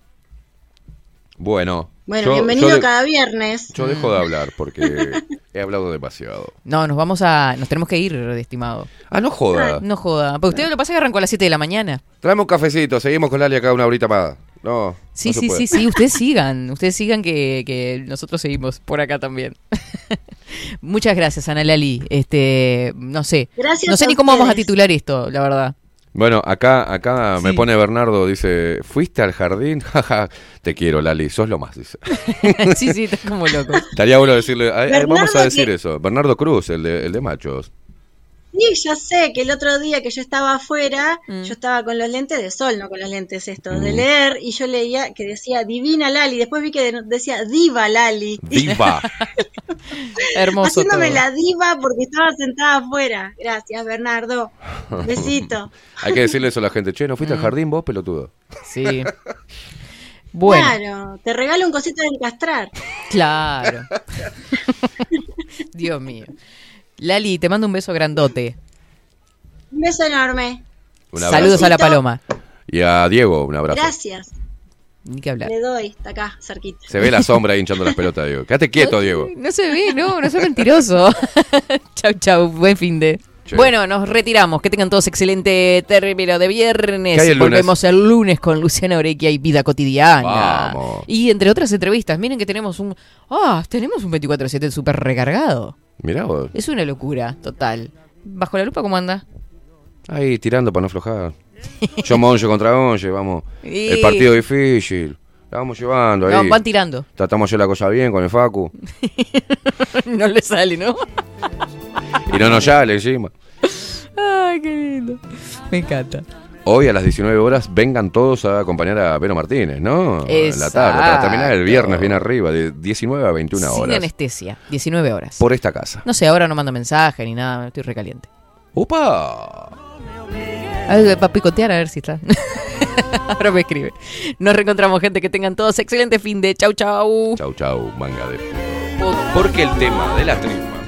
Bueno, Bueno, bienvenido cada viernes. Yo dejo de hablar porque he hablado demasiado. No, nos tenemos que ir, estimado. Ah, no joda. No joda, porque usted lo pasa que arrancó a las 7 de la mañana. Traeme un cafecito, seguimos con Lali acá una horita más. No, Sí, no se sí, puede. sí, ustedes sigan que nosotros seguimos por acá también. Muchas gracias, Ana Lali. No sé, Gracias no sé a ni cómo vamos a ustedes. titular esto, la verdad. Bueno, acá me pone Bernardo, dice, ¿fuiste al jardín? Jaja, te quiero, Lali, sos lo más, dice. Sí, está como loco. Estaría bueno decirle, vamos a Bernardo decir que- eso. Bernardo Cruz, el de Machos. Sí, ya sé que el otro día que yo estaba afuera, yo estaba con los lentes de sol, no con los lentes estos de leer, y yo leía que decía Divina Lali, después vi que decía Diva Lali. Diva. Hermoso Haciéndome todo. la diva porque estaba sentada afuera. Gracias, Bernardo. Besito. Hay que decirle eso a la gente. Che, ¿no fuiste al jardín vos, pelotudo? Sí. Bueno, Claro, te regalo un cosito de encastrar. claro. Dios mío. Lali, te mando un beso grandote. Un beso enorme. Un abrazo. Saludos a la paloma. Y a Diego, un abrazo. Gracias. Ni que hablar. Le doy, está acá, cerquita. Se ve la sombra ahí hinchando las pelotas, Diego. Quédate quieto, Diego. No se ve, no seas mentiroso. Chau, buen fin de. Che. Bueno, nos retiramos. Que tengan todos excelente término de viernes. ¿Qué hay el lunes? Volvemos el lunes con Luciana Orequia y Vida Cotidiana. Vamos. Y entre otras entrevistas, miren que tenemos un 24/7 súper recargado. Mirá vos. Es una locura, total. ¿Bajo la lupa cómo anda? Ahí tirando para no aflojar. Yo Monje contra Monje, vamos. Y- El partido difícil. La vamos llevando ahí. No, van tirando. Tratamos de hacer la cosa bien con el Facu. No le sale, ¿no? Y no nos sale encima. Ay, qué lindo. Me encanta. Hoy a las 19 horas vengan todos a acompañar a Vero Martínez, ¿no? En la tarde, para Exacto. terminar el viernes bien arriba, de 19 a 21 Sin horas. anestesia, 19 horas. Por esta casa. No sé, ahora no mando mensaje ni nada, estoy recaliente. ¡Upa! A ver, para picotear, a ver si está. Ahora me escribe. Nos reencontramos, gente. Que tengan todos excelente fin de. Chau, chau. Chau, chau, manga de... Porque el tema de la tripa